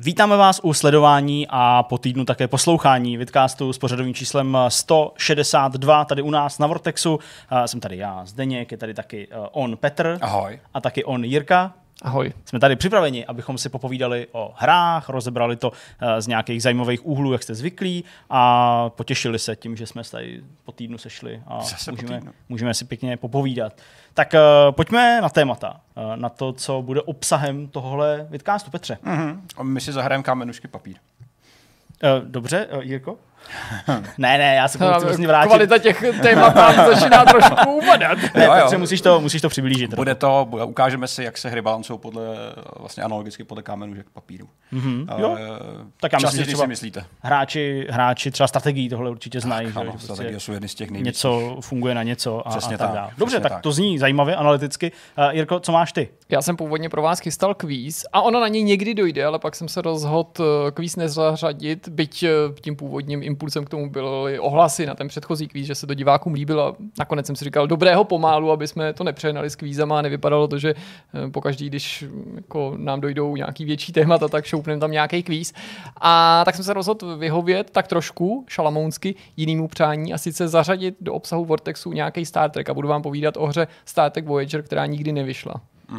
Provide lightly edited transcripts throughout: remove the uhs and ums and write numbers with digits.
Vítáme vás u sledování a po týdnu také poslouchání vidcastu s pořadovým číslem 162 tady u nás na Vortexu. Jsem tady já, Zdeněk, je tady taky on Petr. Ahoj. A taky on Jirka. Ahoj. Jsme tady připraveni, abychom si popovídali o hrách, rozebrali to z nějakých zajímavých úhlů, jak jste zvyklí, a potěšili se tím, že jsme se tady po týdnu sešli a můžeme si pěkně popovídat. Tak pojďme na témata, na to, co bude obsahem tohohle vidcastu. Petře. My si zahrajeme kámenušky papír. Dobře, Jirko? Ne, já se chci vlastně vrátit. Kvalita těch témat nám začíná trošku upadat. Ne, Petře, musíš to přiblížit. Ukážeme si, jak se hry balancují vlastně analogicky podle kámenůžek papíru. Jo? Tak já myslím, že třeba si myslíte. Hráči třeba strategii tohle určitě znají. Ano, strategie jsou jedny z těch nejvíc. Něco funguje na něco a tak dále. Dobře, tak to zní zajímavě, analyticky. Jirko, co máš ty? Já jsem původně pro vás chystal kvíz a ono na něj někdy dojde, ale pak jsem se rozhodl kvíz nezařadit, byť tím původním impulsem k tomu byly ohlasy na ten předchozí kvíz, že se to divákům líbilo a nakonec jsem si říkal dobrého pomálu, aby jsme to nepřehnali s kvízama a nevypadalo to, že pokaždý, když jako nám dojdou nějaký větší témata, tak šoupneme tam nějaký kvíz. A tak jsem se rozhodl vyhovět tak trošku šalamounsky jinému přání a sice zařadit do obsahu Vortexu nějaký Star Trek a budu vám povídat o hře Star Trek Voyager, která nikdy nevyšla.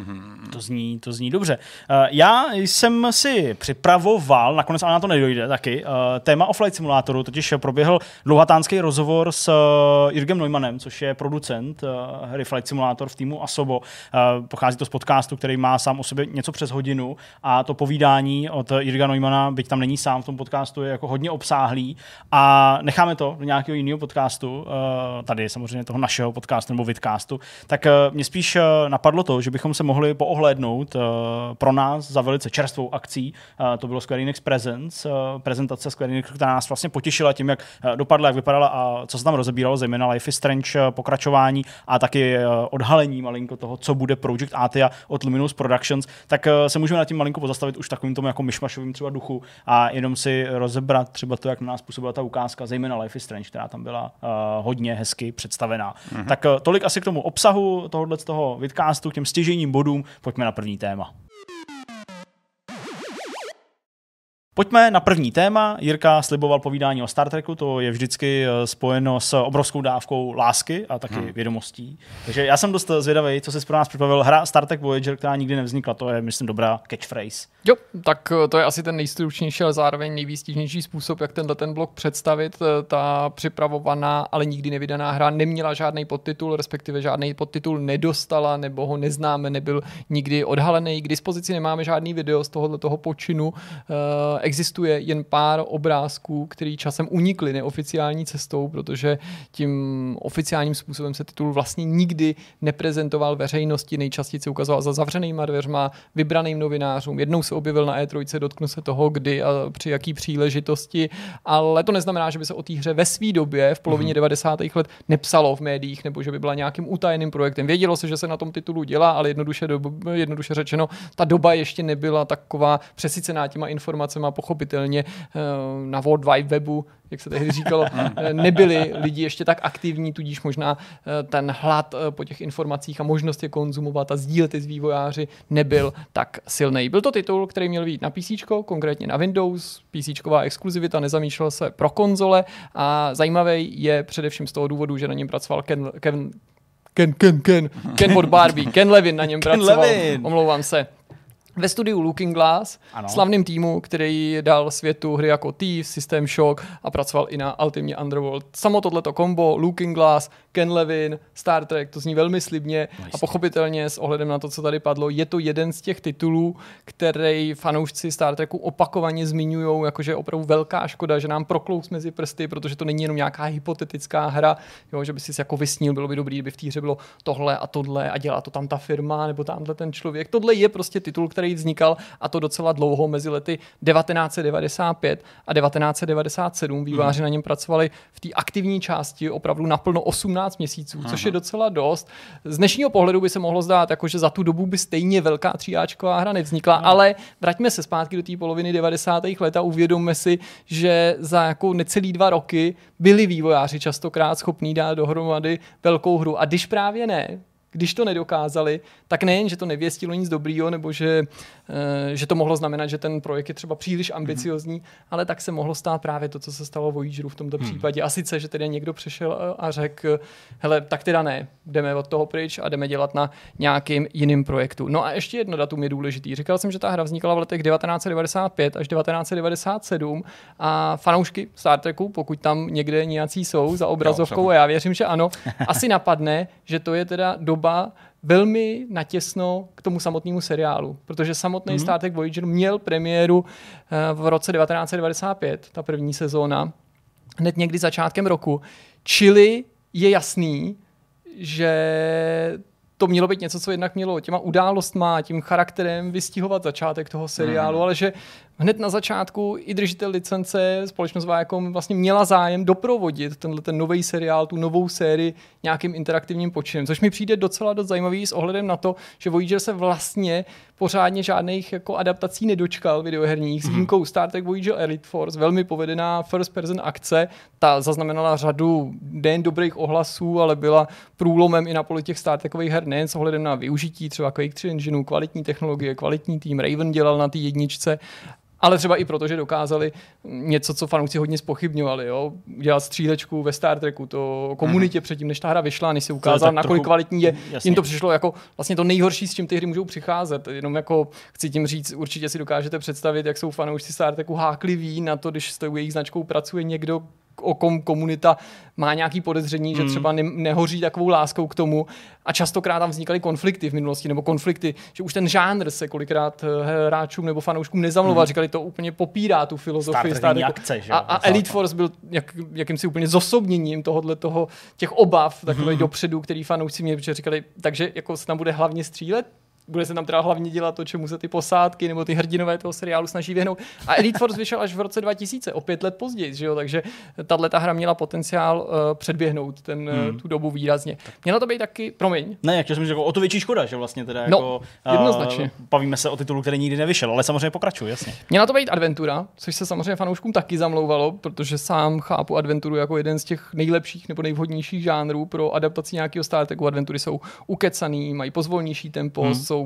To zní dobře. Já jsem si připravoval, nakonec ale na to nedojde taky, téma o Flight Simulatoru, totiž proběhl dlouhatánský rozhovor s Jürgem Neumannem, což je producent hry Flight Simulator v týmu Asobo. Pochází to z podcastu, který má sám o sobě něco přes hodinu a to povídání od Jürga Neumana, byť tam není sám v tom podcastu, je jako hodně obsáhlý a necháme to do nějakého jiného podcastu, tady samozřejmě toho našeho podcastu nebo vidcastu, tak mě spíš napadlo to, že bychom se mohli poohlédnout pro nás za velice čerstvou akcí. To bylo Square Enix Presents, prezentace Square Enix, která nás vlastně potěšila tím, jak dopadla, jak vypadala a co se tam rozebíralo, zejména Life is Strange pokračování a taky odhalení malinko toho, co bude Project Athia od Luminous Productions, tak se můžeme nad tím malinko pozastavit už takovým tomu jako myšmašovým třeba duchu a jenom si rozebrat třeba to, jak na nás působila ta ukázka, zejména Life is Strange, která tam byla hodně hezky představená. Tak tolik asi k tomu obsahu tohohle z toho vidcastu, k těm stěžejním bodům. Pojďme na první téma. Pojďme na první téma. Jirka sliboval povídání o Star Treku, to je vždycky spojeno s obrovskou dávkou lásky a taky vědomostí. Takže já jsem dost zvědavý, co jsi pro nás připravil. Hra Star Trek Voyager, která nikdy nevznikla, to je, myslím, dobrá catchphrase. Jo, tak to je asi ten nejstručnější, ale zároveň nejvýstižnější způsob, jak ten blok představit. Ta připravovaná, ale nikdy nevydaná hra neměla žádný podtitul, respektive žádný podtitul nedostala, nebo ho neznáme, nebyl nikdy odhalený. K dispozici nemáme žádný video z tohoto počinu. Existuje jen pár obrázků, který časem unikly neoficiální cestou, protože tím oficiálním způsobem se titul vlastně nikdy neprezentoval veřejnosti, nejčastěji se ukazoval za zavřenýma dveřma, vybraným novinářům. Jednou se objevil na E3, dotknu se toho, kdy a při jaký příležitosti, ale to neznamená, že by se o té hře ve své době v polovině 90. let nepsalo v médiích, nebo že by byla nějakým utajeným projektem. Vědělo se, že se na tom titulu dělá, ale jednoduše řečeno, ta doba ještě nebyla taková přesycená těma informacemi. Pochopitelně na World Wide Webu, jak se tehdy říkalo, nebyli lidi ještě tak aktivní, tudíž možná ten hlad po těch informacích a možnost je konzumovat a sdílet je s vývojáři nebyl tak silný. Byl to titul, který měl být na PC, konkrétně na Windows, PCčková exkluzivita, nezamýšlel se pro konzole a zajímavý je především z toho důvodu, že na něm pracoval Ken od Barbie, Ken Levin na něm pracoval, omlouvám se. Ve studiu Looking Glass, slavným týmu, který dal světu hry jako Thieves, System Shock a pracoval i na Ultimate Underworld. Samo tohleto kombo, Looking Glass, Ken Levin, Star Trek, to zní velmi slibně a pochopitelně s ohledem na to, co tady padlo, je to jeden z těch titulů, který fanoušci Star Treku opakovaně zmiňují, jakože je opravdu velká škoda, že nám proklouz mezi prsty, protože to není jenom nějaká hypotetická hra, jo, že by si jako vysnil, bylo by dobrý, kdyby v té hře bylo tohle a tohle a dělá to tam ta firma nebo tamhle ten člověk. Tohle je prostě titul, který vznikal a to docela dlouho mezi lety 1995 a 1997. Vývojáři na něm pracovali v té aktivní části opravdu naplno 18 měsíců, což je docela dost. Z dnešního pohledu by se mohlo zdát, jako, že za tu dobu by stejně velká tříáčková hra nevznikla, ale vraťme se zpátky do té poloviny 90. let a uvědomme si, že za jako necelý 2 roky byli vývojáři častokrát schopní dát dohromady velkou hru. A když právě ne, když to nedokázali, tak nejen, že to nevěstilo nic dobrýho, nebo že to mohlo znamenat, že ten projekt je třeba příliš ambiciozní, ale tak se mohlo stát právě to, co se stalo Voyageru v tomto případě. A sice, že tedy někdo přišel a řekl, hele, tak teda ne, jdeme od toho pryč a jdeme dělat na nějakým jiným projektu. No a ještě jedno datum je důležitý. Říkal jsem, že ta hra vznikala v letech 1995 až 1997 a fanoušky Star Treku, pokud tam někde nějací jsou za obrazovkou, a já věřím, že ano, asi napadne, že to je teda doba velmi natěsno k tomu samotnému seriálu, protože samotný Star Trek Voyager měl premiéru v roce 1995, ta první sezóna, hned někdy začátkem roku, čili je jasný, že to mělo být něco, co jednak mělo těma událostma, tím charakterem vystihovat začátek toho seriálu, ale že hned na začátku i držitel licence, společnost Viacom vlastně měla zájem doprovodit ten nový seriál, tu novou sérii nějakým interaktivním počinem, což mi přijde docela dost zajímavý s ohledem na to, že Voyager se vlastně pořádně žádných jako adaptací nedočkal videoherních, s výjimkou Star Trek Voyager Elite Force, velmi povedená first person akce, ta zaznamenala řadu nejen dobrých ohlasů, ale byla průlomem i na poli těch Star Trekových her, nejen s ohledem na využití třeba Quake 3 engineu, kvalitní technologie, kvalitní tým, Raven dělal na té jedničce, ale třeba i proto, že dokázali něco, co fanoušci hodně zpochybňovali, jo? Dělat střílečku ve Star Treku, to komunitě předtím, než ta hra vyšla, než si ukázal, nakolik kvalitní je, jim to přišlo jako vlastně to nejhorší, s čím ty hry můžou přicházet. Jenom jako chci tím říct, určitě si dokážete představit, jak jsou fanoušci Star Treku hákliví na to, když s tou jejich značkou pracuje někdo, o kom komunita má nějaký podezření, že třeba nehoří takovou láskou k tomu a častokrát tam vznikaly konflikty v minulosti, nebo konflikty, že už ten žánr se kolikrát hráčům nebo fanouškům nezamlouval, říkali, to úplně popírá tu filozofii Star akce, že? A Elite Force byl jakýmsi úplně zosobněním tohoto těch obav takových dopředu, který fanoušci mě říkali, takže jako se tam bude hlavně střílet, bude se tam teda hlavně dělat to, čemu se ty posádky nebo ty hrdinové toho seriálu snaží vyhnout. A Elite Force vyšel až v roce 2000, o 5 let později, že jo? Takže tato hra měla potenciál předběhnout tu dobu výrazně. Měla to být taky, promiň. Ne, jak jsem říkal, o to větší škoda, že vlastně teda jako jednoznačně. Bavíme se o titulu, který nikdy nevyšel, ale samozřejmě pokračuje, jasně. Měla to být adventura, což se samozřejmě fanouškům taky zamlouvalo, protože sám chápu adventuru jako jeden z těch nejlepších nebo nejvhodnějších žánrů pro adaptaci nějakého Star Treku. Adventury jsou ukecaný, mají pozvolnější tempo, jsou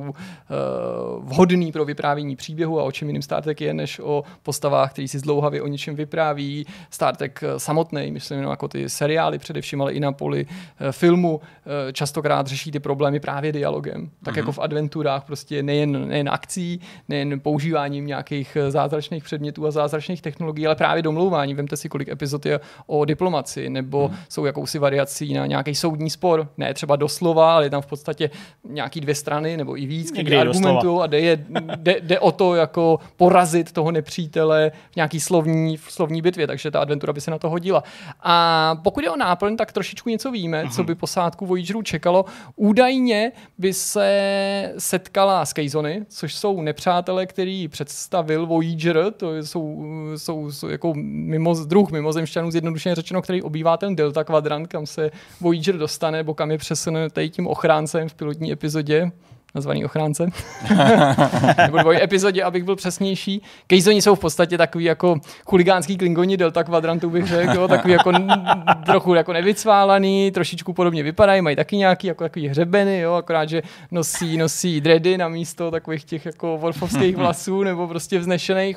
vhodný pro vyprávění příběhu a o čem jiným Star Trek je, než o postavách, který si zdlouhavě o něčem vypráví. Star Trek samotný, myslím, jako ty seriály především, ale i na poli filmu častokrát řeší ty problémy právě dialogem. Tak jako v adventurách prostě nejen akcí, nejen používáním nějakých zázračných předmětů a zázračných technologií, ale právě domlouváním. Vemte si, kolik epizod je o diplomaci, nebo jsou jakousi variací na nějaký soudní spor. Ne třeba doslova, ale je tam v podstatě nějaký 2 strany nebo i víc, někdy argumentují a jde o to jako porazit toho nepřítele v nějaký slovní bitvě, takže ta adventura by se na to hodila. A pokud je o náplň, tak trošičku něco víme, co by posádku Voyageru čekalo. Údajně by se setkala s Kazony, což jsou nepřátelé, který představil Voyager, to jsou jako druh mimozemšťanů, zjednodušeně řečeno, který obývá ten Delta kvadrant, kam se Voyager dostane, nebo kam je přesune tím ochráncem v pilotní epizodě, nazvaný ochránce. Nebo dvoj epizodě, abych byl přesnější. Kazoni jsou v podstatě takový jako chuligánský klingoni Delta kvadrantu, bych řekl, takový jako trochu jako nevycválaný, trošičku podobně vypadají, mají taky nějaký jako takový hřebeny, jo, akorát, že nosí dready na místo takových těch jako wolfovských vlasů nebo prostě vznešených.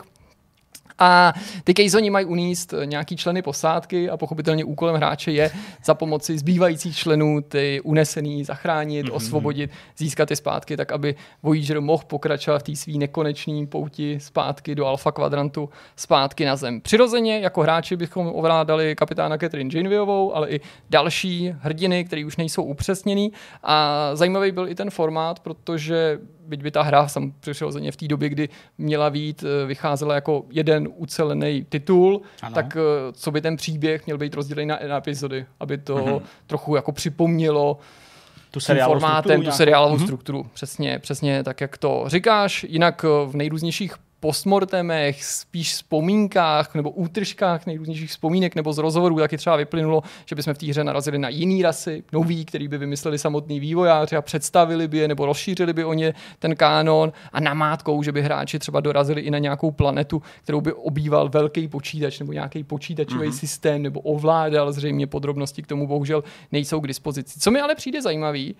A ty Kazoni mají unést nějaký členy posádky a pochopitelně úkolem hráče je za pomoci zbývajících členů ty unesený zachránit, osvobodit, získat je zpátky, tak aby Voyager mohl pokračovat v té svý nekonečný pouti zpátky do Alpha kvadrantu, zpátky na Zem. Přirozeně jako hráči bychom ovládali kapitána Catherine Janewayovou, ale i další hrdiny, které už nejsou upřesněný. A zajímavý byl i ten formát, protože byť by ta hra přirozeně v té době, kdy měla být, vycházela jako jeden ucelený titul, tak co by ten příběh měl být rozdělený na epizody, aby to trochu jako připomnělo tu seriálovou strukturu. Přesně tak, jak to říkáš. Jinak v nejrůznějších postmortemech, spíš vzpomínkách nebo útržkách nejrůznějších vzpomínek nebo z rozhovorů taky třeba vyplynulo, že bychom v té hře narazili na jiný rasy, nový, který by vymysleli samotný vývojáři a představili by je nebo rozšířili by o ně ten kánon a namátkou, že by hráči třeba dorazili i na nějakou planetu, kterou by obýval velký počítač nebo nějaký počítačový systém nebo ovládal, zřejmě podrobnosti k tomu bohužel nejsou k dispozici. Co mi ale přijde zajímavý,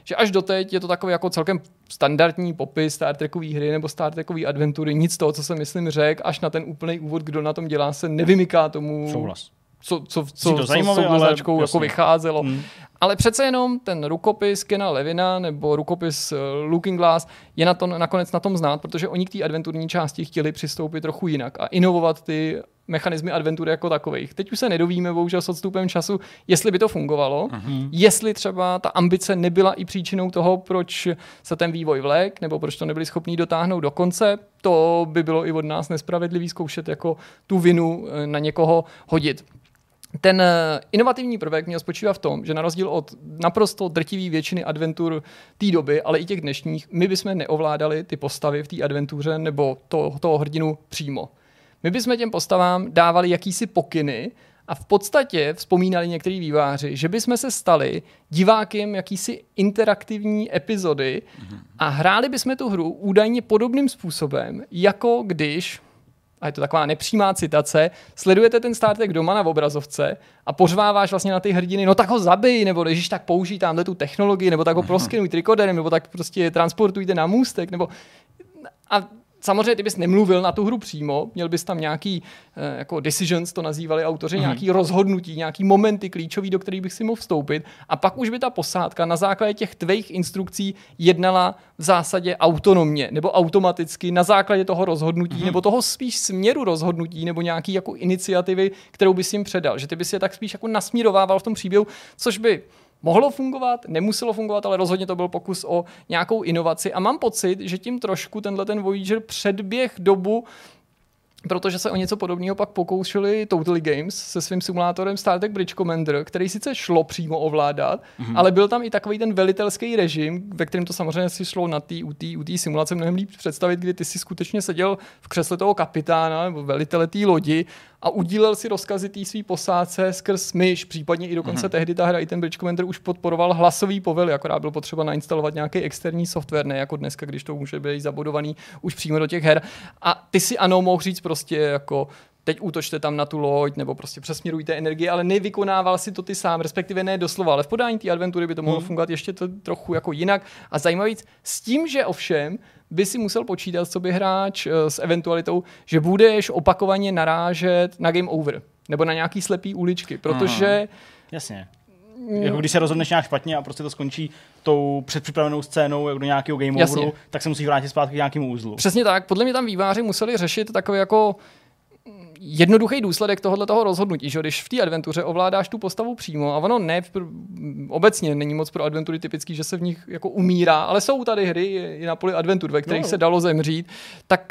že až doteď je to takový jako celkem standardní popis Star Trekové hry nebo Star Trekové adventury, nic toho, co jsem myslím řekl, až na ten úplný úvod, kdo na tom dělá, se nevymyká tomu, Souhlas. co zajímavé, jako vycházelo. Ale přece jenom ten rukopis Kena Levina nebo rukopis Looking Glass je nakonec na tom znát, protože oni k té adventurní části chtěli přistoupit trochu jinak a inovovat ty mechanismy adventury jako takových. Teď už se nedovíme, bohužel s odstupem času, jestli by to fungovalo, jestli třeba ta ambice nebyla i příčinou toho, proč se ten vývoj vlek, nebo proč to nebyli schopní dotáhnout do konce, to by bylo i od nás nespravedlivý zkoušet jako tu vinu na někoho hodit. Ten inovativní prvek měl spočívá v tom, že na rozdíl od naprosto drtivé většiny adventur té doby, ale i těch dnešních, my bychom neovládali ty postavy v té adventuře nebo toho hrdinu přímo. My bychom těm postavám dávali jakýsi pokyny a v podstatě vzpomínali některý výváři, že bychom se stali divákem jakýsi interaktivní epizody a hráli bychom tu hru údajně podobným způsobem, jako když, a je to taková nepřímá citace, sledujete ten Star Trek doma na obrazovce a pořváváš vlastně na ty hrdiny, no tak ho zabij, nebo když tak použij tamhle tu technologii, nebo tak ho proskenuj trikoderem, nebo tak prostě transportujte na můstek, nebo a samozřejmě ty bys nemluvil na tu hru přímo, měl bys tam nějaký jako decisions, to nazývali autoři, nějaký rozhodnutí, nějaký momenty klíčový, do kterých bych si mohl vstoupit a pak už by ta posádka na základě těch tvých instrukcí jednala v zásadě autonomně nebo automaticky na základě toho rozhodnutí nebo toho spíš směru rozhodnutí nebo nějaký jako iniciativy, kterou bys jim předal, že ty bys je tak spíš jako nasmírovával v tom příběhu, což by mohlo fungovat, nemuselo fungovat, ale rozhodně to byl pokus o nějakou inovaci a mám pocit, že tím trošku ten Voyager předběh dobu, protože se o něco podobného pak pokoušeli Totally Games se svým simulátorem Star Trek Bridge Commander, který sice šlo přímo ovládat, ale byl tam i takový ten velitelský režim, ve kterém to samozřejmě si šlo u té simulace mnohem líp představit, kdy ty si skutečně seděl v křesle toho kapitána nebo velitele té lodi a udílel si rozkazy té svý posádce skrz myš, případně i dokonce tehdy ta hra i ten Bridge Commander už podporoval hlasový povely, akorát byl potřeba nainstalovat nějaký externí software, ne jako dneska, když to může být zabudovaný už přímo do těch her. A ty si ano mohl říct prostě jako teď útočte tam na tu loď, nebo prostě přesměrujte energii, ale nevykonával si to ty sám, respektive ne doslova, ale v podání té adventury by to mohlo fungovat ještě to trochu jako jinak. A zajímavý s tím, že ovšem by si musel počítat, co by hráč s eventualitou, že budeš opakovaně narážet na game over, nebo na nějaký slepý uličky, protože jasně. Jako když se rozhodneš nějak špatně a prostě to skončí tou předpřipravenou scénou jako do nějakého game overu, tak se musí vrátit zpátky k nějakému úzlu. Přesně tak. Podle mě tam výváři museli řešit takový jako jednoduchý důsledek tohoto rozhodnutí, že když v té adventuře ovládáš tu postavu přímo a ono obecně není moc pro adventury typický, že se v nich jako umírá, ale jsou tady hry i na poli adventur, ve kterých se dalo zemřít, tak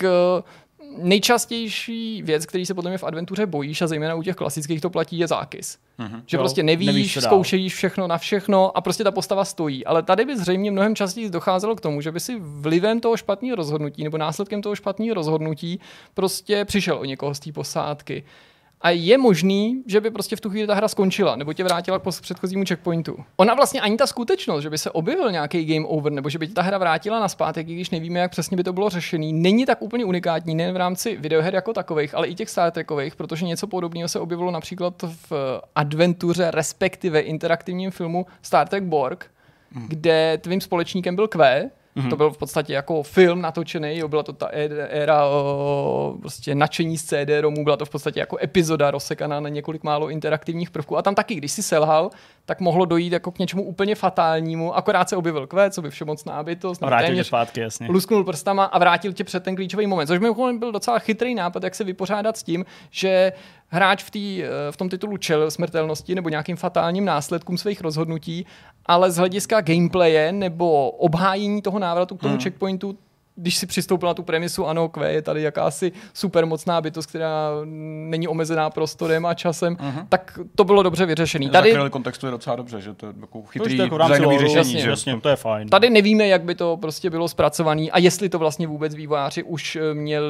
nejčastější věc, který se podle mě v adventuře bojíš a zejména u těch klasických to platí, je zákys. Že prostě nevíš, zkoušejíš všechno na všechno a prostě ta postava stojí. Ale tady by zřejmě mnohem častěji docházelo k tomu, že by si vlivem toho špatného rozhodnutí nebo následkem toho špatného rozhodnutí prostě přišel o někoho z té posádky. A je možný, že by prostě v tu chvíli ta hra skončila, nebo tě vrátila k předchozímu checkpointu. Ona vlastně ani ta skutečnost, že by se objevil nějaký game over, nebo že by ta hra vrátila nazpátek, i když nevíme, jak přesně by to bylo řešený, není tak úplně unikátní, nejen v rámci videoher jako takových, ale i těch Star Trekových, protože něco podobného se objevilo například v adventuře, respektive interaktivním filmu Star Trek Borg, kde tvým společníkem byl Q. To byl v podstatě jako film natočený, byla to ta éra prostě nadšení z CD-ROMů, byla to v podstatě jako epizoda rozsekaná na několik málo interaktivních prvků. A tam taky, když si selhal, tak mohlo dojít jako k něčemu úplně fatálnímu, akorát se objevil Q, co by všemocná bytost. Vrátil tě zpátky, jasně. Lusknul prstama a vrátil tě před ten klíčový moment. Což mimochodem byl docela chytrý nápad, jak se vypořádat s tím, že hráč v tom titulu čelil smrtelnosti nebo nějakým fatálním následkům svých rozhodnutí, ale z hlediska gameplaye nebo obhájení toho návratu k tomu checkpointu, když si přistoupil na tu premisu, ano, Q je tady jakási supermocná bytost, která není omezená prostorem a časem, tak to bylo dobře vyřešený. Tady kontextu je docela dobře, že to je jako chytrý zájmový řešení. Jasně, to je fajn. Tady nevíme, jak by to prostě bylo zpracované a jestli to vlastně vůbec vývojáři už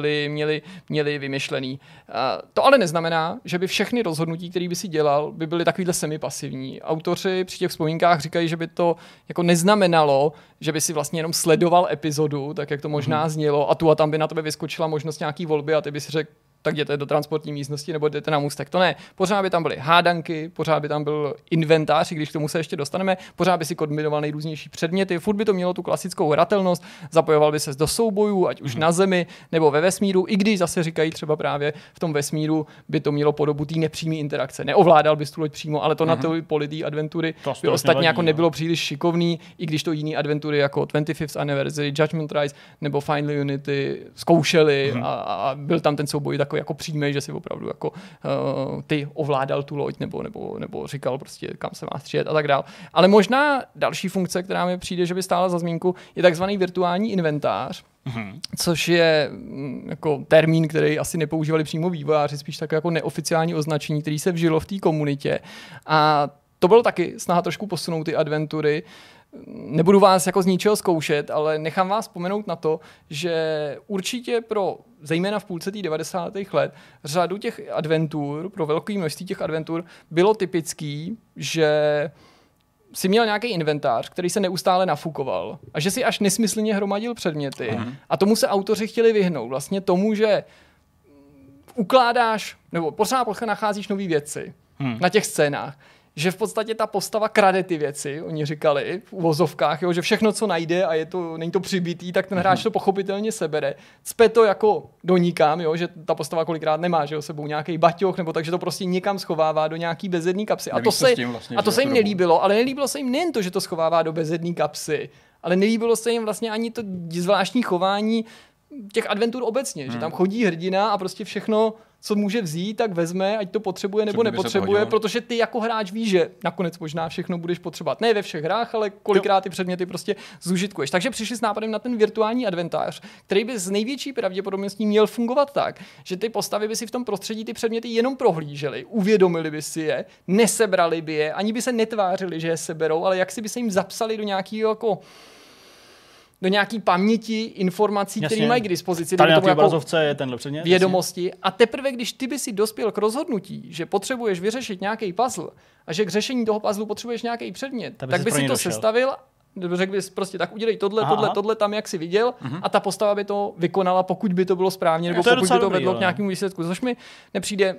měli vymyšlený. To ale neznamená, že by všechny rozhodnutí, které by si dělal, by byly takovýhle semipasivní. Autoři při těch vzpomínkách říkají, že by to jako neznamenalo, že by si vlastně jenom sledoval epizodu, tak jak to možná znělo, a tu a tam by na tebe vyskočila možnost nějaký volby a ty by si řekl, tak jděte do transportní místnosti nebo jdete na můstek. To ne. Pořád by tam byly hádanky, pořád by tam byl inventář, i když k tomu se ještě dostaneme, pořád by si kombinoval nejrůznější předměty, furt by to mělo tu klasickou hratelnost, zapojoval by ses do soubojů, ať už na zemi nebo ve vesmíru, i když zase říkají třeba právě v tom vesmíru by to mělo podobu té nepřímé interakce. Neovládal bys tu loď přímo, ale to na to poli té adventury by ostatně jako nebylo příliš šikovný, i když to jiný adventury jako 25th Anniversary, Judgment Rise nebo Final Unity zkoušeli a byl tam ten souboj takový jako přímý, že si opravdu jako ty ovládal tu loď nebo říkal prostě kam se má střílet a tak dál. Ale možná další funkce, která mi přijde, že by stála za zmínku, je takzvaný virtuální inventář, což je jako termín, který asi nepoužívali přímo vývojáři, spíš tak jako neoficiální označení, který se vžilo v té komunitě. A to bylo taky snaha trošku posunout ty adventury. Nebudu vás jako z ničeho zkoušet, ale nechám vás vzpomenout na to, že určitě zejména v půlce těch 90. let, řadu těch adventur, pro velké množství těch adventur, bylo typický, že si měl nějaký inventář, který se neustále nafukoval a že si až nesmyslně hromadil předměty a tomu se autoři chtěli vyhnout. Vlastně tomu, že ukládáš, nebo pořád nacházíš nové věci na těch scénách, že v podstatě ta postava krade ty věci, oni říkali v uvozovkách, jo, že všechno, co najde a není to přibitý, tak ten hráč to pochopitelně sebere. Cpe to jako do nikam, jo, že ta postava kolikrát nemá, že jo, sebou nějaký baťoch, nebo takže to prostě někam schovává do nějaký bezedný kapsy. A to se jim nelíbilo, ale nelíbilo se jim nejen to, že to schovává do bezedný kapsy, ale nelíbilo se jim vlastně ani to zvláštní chování těch adventur obecně, že tam chodí hrdina a prostě všechno, co může vzít, tak vezme, ať to potřebuje nebo nepotřebuje, protože ty jako hráč víš, že nakonec možná všechno budeš potřebovat. Ne ve všech hrách, ale kolikrát ty předměty prostě zužitkuješ. Takže přišli s nápadem na ten virtuální adventář, který by z největší pravděpodobností měl fungovat tak, že ty postavy by si v tom prostředí ty předměty jenom prohlíželi, uvědomili by si je, nesebrali by je, ani by se netvářili, že je seberou, ale jak si by se jim zapsali do nějakého jako do nějaký paměti informací, které mají k dispozici. Tady na té obrazovce je tenhle předmět. Vědomosti. A teprve, když ty by si dospěl k rozhodnutí, že potřebuješ vyřešit nějaký puzzle a že k řešení toho puzzle potřebuješ nějaký předmět, tak by si to sestavil, řekl bys prostě tak udělej tohle tam, jak jsi viděl a ta postava by to vykonala, pokud by to bylo správně, nebo pokud by to vedlo k nějakému výsledku, což mi nepřijde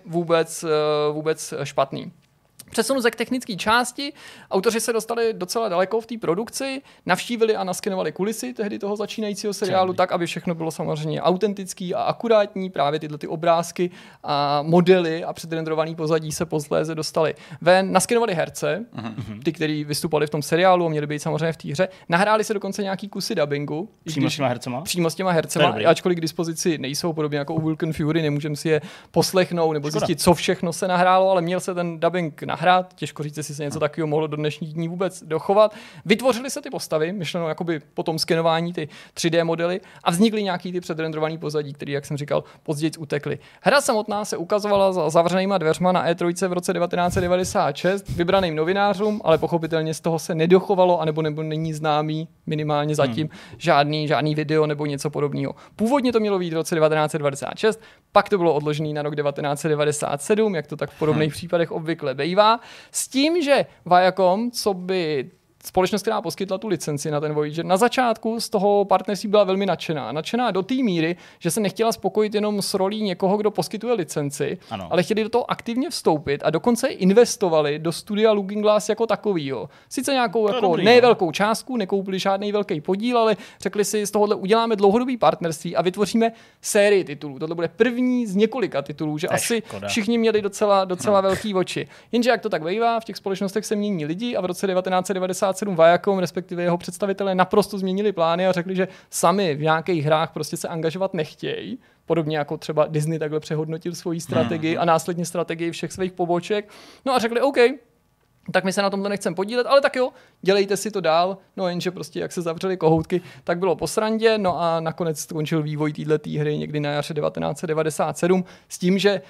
vůbec špatný. Přesunu se k technické části. Autoři se dostali docela daleko v té produkci, navštívili a naskenovali kulisy tehdy toho začínajícího seriálu tak, aby všechno bylo samozřejmě autentický a akurátní. Právě tyhle ty obrázky a modely a předrenderovaný pozadí se posléze dostali ven. Naskenovali herce, ty, kteří vystupovali v tom seriálu a měli být samozřejmě v té hře. Nahráli se dokonce nějaký kusy dubbingu. Přímo s těma hercema. Ačkoliv k dispozici nejsou, podobně jako u Vulcan Fury, nemůžeme si je poslechnout nebo zjistit, co všechno se nahrálo, ale měl se ten dubbing hrát, těžko říct, jestli se něco takového mohlo do dnešních dní vůbec dochovat. Vytvořily se ty postavy, myšleno jakoby po tom skenování ty 3D modely a vznikly nějaký ty předrenderovaný pozadí, které, jak jsem říkal, později utekly. Hra samotná se ukazovala za zavřenýma dveřma na E3 v roce 1996 vybraným novinářům, ale pochopitelně z toho se nedochovalo, anebo není známý minimálně zatím žádný video nebo něco podobného. Původně to mělo být v roce 1996, pak to bylo odložené na rok 1997, jak to tak v podobných případech obvykle bývá, s tím, že Viacom, co by společnost, která poskytla tu licenci na ten Voyager, na začátku z toho partnerství byla velmi nadšená. Nadšená do té míry, že se nechtěla spokojit jenom s rolí někoho, kdo poskytuje licenci, ale chtěli do toho aktivně vstoupit a dokonce investovali do studia Looking Glass jako takovýho. Sice nějakou jako velkou částku, nekoupili žádný velký podíl, ale řekli si, z tohohle uděláme dlouhodobý partnerství a vytvoříme sérii titulů. Tohle bude první z několika titulů, že asi všichni měli docela velký oči. Jenže jak to tak bývá, v těch společnostech se mění lidi a v roce 1997 Viacom, respektive jeho představitelé, naprosto změnili plány a řekli, že sami v nějakých hrách prostě se angažovat nechtějí. Podobně jako třeba Disney takhle přehodnotil svoji strategii a následně strategii všech svých poboček. No a řekli, OK, tak my se na tomhle nechceme podílet, ale tak jo, dělejte si to dál. No jenže prostě jak se zavřeli kohoutky, tak bylo po srandě, no a nakonec skončil vývoj této hry někdy na jaře 1997 s tím, že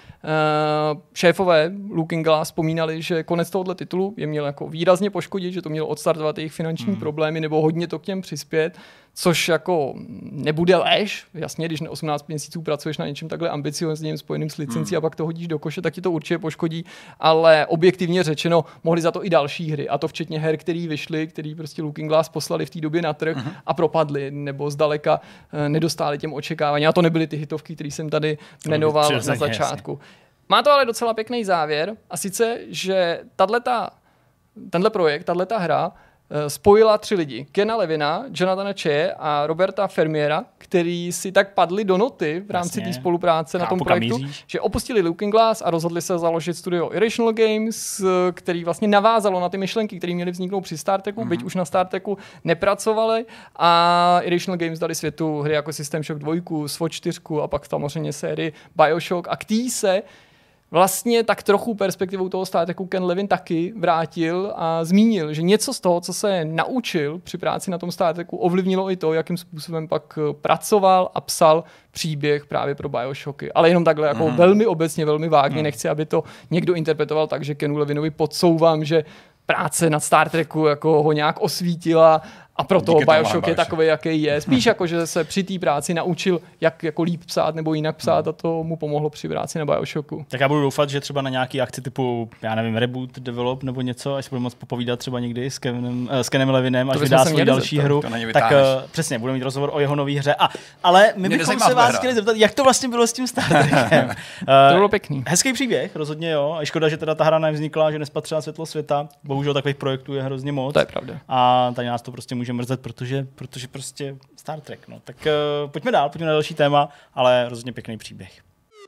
šéfové Looking Glass vzpomínali, že konec tohoto titulu je měl jako výrazně poškodit, že to mělo odstartovat jejich finanční problémy nebo hodně to k něm přispět, což jako nebude léž, jasně, když 18 měsíců pracuješ na něčem takhle ambiciozním spojeným s licencí a pak to hodíš do koše, tak ti to určitě poškodí, ale objektivně řečeno, mohli za to i další hry, a to včetně her, které vyšly, který prostě Looking Glass poslali v té době na trh a propadly, nebo zdaleka nedostáli těm očekávání. A to nebyly ty hitovky, které jsem tady jmenoval na začátku. Jasně. Má to ale docela pěkný závěr, a sice, že tenhle projekt, tato hra spojila 3 lidi. Kena Levina, Jonathana Che a Roberta Fermiera, který si tak padli do noty v rámci té spolupráce na tom projektu, že opustili Looking Glass a rozhodli se založit studio Irrational Games, který vlastně navázalo na ty myšlenky, které měly vzniknout při StarTreku, byť už na StarTreku nepracovali, a Irrational Games dali světu hry jako System Shock 2, SWAT 4 a pak samozřejmě sérii BioShock, a k tý se vlastně tak trochu perspektivou toho StarTreku Ken Levin taky vrátil a zmínil, že něco z toho, co se naučil při práci na tom StarTreku, ovlivnilo i to, jakým způsobem pak pracoval a psal příběh právě pro BioShocky. Ale jenom takhle jako velmi obecně, velmi vágně, nechci, aby to někdo interpretoval tak, že Kenu Levinovi podsouvám, že práce nad Star Treku jako ho nějak osvítila a proto BioShock je takový, jaký je. Spíš jako, že se při té práci naučil, jak jako líp psát nebo jinak psát, a to mu pomohlo při práci na BioShocku. Tak já budu doufat, že třeba na nějaký akci typu, já nevím, Reboot, Develop nebo něco, až se budeme moc popovídat třeba někdy s Kenem Levinem, až vydá svou další hru, tak přesně, budeme mít rozhovor o jeho nový hře. Ale my bychom se vás chtěli zeptat, jak to vlastně bylo s tím Star Trekem. To bylo pěkný. Hezký příběh, rozhodně jo. A škoda, že teda ta hra nevznikla, že nespatřila světlo světa. Bohužel takových projektů je hrozně moc. To je pravda. A tady nás to prostě může mrzet, protože prostě Star Trek. No. Tak pojďme dál, pojďme na další téma, ale rozhodně pěkný příběh.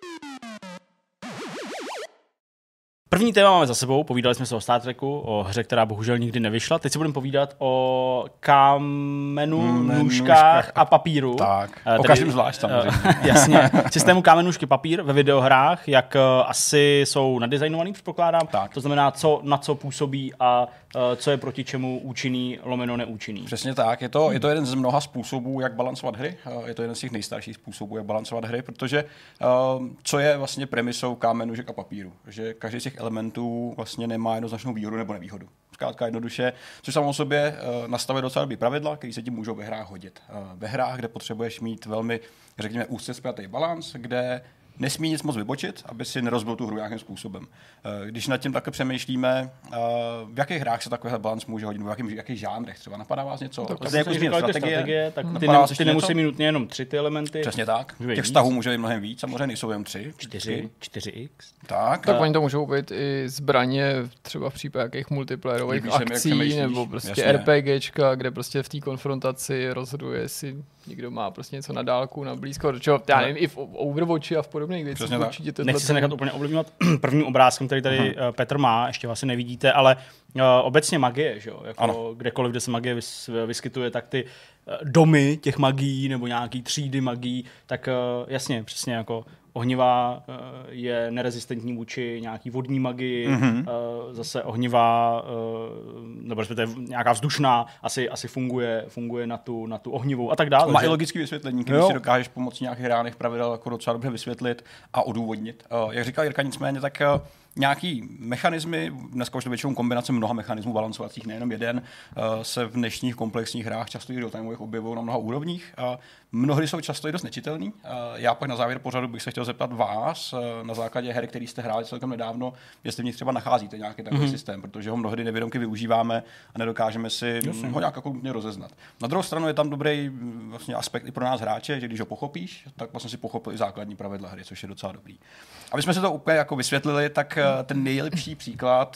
První téma máme za sebou, povídali jsme se o Star Treku, o hře, která bohužel nikdy nevyšla. Teď se budeme povídat o kámenu, nůžkách a papíru. Tak, o každém zvlášť samozřejmě. Jasně, systému kámen, nůžky, papír ve videohrách, jak asi jsou nadizajnovaný, předpokládám. Tak. To znamená, na co působí a co je proti čemu účinný, lomeno neúčinný. Přesně tak, je to jeden z mnoha způsobů, jak balancovat hry. Je to jeden z těch nejstarších způsobů, jak balancovat hry, protože co je vlastně premisou kámen, nůžek a papíru, že každý z těch elementů vlastně nemá jednoznačnou výhodu nebo nevýhodu. Zkrátka jednoduše, což samo o sobě nastavuje docela dobrý pravidla, které se ti můžou ve hrách hodit. Ve hrách, kde potřebuješ mít velmi, řekněme, úzce spjatý balans, kde nesmí nic moc vybočit, aby si nerozbil tu hru nějakým způsobem. Když nad tím takhle přemýšlíme, v jakých hrách se takovýhle balans může hodit, v jakých žánrech třeba napadá vás něco? Tak jako strategie, tak ty nemusí mít nutně jenom 3 ty elementy. Přesně tak. Těch vztahů může být mnohem víc, samozřejmě nejsou jenom 3. 4x. Tak oni to můžou být i zbraně, třeba v případě jakých multiplayerových akcí, nebo prostě RPGčka, kde prostě v té konfrontaci rozhoduje, jestli někdo má prostě něco na dálku, na blízko, já nevím, i v Overwatchi a v podobných věcích. Nechci se nechat úplně ovlivňovat prvním obrázkem, který tady Petr má, ještě ho asi nevidíte, ale obecně magie, že jo? Jako kdekoliv, kde se magie vyskytuje, tak ty domy těch magií nebo nějaký třídy magií, tak jasně, přesně jako ohnivá je nerezistentní vůči nějaký vodní magii, zase ohnivá, nebo respektive nějaká vzdušná, asi funguje na tu ohnivou a tak dále. Má i logické vysvětlení, když si dokážeš pomocí nějakých reálných pravidel jako docela dobře vysvětlit a odůvodnit. Jak říkal Jirka, nicméně, tak nějaký mechanismy, dneska už to většinou kombinace mnoha mechanismů balancovacích, nejenom jeden, se v dnešních komplexních hrách často i real-timeových objevují na mnoha úrovních. Mnohdy jsou často i dost nečitelný. Já pak na závěr pořadu bych se chtěl zeptat vás na základě her, který jste hráli celkem nedávno, jestli v nich třeba nacházíte nějaký takový systém, protože ho mnohdy nevědomky využíváme a nedokážeme si ho nějak akutně rozeznat. Na druhou stranu je tam dobrý vlastně aspekt i pro nás hráče, že když ho pochopíš, tak vlastně si pochopil i základní pravidla hry, což je docela dobrý. Aby jsme se to úplně jako vysvětlili, tak ten nejlepší příklad,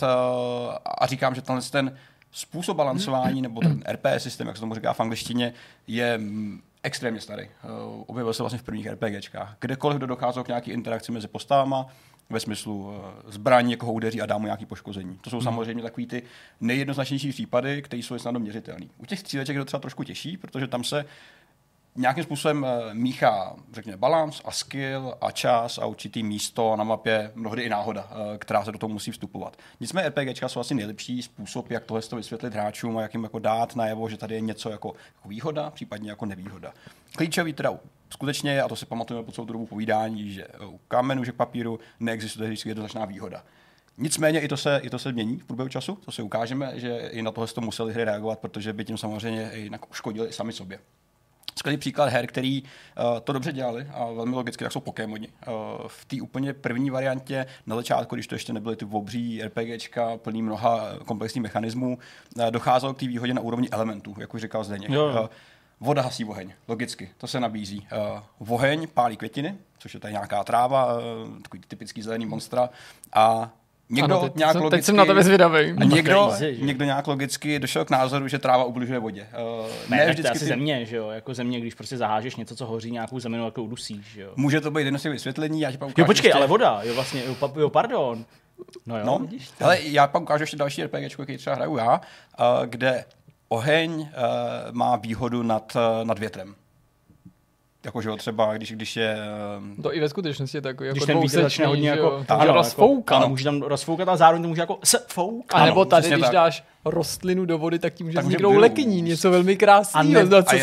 a říkám, že ten způsob balancování nebo ten RP systém, jak se tomu říká v angličtině, je extrémně starý. Objevil se vlastně v prvních RPGčkách. Kdekoliv docházelo k nějaký interakci mezi postavama, ve smyslu zbraní, někoho udeří a dá mu nějaké poškození. To jsou samozřejmě takový ty nejjednoznačnější případy, které jsou snadno měřitelné. U těch stříleček je to třeba trošku těžší, protože tam se nějakým způsobem míchá, řekněme, balans a skill a čas a určitý místo na mapě, mnohdy i náhoda, která se do toho musí vstupovat. Nicméně RPGčka jsou asi nejlepší způsob, jak tohle vysvětlit hráčům a jak jim jako dát najevo, že tady je něco jako výhoda, případně jako nevýhoda. Klíčový teda skutečně je, a to si pamatujeme po celou dobu povídání, že u kamenu, že papíru neexistuje vždycky jednoznačná výhoda. Nicméně i to se mění v průběhu času, to si ukážeme, že i na tohle museli hry reagovat, protože by tím samozřejmě jinak uškodili i sami sobě. Skvělý příklad her, který to dobře dělali a velmi logicky, tak jsou Pokémoni. V té úplně první variantě na začátku, když to ještě nebyly ty obří RPGčka plný mnoha komplexních mechanismů, docházelo k té výhodě na úrovni elementů, jak už říkal Zdeněk. Voda hasí oheň, logicky, to se nabízí. Oheň pálí květiny, což je tady nějaká tráva, takový typický zelený monstra a někdo ano, nějak logicky... Teď jsem na tebe zvědavý. Někdo nějak logicky došel k názoru, že tráva ubližuje vodě. Ne vždycky to asi země, že jo? Jako země, když prostě zahážeš něco, co hoří, nějakou zeminu, jako udusíš, že jo? Může to být jedno z těch vysvětlení, já ti pak ukážu. Jo, počkej, ale voda, jo, vlastně, jo, pardon. No jo, vidíš to. Hele, já pak ukážu ještě další RPGčku, který třeba hraju já, kde oheň má výhodu nad větrem. Jakože třeba, když je... To i ve skutečnosti je takový když jako ten vítr začne hodně jako rozfoukat. Ano, může tam rozfoukat a zároveň to může jako sfoukat. A nebo tady, když tak dáš rostlinu do vody, tak tím může vzniknout lekyní, něco velmi krásného.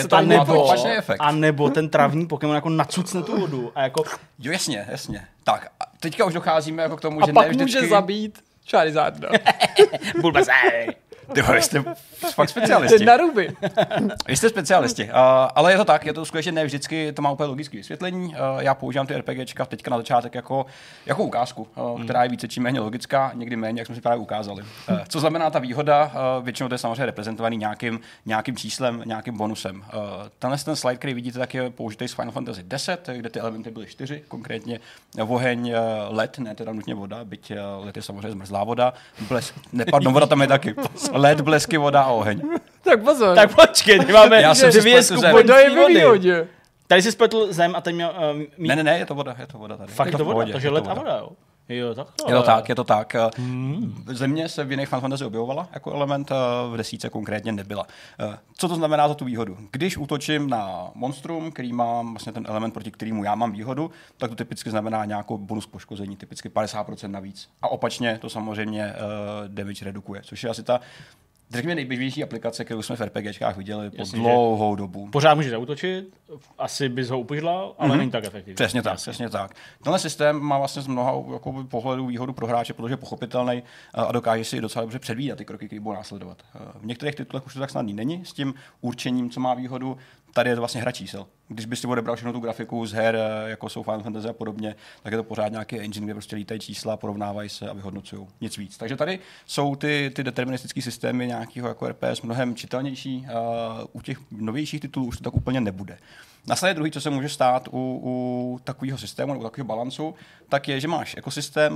A nebo ten travní Pokémon jako nacucne tu vodu. A jako... Jo, jasně. Tak, a teďka už docházíme jako k tomu, a že pak ne vždycky... může zabít Charizarda. Bulbasaur. Vy jste fakt specialisti. Ten na ruby. Vy jste specialisti, ale je to tak, je to skutečně ne vždycky, to má úplně logické vysvětlení. Já používám ty RPGčka teďka na začátek jako ukázku, která je více či méně logická, někdy méně, jak jsme si právě ukázali. Co znamená ta výhoda? Většinou to je samozřejmě reprezentovaný nějakým číslem, nějakým bonusem. Tenhle ten slide, který vidíte, tak je použitý z Final Fantasy 10, kde ty elementy byly 4, konkrétně oheň, led, ne teda nutně voda, byť led je samozřejmě zmrzlá voda, voda tam je taky. Led, blesky, voda a oheň. Tak pozor. Tak počkej, ty máme dvě skupiny vody. Tady jsi spletl zem a teď měl... Ne, je to voda tady. Fakt je to voda, takže led a voda, jo. Jo, je to tak. Země se v jiných Final Fantasy objevovala jako element, v 10 konkrétně nebyla. Co to znamená za tu výhodu? Když útočím na monstrum, který má vlastně ten element, proti kterému já mám výhodu, tak to typicky znamená nějakou bonus poškození, typicky 50% navíc. A opačně to samozřejmě damage redukuje, což je asi ta řekněme nejběžnější aplikace, kterou jsme v RPGčkách viděli po dlouhou dobu. Pořád můžeš zaútočit, asi bys ho upižlal, ale není tak efektivní. Přesně tak. Tenhle systém má vlastně z mnoha pohledů výhodu pro hráče, protože je pochopitelný a dokáže si docela dobře předvídat ty kroky, které budou následovat. V některých titulech už to tak snadný není s tím určením, co má výhodu. Tady je to vlastně hra čísel. Když bys si odebral všechno tu grafiku z her, jako jsou Final Fantasy a podobně, tak je to pořád nějaký engine, kde prostě lítají čísla, porovnávají se a vyhodnocují. Nic víc. Takže tady jsou ty deterministické systémy nějakého jako RPS mnohem čitelnější. U těch novějších titulů už to tak úplně nebude. Následně druhý, co se může stát u takového systému nebo takového balancu, tak je, že máš ekosystém,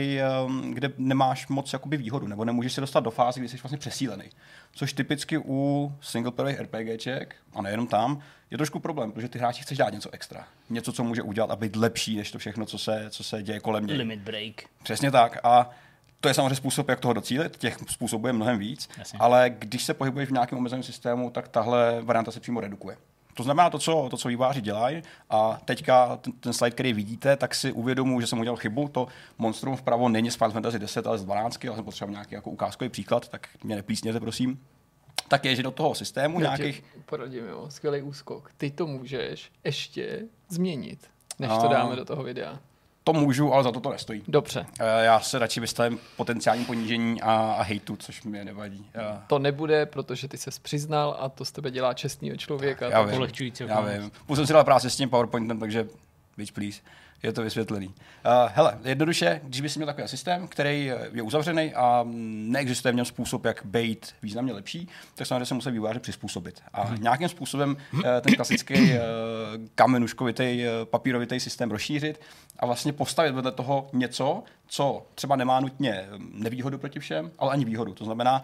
kde nemáš moc jakoby výhodu, nebo nemůžeš se dostat do fáze, kdy jsi vlastně přesílený. Což typicky u singleplayerových RPGček, a nejenom tam, je trošku problém, protože ty hráči chceš dát něco extra. Něco, co může udělat a být lepší, než to všechno, co se děje kolem něj. Limit break. Přesně tak. A to je samozřejmě způsob, jak toho docílit, těch způsobů je mnohem víc, ale když se pohybuješ v nějakém omezeném systému, tak tahle varianta se přímo redukuje. To znamená to, co vývojáři dělají a teďka ten slide, který vidíte, tak si uvědomuji, že jsem udělal chybu. To monstrum vpravo není z Final Fantasy 10, ale z 12, ale jsem potřeboval nějaký jako ukázkový příklad, tak mě neplísněte, prosím. Tak je, že do toho systému nějakých... Poradím, jo, skvělý úskok. Ty to můžeš ještě změnit, než to dáme do toho videa. To můžu, ale za to nestojí. Dobře. Já se radši vystavím potenciálním ponížení a hejtu, což mi nevadí. To nebude, protože ty ses přiznal a to z tebe dělá čestného člověka. Já vím. Musím si dát práci s tím PowerPointem, takže bitch please. Je to vysvětlený. Hele, jednoduše, když bys měl takový systém, který je uzavřený a neexistuje v něm způsob, jak být významně lepší, tak samozřejmě se musí vývojáři přizpůsobit. A nějakým způsobem ten klasický kamenuškovitý, papírovitý systém rozšířit a vlastně postavit vedle toho něco, co třeba nemá nutně nevýhodu proti všem, ale ani výhodu. To znamená,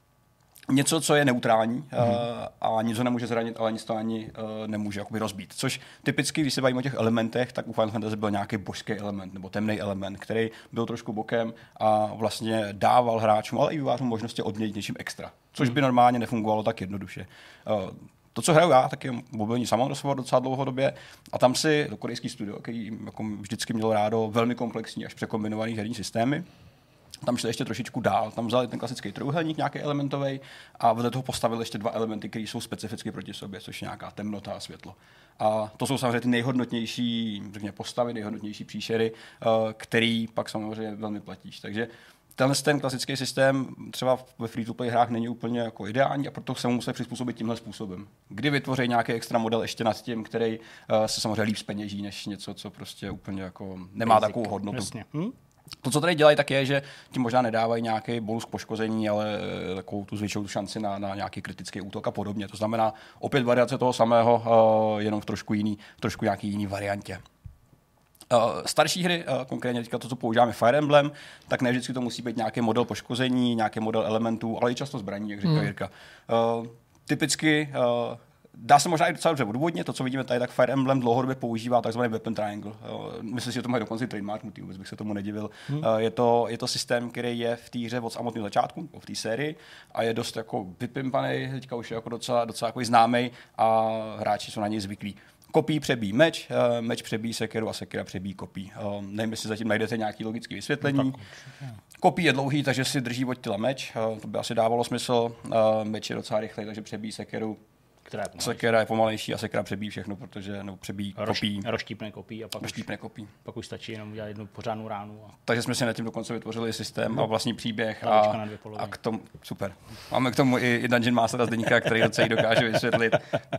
něco, co je neutrální a nic ho nemůže zranit, ale nic to ani nemůže jakoby rozbít. Což typicky, když se bavíme o těch elementech, tak u Final Fantasy byl nějaký božský element nebo temný element, který byl trošku bokem a vlastně dával hráčům, ale i vývojářům možnosti odměnit něčím extra. Což by normálně nefungovalo tak jednoduše. To, co hraju já, tak je mobilní samodosvor docela dlouhodobě a tam si do korejský studio, který jako vždycky měl rádo velmi komplexní až překombinovaný herní systémy, tam šli ještě trošičku dál, tam vzali ten klasický trojúhelník, nějaký elementový, a vedle toho postavili ještě dva elementy, které jsou specificky proti sobě, což je nějaká temnota a světlo. A to jsou samozřejmě ty nejhodnotnější, řekněme, postavy, nejhodnotnější příšery, který pak samozřejmě velmi platíš. Takže ten klasický systém třeba ve free-to-play hrách není úplně jako ideální a proto se mu musí přizpůsobit tímhle způsobem. Kdy vytvoří nějaký extra model ještě nad tím, který se samozřejmě líp zpeněží, než něco, co prostě úplně jako nemá takovou hodnotu. Jasně. To, co tady dělají, tak je, že ti možná nedávají nějaký bonus k poškození, ale takovou tu zvětšou šanci na nějaký kritický útok a podobně. To znamená opět variace toho samého, jenom v trošku nějaký jiný variantě. Starší hry, konkrétně teďka to, co používáme Fire Emblem, tak ne vždycky to musí být nějaký model poškození, nějaký model elementů, ale i často zbraní, jak říká Jirka. Typicky dá se možná i docela dobře odůvodnit, to, co vidíme tady, tak Fire Emblem dlouhodobě používá takzvaný Weapon Triangle. Myslím si, že to mají dokonce trademarknutý, vůbec bych se tomu nedivil. Je to systém, který je v té hře od samotného začátku, v té sérii, a je dost jako vypimpaný, teďka už je jako docela jako známý a hráči jsou na něj zvyklí. Kopí přebíjí meč, meč přebíjí sekeru a sekera přebíjí kopí. Nevím, jestli zatím najdete nějaké logické vysvětlení. Kopí je dlouhý, takže si drží od těla meč, to by asi dávalo smysl. Meč je docela rychlej, takže přebíjí sekeru. Sekera je pomalejší a sekera přebíjí všechno, protože přebíjí kopí. Rozštípne kopí a pak už stačí jenom udělat jednu pořádnou ránu. Takže jsme si na tím dokonce vytvořili systém a vlastní příběh a k tomu, super. Máme k tomu i Dungeon Mastera Zdeníka, který to celý dokáže vysvětlit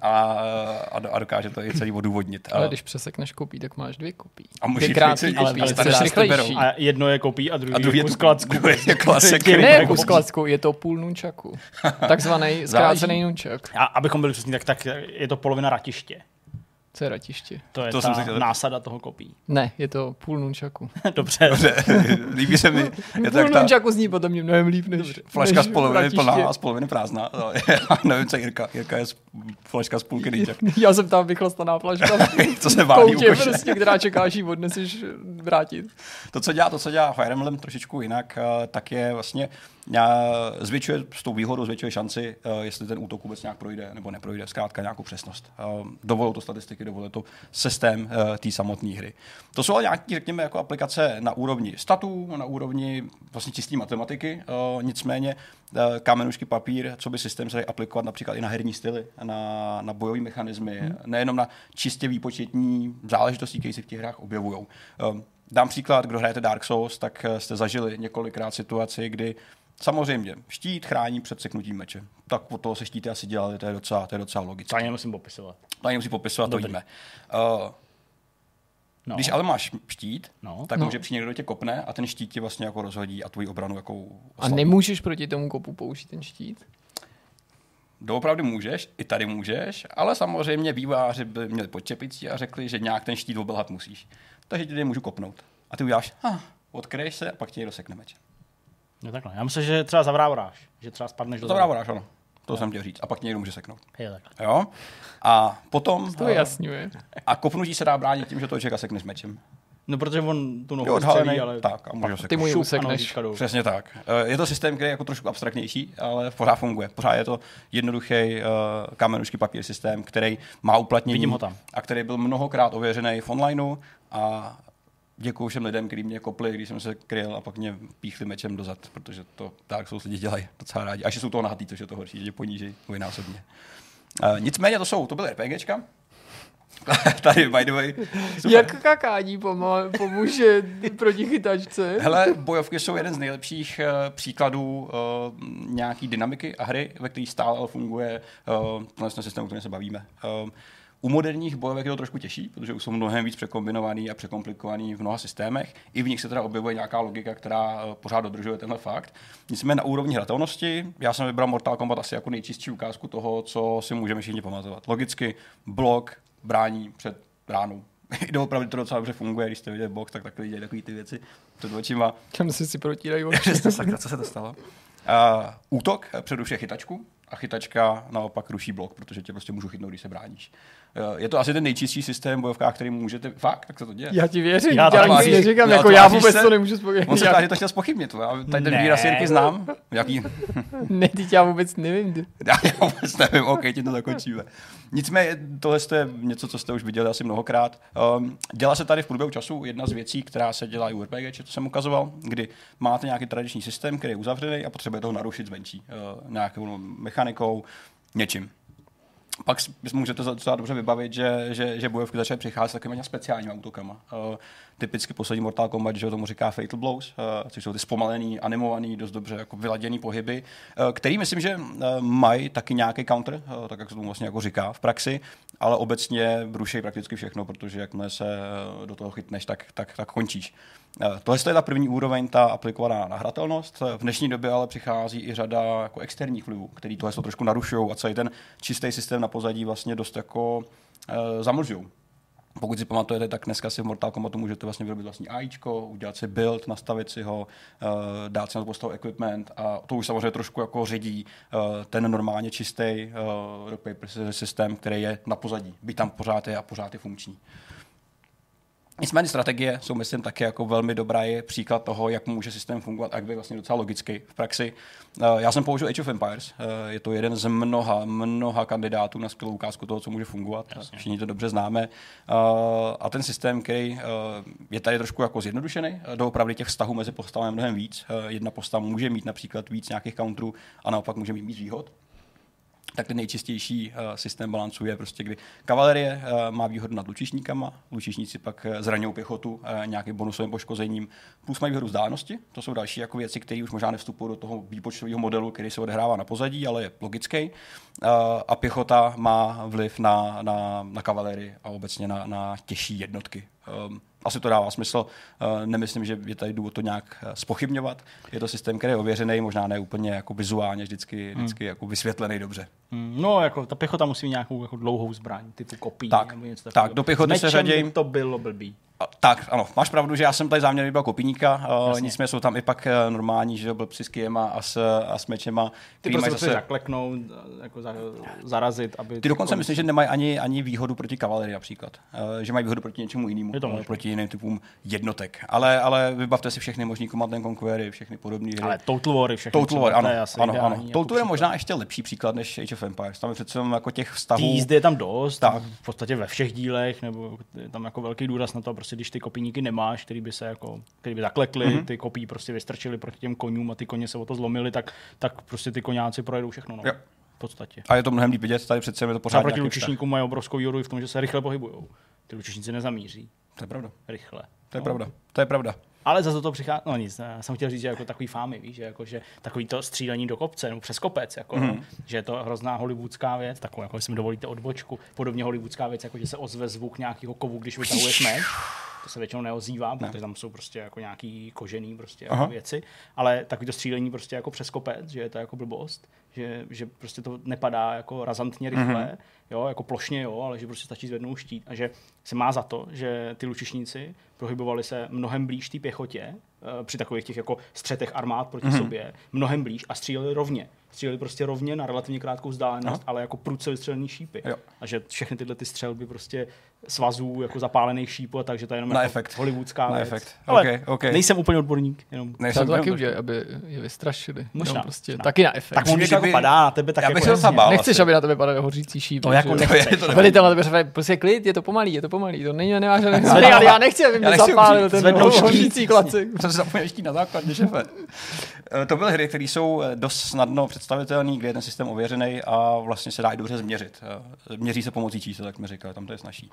a dokáže to i celý odůvodnit. Ale když přesekneš kopí, tak máš 2 kopí. A můžeš rychlejší. A jedno je kopí a druhý je kus klacku. Ne kus klacku, je to půl nunčaku. Takzvaný zkrácený nunčak. A abychom byli přesně, tak je to polovina ratiště. Co je ratiště? To je ta násada toho kopí. Ne, je to půl nunčaku. Dobře. Líbí se mi. Půl nunčaku zní potom mě mnohem líp než flaška z poloviny plná a z poloviny prázdná. Nevím, co Jirka. Jirka je flaška z půlky nunčak. Já jsem tam vychlastaná flaška. Co se válí u koše. Prostě, která čeká, až ji odneseš vrátit. To, co dělá Fire Emblem trošičku jinak, tak je vlastně zvětšuje s tou výhodou, zvětšuje šanci, jestli ten útok vůbec nějak projde nebo neprojde, zkrátka nějakou přesnost. Dovolí to statistiky, dovolí to systém té samotné hry. To jsou ale nějaké, řekněme, jako aplikace na úrovni statů, na úrovni vlastně čisté matematiky, nicméně kámenušky papír, co by systém se dají aplikovat například i na herní styly, na bojové mechanismy, nejenom na čistě výpočetní záležitosti, které se v těch hrách objevují. Dám příklad, kdo hrajete Dark Souls, tak jste zažili několikrát situaci, kdy samozřejmě štít chrání před seknutím meče. Tak od toho se štíty asi dělali, to je docela logické. To ani nemusím popisovat. To víme. Když ale máš štít, tak může přijít někdo, tě kopne a ten štít ti vlastně jako rozhodí a tvoji obranu jako oslabí. A nemůžeš proti tomu kopu použít ten štít? Doopravdy můžeš, i tady můžeš, ale samozřejmě vývojáři by měli podčepicí a řekli, že nějak ten štít obelhat musíš. Takže ti můžu kopnout. A ty uděláš, odkryješ se a pak ti někdo sekne meč. No takhle. Já myslím, že třeba zavrávoráš, že třeba spadneš do zavrávoráš, ano. To jsem chtěl říct. A pak někdo může seknout. Takhle. Jo? A potom... To jasňuje. A kopnutí se dá bránit tím, že toho člověka sekne s mečem. No, protože on tu nohu střelí, ale... Tak, a může ty mu ji usekneš. Přesně tak. Je to systém, který je jako trošku abstraktnější, ale pořád funguje. Pořád je to jednoduchý kámenušky papír systém, který má uplatnění. Vidím ho tam. A který byl mnohokrát ověřený v onlineu a děkuju všem lidem, kteří mě kopli, když jsem se kryl a pak mě píchli mečem dozad, protože to tak jsou lidi dělají docela rádi. Až jsou toho nahatý, což je to horší, že poníží dvojnásobně. Nicméně to byly RPGčka. Tady, by the way. Super. Jak kakání pomůže proti chytačce? Hele, bojovky jsou jeden z nejlepších příkladů nějaký dynamiky a hry, ve které stále funguje tenhle systém, o kterém se bavíme. U moderních bojovek je to trošku těžší, protože už jsou mnohem víc překombinovaný a překomplikovaný v mnoha systémech. I v nich se teda objevuje nějaká logika, která pořád dodržuje tenhle fakt. Nicméně na úrovni hratelnosti, já jsem vybral Mortal Kombat asi jako nejčistší ukázku toho, co si můžeme všichni pamatovat. Logicky blok brání před ránou. Doopravdy to docela dobře funguje, když jste viděli box, tak takhle dělají takový ty věci před očima. Čem si protírají oči. Sakra, co se to stalo? Útok předušuje chytačku a chytačka naopak ruší blok, protože tě prostě můžu chytnout, když se bráníš. Je to asi ten nejčistší systém bojovkách, který můžete... Fakt, tak se to děje. Já ti věřím, já si neříkám, jako já vůbec to nemůžu zpochybnit. On se tváří, že to chtěl zpochybnit, tady ten výraz Jirky znám. Jaký? Ne, teď já vůbec nevím. Já vůbec nevím, OK, ti to zakončíme. Nicméně tohle je něco, co jste už viděli asi mnohokrát. Dělá se tady v průběhu času jedna z věcí, která se dělá i u RPG, co jsem ukazoval, kdy máte nějaký tradiční systém, který je uzavřený a potřebujete ho narušit zvenčí. Nějakou mechanikou, něčím. Pak můžete docela dobře vybavit, že bojovky začaly přicházet s takovými speciálními útokama. Typicky poslední Mortal Kombat, že tomu říká Fatal Blows, což jsou ty zpomalený, animovaný, dost dobře jako vyladěný pohyby, který myslím, že mají taky nějaký counter, tak jak se tomu vlastně jako říká v praxi, ale obecně ruší prakticky všechno, protože jakmile se do toho chytneš, tak končíš. Tohle je ta první úroveň, ta aplikovaná nahratelnost. V dnešní době ale přichází i řada jako externích vlivů, který tohle trošku narušují a celý ten čistý systém na pozadí vlastně dost jako zamlžují. Pokud si pamatujete, tak dneska si v Mortal Kombatu můžete vlastně vyrobit vlastní AIčko, udělat si build, nastavit si ho, dát si na to postavu equipment a to už samozřejmě trošku jako ředí ten normálně čistý rock paper systém, který je na pozadí. Byť tam pořád je a pořád je funkční. Nicméně strategie jsou, myslím, taky jako velmi dobrý příklad toho, jak může systém fungovat, jak by vlastně docela logicky v praxi. Já jsem použil Age of Empires, je to jeden z mnoha kandidátů na skvělou ukázku toho, co může fungovat. Jasně. Všichni to dobře známe. A ten systém, který je tady trošku jako zjednodušený, doopravdy těch vztahů mezi postavami je mnohem víc. Jedna postava může mít například víc nějakých counterů a naopak může mít víc výhod. Tak ten nejčistější systém balancu je prostě, kdy kavalerie má výhodu nad lučišníkama, lučišníci pak zraňují pěchotu nějakým bonusovým poškozením, plus mají výhodu vzdálenosti. To jsou další jako věci, které už možná nevstupují do toho výpočtového modelu, který se odehrává na pozadí, ale je logický. A pěchota má vliv na kavalerii a obecně na těžší jednotky. Asi to dává smysl. Nemyslím, že je tady důvod to nějak zpochybňovat. Je to systém, který je ověřený, možná ne úplně jako vizuálně vždycky jako vysvětlený dobře. No, jako ta pěchota musí mít nějakou jako dlouhou zbraň, typu kopí. Tak, do pěchoty se řadí. To bylo blbý. Tak, ano, máš pravdu, že já jsem tady záměrně vybral kopíníka, nicméně jsou tam i pak normální, že blbci s kyjema a s mečema. Ty prostě zase zakleknout, jako zarazit. Aby ty dokonce myslíš, že nemají ani výhodu proti kavalerii například, že mají výhodu proti něčemu jinému, proti jiným typům jednotek. Ale vybavte si všechny možný Command & Conquery, všechny podobné hry. Ale Total War, všechny. Total War, ano. Total War je možná ještě lepší příklad než Age of Empires. Tam je přece jako těch vztahů. Jízdy je tam dost, tak. V podstatě ve všech dílech, nebo je tam jako velký důraz na to, prostě když ty kopíníky nemáš, který by zaklekli, ty kopí prostě vystrčili proti těm koňům a ty koně se o to zlomili, tak prostě ty koňáci projedou všechno. No. V podstatě. A je to mnohem líp vidět, tady přece je to pořád. A proti lučišníkům mají obrovskou výhodu v tom, že se rychle pohybujou. Ty lučišníci nezamíří. To je pravda. Rychle. To je pravda. Ale zase to přichází, no nic, já jsem chtěl říct, že jako takový fámy, víš, že takový to střílení do kopce, nebo přes kopec, jako, že je to hrozná hollywoodská věc, takovou, jako jestli mi dovolíte odbočku, podobně hollywoodská věc, jako že se ozve zvuk nějakého kovu, když vytahuješ meč, to se většinou neozývá, protože tam jsou prostě jako nějaký kožený prostě jako věci, ale takový to střílení prostě jako přes kopec, že je to jako blbost, že prostě to nepadá jako razantně rychle, jo, jako plošně, jo, ale že prostě stačí zvednout štít a že se má za to, že ty lučišníci pohybovali se mnohem blíž té pěchotě při takových těch jako střetech armád proti sobě, mnohem blíž a stříleli rovně. Stříleli prostě rovně na relativně krátkou vzdálenost, ale jako prudce vystřelený šípy. Jo. A že všechny tyhle ty střelby prostě svazů jako zapálených šípů a takže to je jenom jako hollywoodská věc. Efekt. Ale okay. Nejsem úplně odborník. Jenom to taky udělej, aby je vystrašili. Možná. Prostě taky na efekt. Tak on jako padá na tebe tak já jako nechceš, aby na tebe padaly hořící šípy. To jako nechceš. Velitel na tebe řekne, prostě klid, je to pomalý. To není, nemáš žádný. Ale já nechci, aby mě zapálil ten hořící klacek. Jsem se zapomněl ještě na základě, šefe. To byly hry, které jsou dost snadno představitelné, kde je ten systém ověřený a vlastně se dá i dobře změřit. Měří se pomocí čísel, tak mi říkali, tam to je snažší.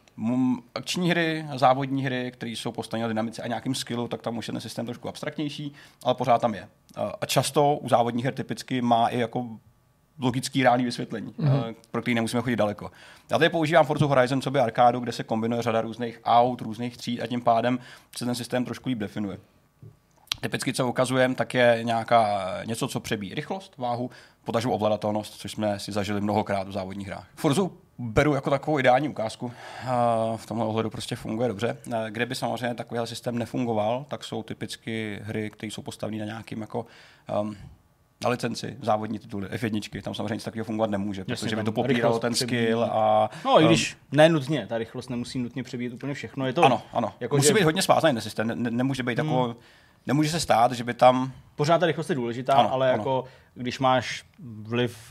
Akční hry, závodní hry, které jsou postaveny na dynamice a nějakým skillu, tak tam už je ten systém trošku abstraktnější, ale pořád tam je. A často u závodních her typicky má i jako logický reálný vysvětlení, pro který nemusíme chodit daleko. Já tady používám Forza Horizon co by arkádu, kde se kombinuje řada různých aut, různých tříd a tím pádem se ten systém trošku líp definuje. Typicky, co ukazujeme, tak je něco, co přebíjí rychlost, váhu, potažu ovladatelnost, což jsme si zažili mnohokrát v závodních hrách. Forzu beru jako takovou ideální ukázku. V tomhle ohledu prostě funguje dobře. Kde by samozřejmě takovýhle systém nefungoval, tak jsou typicky hry, které jsou postavené na nějakým jako na licenci, závodní tituly, F1, tam samozřejmě nic takového fungovat nemůže, protože by to popíralo ten skill a... No i když nenutně, ta rychlost nemusí nutně přebíjet úplně všechno. Je to, ano. Jako musí být hodně svázaný ten systém, nemůže být jako... Nemůže se stát, že by tam... Pořád ta rychlost je důležitá, ale jako když máš vliv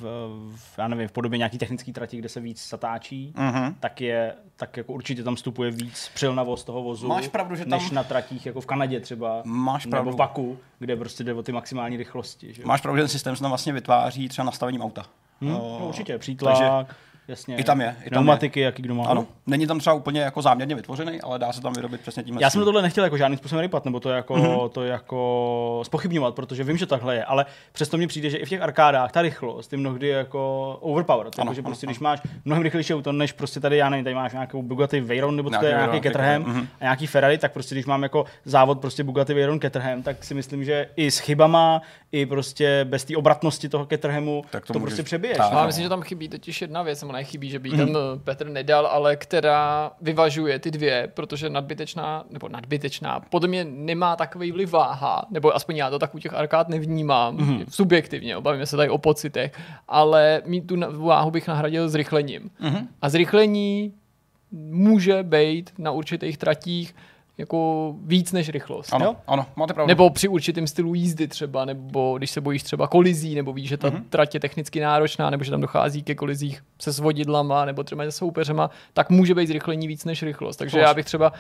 v podobě nějaký technický trati, kde se víc zatáčí, tak jako určitě tam vstupuje víc přilnavost toho vozu, máš pravdu, že tam... než na tratích jako v Kanadě třeba, nebo v Baku, kde prostě jde o ty maximální rychlosti. Že? Máš pravdu, že ten systém se tam vlastně vytváří třeba nastavením auta. No, určitě, přítlak, jasně. I tam je. Pneumatiky, jaký kdo má. Ano. Není tam třeba úplně jako záměrně vytvořený, ale dá se tam vyrobit přesně tímhle. Já jsem tohle nechtěl jako žádným způsobem rypat, nebo to jako zpochybňovat, protože vím, že takhle je, ale přesto mi přijde, že i v těch arkádách ta rychlost je mnohdy jako overpowered, takže prostě když máš mnohem rychlejší auto, než prostě tady, já nevím, tady máš nějakou Bugatti Veyron nebo to je nějaký Caterham a nějaký Ferrari, tak prostě když mám jako závod prostě Bugatti Veyron Caterham, tak si myslím, že i s chybama, i prostě bez té obratnosti toho Caterhamu to prostě přebiješ. Já myslím, že tam chybí totiž jedna věc, nebo nechybí, že by tam Petr nedal, ale která vyvažuje ty dvě, protože nadbytečná, podle mě nemá takový vliv váha, nebo aspoň já to tak u těch arkád nevnímám, subjektivně, bavíme se tady o pocitech, ale mít tu váhu bych nahradil zrychlením. A zrychlení může být na určitých tratích jako víc než rychlost. Ano, máte pravdu. Nebo při určitém stylu jízdy třeba, nebo když se bojíš třeba kolizí, nebo víš, že ta trať je technicky náročná, nebo že tam dochází ke kolizích se svodidlama, nebo třeba se soupeřema, tak může být zrychlení víc než rychlost. Takže já bych třeba,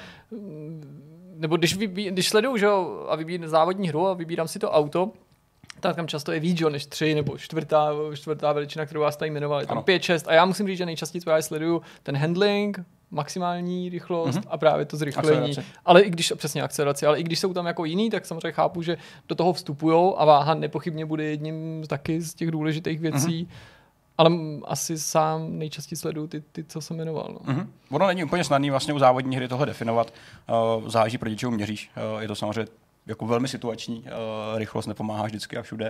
nebo když sleduju, že a vybírám závodní hru a vybírám si to auto, tak tam často je víc, než 3 nebo čtvrtá veličina, kterou vás tady jmenovali, tam 5, 6. A já musím říct, že nejčastěji právě sleduju ten handling, maximální rychlost a právě to zrychlení. Ale i když přesně akceleraci, ale i když jsou tam jako jiný, tak samozřejmě chápu, že do toho vstupujou a váha nepochybně bude jedním taky z těch důležitých věcí. Ale asi sám nejčastěji sleduju ty co jsem jmenoval. No. Ono není úplně snadný vlastně u závodní hry tohle definovat. Záleží, proti čemu měříš. Je to samozřejmě jako velmi situační, rychlost nepomáhá vždycky a všude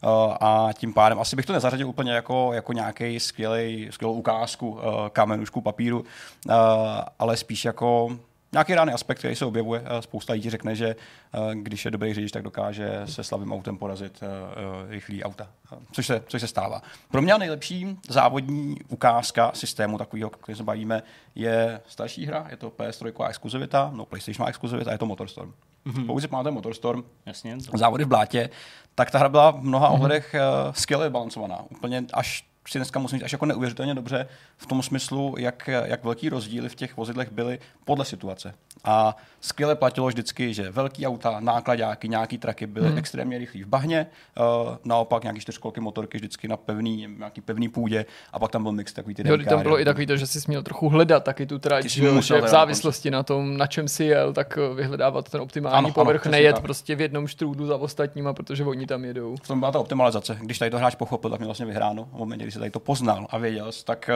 a tím pádem asi bych to nezařadil úplně jako nějaký skvělou ukázku kamenušku papíru, ale spíš jako nějaký reálný aspekt, který se objevuje. Spousta lidí řekne, že když je dobrý řidič, tak dokáže se slabým autem porazit rychlý auta, což se stává. Pro mě nejlepší závodní ukázka systému takového, který se bavíme, je starší hra, je to PS3 exkluzivita, PlayStation exkluzivita, je to MotorStorm. Pokud si máte MotorStorm, jasně, závody v blátě, tak ta hra byla v mnoha ohledech skvěle balancovaná. Úplně až si dneska musím říct, až jako neuvěřitelně dobře v tom smyslu, jak velký rozdíly v těch vozidlech byly podle situace. A skvěle platilo vždycky, že velký auta, nákladáky, nějaký traky byly extrémně rychlí v bahně, naopak nějaký 4kolky motorky vždycky na nějaký pevný půdě a pak tam byl mix takový ty dekáry. Tam bylo i takový to, že jsi měl trochu hledat taky tu trať, že v závislosti na tom, na čem si jel, tak vyhledávat ten optimální povrch, nejet tak prostě v jednom štrůdu za ostatníma, protože oni tam jedou. V tom byla ta optimalizace. Když tady to hráč pochopil, tak mě vlastně vyhráno. V momentě, kdy se tady to poznal a věděl,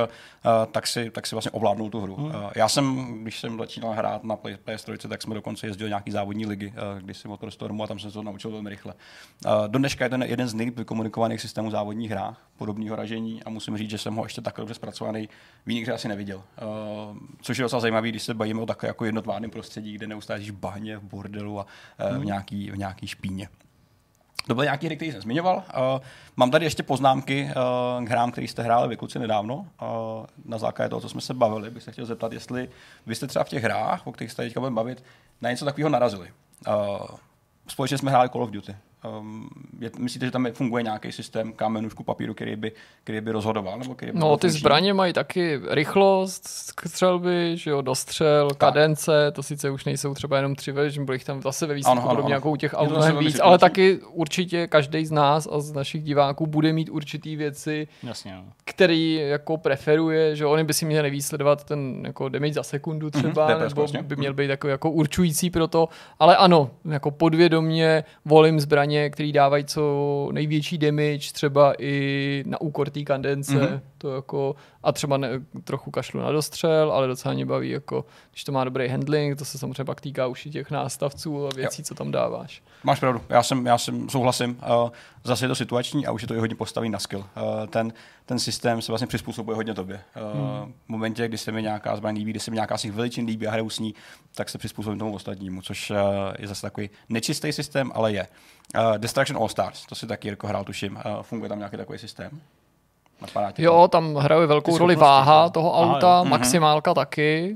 tak si vlastně ovládnul tu hru. Já jsem, když jsem začínal hrát na PS3, tak jsme dokonce jezdili nějaký závodní ligy, když si MotorStormu a tam jsem se to naučil velmi rychle. Do dneška je to jeden z nejlíp vykomunikovaných systémů závodních hrách, podobného ražení a musím říct, že jsem ho ještě takhle dobře zpracovaný v jiných asi neviděl. Což je docela zajímavý, když se bavíme o takové jako jednotvárném prostředí, kde neustále v bahně, v bordelu a v nějaký špíně. To byly nějaké hry, které jsem zmiňoval. Mám tady ještě poznámky k hrám, které jste hráli vy kluci nedávno. Na základě toho, co jsme se bavili, bych se chtěl zeptat, jestli vy jste třeba v těch hrách, o kterých se teďka budeme bavit, na něco takového narazili. Společně jsme hráli Call of Duty. Myslíte, že tam funguje nějaký systém kamenušku papíru, který by rozhodoval? Nebo který by ty zbraně mají taky rychlost střelby, že jo, dostřel, kadence, to sice už nejsou třeba jenom 3 že byli tam zase ve výsledku podobně jako u těch aut mnohem víc, ale taky určitě každý z nás a z našich diváků bude mít určitý věci, který jako preferuje, že oni by si měli výsledovat ten jako damage za sekundu třeba, nebo by měl být jako určující pro to, ale ano, jako podvědomě volím zbraně, který dávají co největší damage, třeba i na úkor té kandence, to jako, a třeba trochu kašlu na dostřel, ale docela mě baví, jako, když to má dobrý handling, to se samozřejmě pak týká už i těch nástavců a věcí, co tam dáváš. Máš pravdu, já souhlasím. Zase je to situační a už je to i hodně postaví na skill. Ten systém se vlastně přizpůsobuje hodně tobě. V momentě, kdy se mi nějaká zbraň líbí, kdy se mi nějaká z těch veličin líbí a hraju s ní, tak se přizpůsobím tomu ostatnímu, což je zase takový nečistý systém, ale je. Destruction All Stars, to si taky Jirko hrál, tuším. Funguje tam nějaký takový systém? Jo, tam hraje velkou roli váha toho auta, maximálka taky.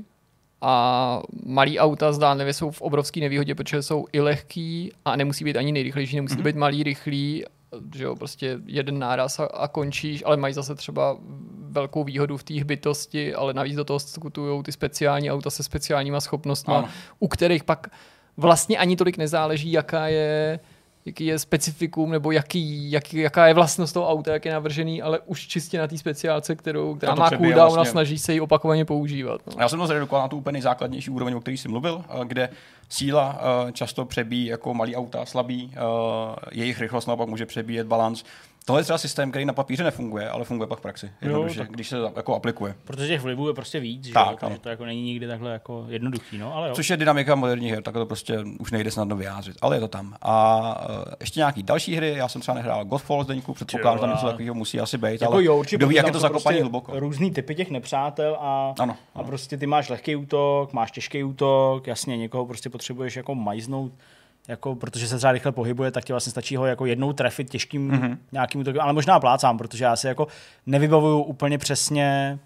A malý auta zdánlivě jsou v obrovské nevýhodě, protože jsou i lehký a nemusí být ani nejrychlejší, nemusí být malý, rychlý, že jo, prostě jeden náraz a končíš, ale mají zase třeba velkou výhodu v té hbitosti, ale navíc do toho skutujou ty speciální auta se speciálníma schopnostmi, u kterých pak vlastně ani tolik nezáleží, jaká je jaký je specifikum, nebo jaká je vlastnost toho auta, jak je navržený, ale už čistě na té speciálce, která má cooldown vlastně... a snaží se ji opakovaně používat. No. Já jsem to zredukoval na tu úplně nejzákladnější úroveň, o který jsi mluvil, kde síla často přebíjí jako malý auta, slabý, jejich rychlost naopak může přebíjet balans. Tohle je třeba systém, který na papíře nefunguje, ale funguje pak v praxi. Když se jako aplikuje. Protože těch vlivů je prostě víc, tak, že to jako není nikdy takhle jako jednoduchý, no, ale jo. Což je dynamika moderních her, tak to prostě už nejde snadno vyjádřit, ale je to tam. A ještě nějaký další hry, já jsem třeba nehrál Godfall Zdeňku, předpokládám, že tam něco takového musí asi být, jako ale kdo ví, jak je to zakopaný prostě hluboko. Různý typy těch nepřátel a prostě ty máš lehký útok, máš těžký útok, jasně někoho prostě potřebuješ jako majznout. Jako, protože se třeba rychle pohybuje, tak ti vlastně stačí ho jako jednou trefit těžkým nějakým útokem, ale možná plácám, protože já si jako nevybavuju úplně přesně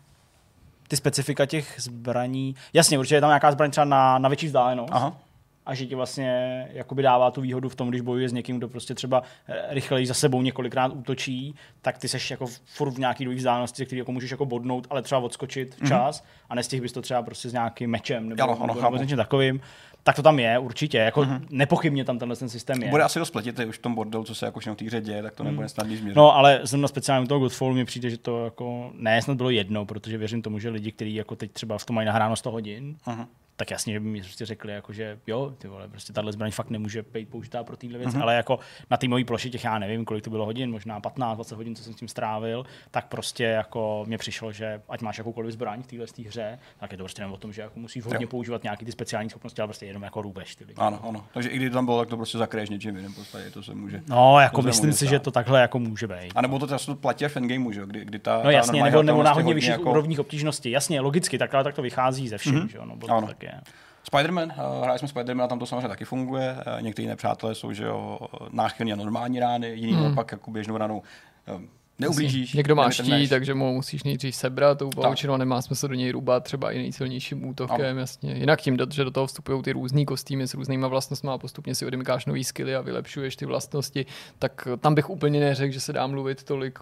ty specifika těch zbraní. Jasně, určitě je tam nějaká zbraň třeba na větší vzdálenost. Aha. A že ti vlastně jakoby dává tu výhodu v tom, když bojuje s někým, kdo prostě třeba rychleji za sebou několikrát útočí, tak ty seš jako furt v nějaký dlouhý vzdálenosti, který jako můžeš jako bodnout, ale třeba odskočit čas a nestihl bys to třeba prostě s nějakým mečem nebo s něčím takovým. Tak to tam je, určitě, jako nepochybně tam tenhle ten systém je. Bude asi dost pletitý už v tom bordelu, co se jako v té hře děje, tak to nebude snadný změřit. No, ale zrovna speciálně u toho Godfallu mi přijde, že to jako snad bylo jedno, protože věřím tomu, že lidi, kteří jako teď třeba v tom mají nahráno 100 hodin, tak jasně, že by mi prostě řekli, jako, že jo, ty vole, prostě tahle zbraň fakt nemůže být použitá pro tyhle věci, ale jako na té mojí ploše těch, já nevím, kolik to bylo hodin, možná 15, 20 hodin, co jsem s tím strávil, tak prostě jako mně přišlo, že ať máš jakoukoliv zbraň v téhle hře, tak je to prostě o tom, že jako musíš hodně používat nějaký ty speciální schopnosti, ale prostě jenom jako růbeš ty lidi. Ano. Takže i když tam bylo, tak to prostě zakryješ něčím jiným, podstatě to se může. No, jako myslím si, že to takhle jako může být. A nebo to často platí v endgameu, že kdy ta no jasně, nebo na hodně vyšších úrovních obtížnosti. Jasně, logicky, tak to vychází ze všem, že jo, no, to tak je. Spider-Man, hráli jsme Spider-Man, tam to samozřejmě taky funguje. Někteří nepřátelé jsou, že jo, náchylně normální rány, jiný naopak jako běžnou ranou neublížíš. Někdo má štít, takže mu musíš nejdřív sebrat tou paučinu a nemá smysl do něj rubat třeba i nejsilnějším útokem, jasně. Jinak tím, že do toho vstupují ty různý kostýmy s různýma vlastnostmi a postupně si odemykáš nový skilly a vylepšuješ ty vlastnosti, tak tam bych úplně neřekl, že se dá mluvit tolik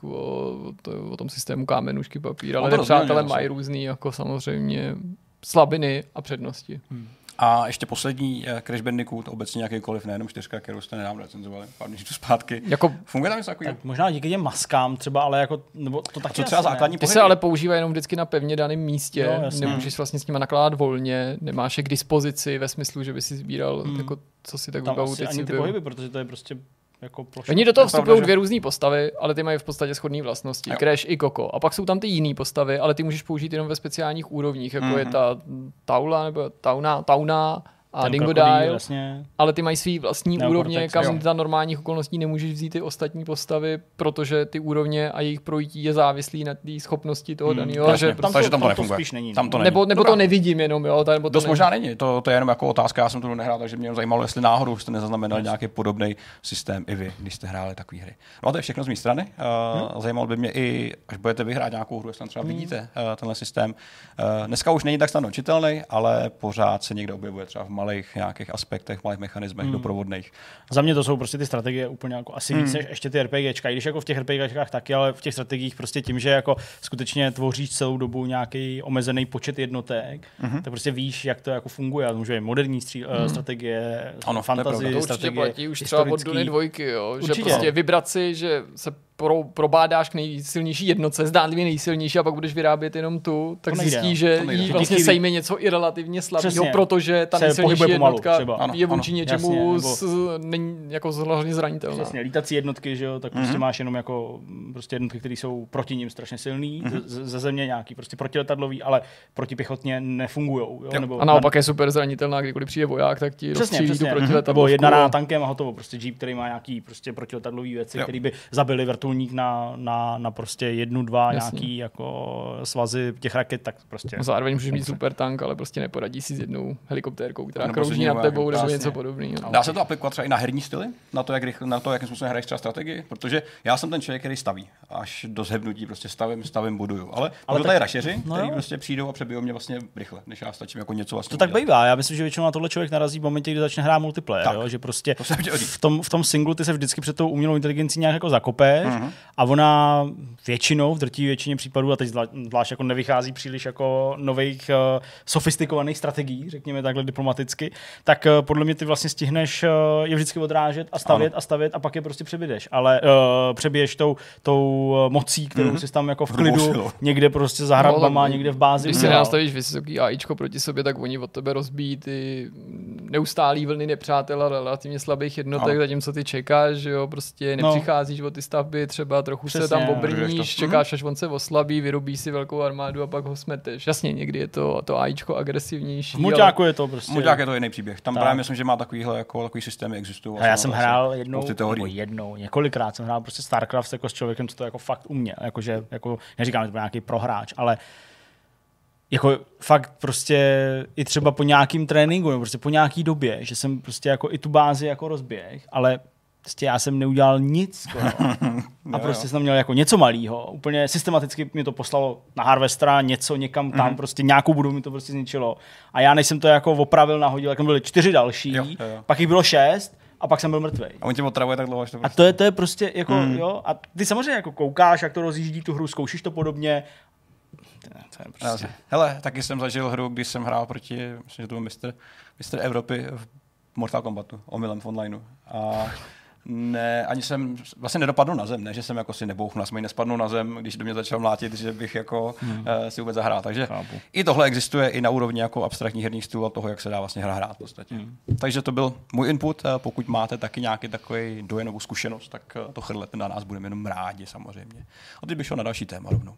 o tom systému kámen, nůžky, papír, ale nepřátelé mají různý jako samozřejmě slabiny a přednosti. A ještě poslední Crash Bandicoot, obecně jakýkoliv, nejenom 4, kterou jste nedávno recenzovali, pár měsíců zpátky. Jako, funguje tam něco takového? Tak možná díky těm maskám třeba, ale jako, nebo to taky třeba základní pohyby. Ty se ale používají jenom vždycky na pevně daném místě, nemůžeš vlastně s nima nakládat volně, nemáš je k dispozici ve smyslu, že by si sbíral, jako, co si tak vybavu. Tam ani ty pohyby, protože to je prostě jako plošná. Oni do toho vstupují dvě různé postavy, ale ty mají v podstatě shodné vlastnosti. Crash i Coco. A pak jsou tam ty jiné postavy, ale ty můžeš použít jenom ve speciálních úrovních, jako je ta Taula nebo Tauna a Dingodile, vlastně. Ale ty mají svý vlastní úrovně, kam za normálních okolností nemůžeš vzít ty ostatní postavy, protože ty úrovně a jejich projití je závislý na té schopnosti toho daného. Takže tam to nefunguje. Tam to není. Nebo to nevidím jenom. Jo, dost možná není. To je jenom jako otázka, já jsem to nehrál, takže mě zajímalo, jestli náhodou jste nezaznamenali nějaký podobný systém i vy, když jste hráli takové hry. No a to je všechno z mé strany. Zajímalo by mě i, až budete vyhrát nějakou hru, jestli tam třeba vidíte tenhle systém. Dneska už není tak snadno čitelný, ale pořád se někde objevuje třeba v malých nějakých aspektech, malých mechanismech doprovodných. Za mě to jsou prostě ty strategie úplně jako asi víc než ještě ty RPGčka, i když jako v těch RPGčkách taky, ale v těch strategiích prostě tím, že jako skutečně tvoříš celou dobu nějaký omezený počet jednotek, tak prostě víš, jak to jako funguje. A to může být moderní strategie, fantasy, strategie platí už třeba od Duny 2, jo, že prostě vybrat si, že se probádáš k nejsilnější jednotce, zdánlivě nejsilnější, a pak budeš vyrábět jenom tu, tak zjistíš, že jí vlastně sejme něco i relativně slabého, protože ta nejsilnější jednotka je vůči něčemu jako hlavně zranitelná. Přesně, lítací jednotky, že jo, tak prostě máš jenom jako prostě jednotky, které jsou proti nim strašně silný, ze země nějaký prostě protiletadlový, ale protipěchotně nefungujou. A naopak je super zranitelná, kdykoliv přijde voják, tak ti rozstřílí tu protiletadlovku. Nebo jedna rána tankem a hotovo, prostě jeep, který má nějaký prostě protiletadlový věci, který by zabili vrtulník na prostě 1, 2 nějaký jako svazy těch raket, tak prostě. Zároveň můžeš mít super tank, ale prostě neporadí si s jednou helikoptérkou, která krouží nad tebou nebo něco podobného. Dá se to aplikovat třeba i na herní styly? Na to, jakým způsobem hraješ třeba strategii? Protože já jsem ten člověk, který staví. Až do zhebnutí prostě stavím, buduju. Ale tady rašeři, kteří prostě přijdou a přebijou mě vlastně rychle, než já stačím jako něco vlastně. To tak bývá. Já myslím, že většinou na tohle člověk narazí v momentě, kdy začne hrát multiplayer, jo? Že prostě v tom singlu ty se vždycky před tou umělou inteligencí nějak jako zakopeš a ona většinou, v drtivé většině případů, a teď zvlášť jako nevychází příliš jako nových sofistikovaných strategií, řekněme takhle vždycky, tak podle mě ty vlastně stihneš je vždycky odrážet a stavět a pak je prostě přebiješ. Ale přebiješ tou mocí, kterou si tam jako v klidu někde prostě za hradbama, někde v bázi. Když si nastavíš vysoký AIčko proti sobě, tak oni od tebe rozbíjí ty neustálý vlny nepřátel a relativně slabých jednotek, zatímco ty čekáš, jo, prostě nepřicházíš od ty stavby, třeba trochu se tam obrníš, čekáš, až on se oslabí, vyrobí si velkou armádu a pak ho smeteš. Jasně, někdy je to AIčko agresivnější. V Muťáku je to prostě. Muťák je to jiný příběh. Tam právě myslím, že má takový systémy existují. A já jsem hrál několikrát jsem hrál prostě StarCraft jako s člověkem, co to jako fakt uměl. Jako neříkám, že to byl nějaký prohráč, ale jako fakt prostě i třeba po nějakým tréninku, nebo prostě po nějaký době, že jsem prostě jako i tu bázi jako rozběh, ale prostě já jsem neudělal nic skoro. A prostě jsem měl jako něco malýho. Úplně systematicky mi to poslalo na Harvestera, něco někam tam, prostě nějakou budovu mi to prostě zničilo. A já než jsem to jako opravil, nahodil, jak byly 4 další, pak jich bylo 6 a pak jsem byl mrtvej. A on tě otravuje tak dlouho, že to prostě... A to je prostě jako, jo, a ty samozřejmě jako koukáš, jak to rozjíždí tu hru, zkoušíš to podobně. To je prostě... Hele, taky jsem zažil hru, když jsem hrál proti, myslím, že to byl mistr Evropy v Mortal Kombatu, omylem v onlineu. A ne, ani jsem vlastně nedopadl na zem, ne, že jsem jako si nebouchnul, jsem nespadnul na zem, když do mě začal mlátit, že bych jako si vůbec zahrál. Takže i tohle existuje i na úrovni jako abstraktních herních stylů a toho, jak se dá vlastně hra hrát v podstatě. Takže to byl můj input, pokud máte taky nějaký takový dojenovou zkušenost, tak to chrlete na nás, budeme jenom rádi samozřejmě. A teď bych šel na další téma rovnou.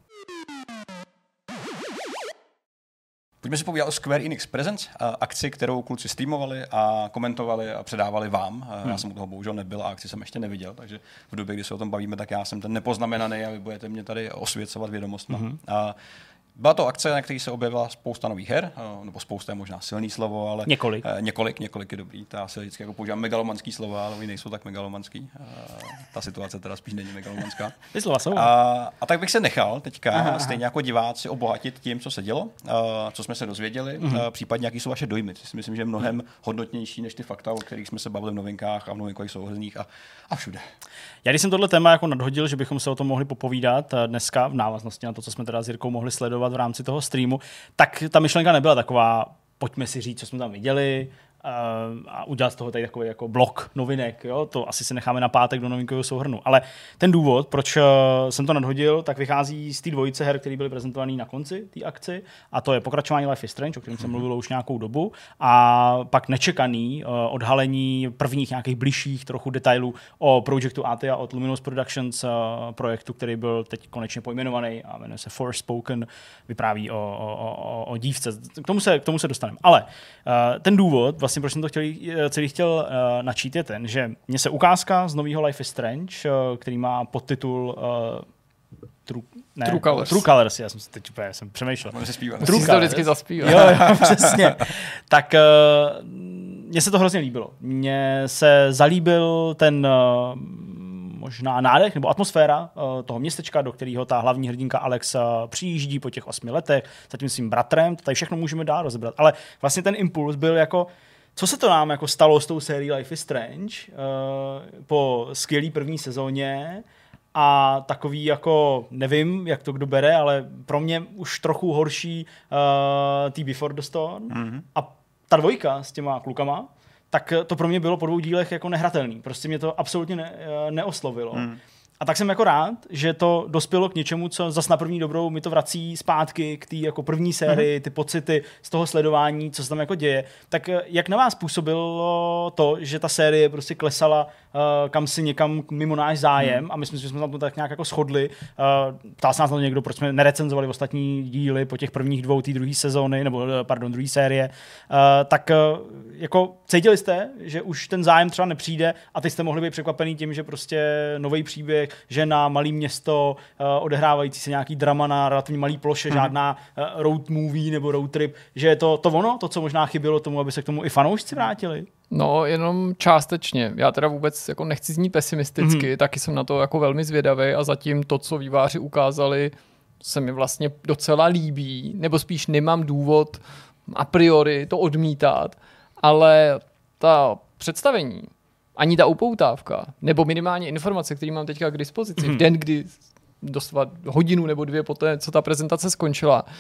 Pojďme si povídat o Square Enix Presents, akci, kterou kluci streamovali a komentovali a předávali vám. Já jsem u toho bohužel nebyl a akci jsem ještě neviděl, takže v době, kdy se o tom bavíme, tak já jsem ten nepoznamenaný a vy budete mě tady osvěcovat vědomostma. Byla to akce, na které se objevila spousta nových her, nebo spousta je možná silný slovo, ale několik je dobrý. Já se vždycky jako používám megalomanský slova, ale oni nejsou tak megalomanský. Ta situace teda spíš není megalomanská. Ty slova jsou. A tak bych se nechal teďka stejně jako diváci obohatit tím, co se dělo, co jsme se dozvěděli, případně jaký jsou vaše dojmy. Si myslím, že je mnohem hodnotnější než ty fakta, o kterých jsme se bavili v novinkách a v novinkových souhrnných a všude. Já když jsem tohle téma jako nadhodil, že bychom se o tom mohli popovídat dneska v návaznosti na to, co jsme teda s Jirkou mohli sledovat v rámci toho streamu, tak ta myšlenka nebyla taková, pojďme si říct, co jsme tam viděli a udělat z toho tady takový jako blok novinek. Jo? To asi si necháme na pátek do novinkového souhrnu. Ale ten důvod, proč jsem to nadhodil, tak vychází z té dvojice her, které byly prezentované na konci té akci, a to je pokračování Life is Strange, o kterém jsem mluvil už nějakou dobu, a pak nečekaný odhalení prvních nějakých bližších trochu detailů o projektu Atia od Luminous Productions, projektu, který byl teď konečně pojmenovaný a jmenuje se Forspoken, vypráví o dívce. K tomu se dostaneme. Ale ten důvod, vlastně proč jsem to chtěl načít, je ten, že mně se ukázka z nového Life is Strange, který má podtitul True Colors, já jsem se teď jsem přemýšlel. Může se zpívat. Musíš to vždycky zaspívat. Jo, přesně. Tak mně se to hrozně líbilo. Mně se zalíbil ten možná nádech nebo atmosféra toho městečka, do kterého ta hlavní hrdinka Alex přijíždí po těch 8 letech, zatím svým bratrem, tady všechno můžeme dál rozebrat. Ale vlastně ten impuls byl jako, co se to nám jako stalo s tou sérií Life is Strange po skvělý první sezóně a takový jako, nevím, jak to kdo bere, ale pro mě už trochu horší tý Before the Storm a ta dvojka s těma klukama, tak to pro mě bylo po 2 dílech jako nehratelný. Prostě mě to absolutně neoslovilo. A tak jsem jako rád, že to dospělo k něčemu, co zas na první dobrou mi to vrací zpátky k té jako první sérii, ty pocity z toho sledování, co se tam jako děje. Tak jak na vás působilo to, že ta série prostě klesala kam si někam mimo náš zájem a myslím, že jsme tam to tak nějak jako shodli. Ptal se nás na někdo, proč jsme nerecenzovali ostatní díly po těch prvních 2 té druhé sezóny, nebo pardon, druhé série. Tak jako cítili jste, že už ten zájem třeba nepřijde a teď jste mohli být překvapený tím, že prostě nový příběh, žena, malý město, odehrávající se nějaký drama na relativně malý ploše, žádná road movie nebo road trip, že je to ono, to, co možná chybělo tomu, aby se k tomu i fanoušci vrátili? No, jenom částečně. Já teda vůbec jako nechci znít pesimisticky, taky jsem na to jako velmi zvědavý a zatím to, co výváři ukázali, se mi vlastně docela líbí, nebo spíš nemám důvod a priori to odmítat, ale ta představení, ani ta upoutávka, nebo minimálně informace, které mám teďka k dispozici, v den, kdy doslova hodinu nebo 2 poté, co ta prezentace skončila,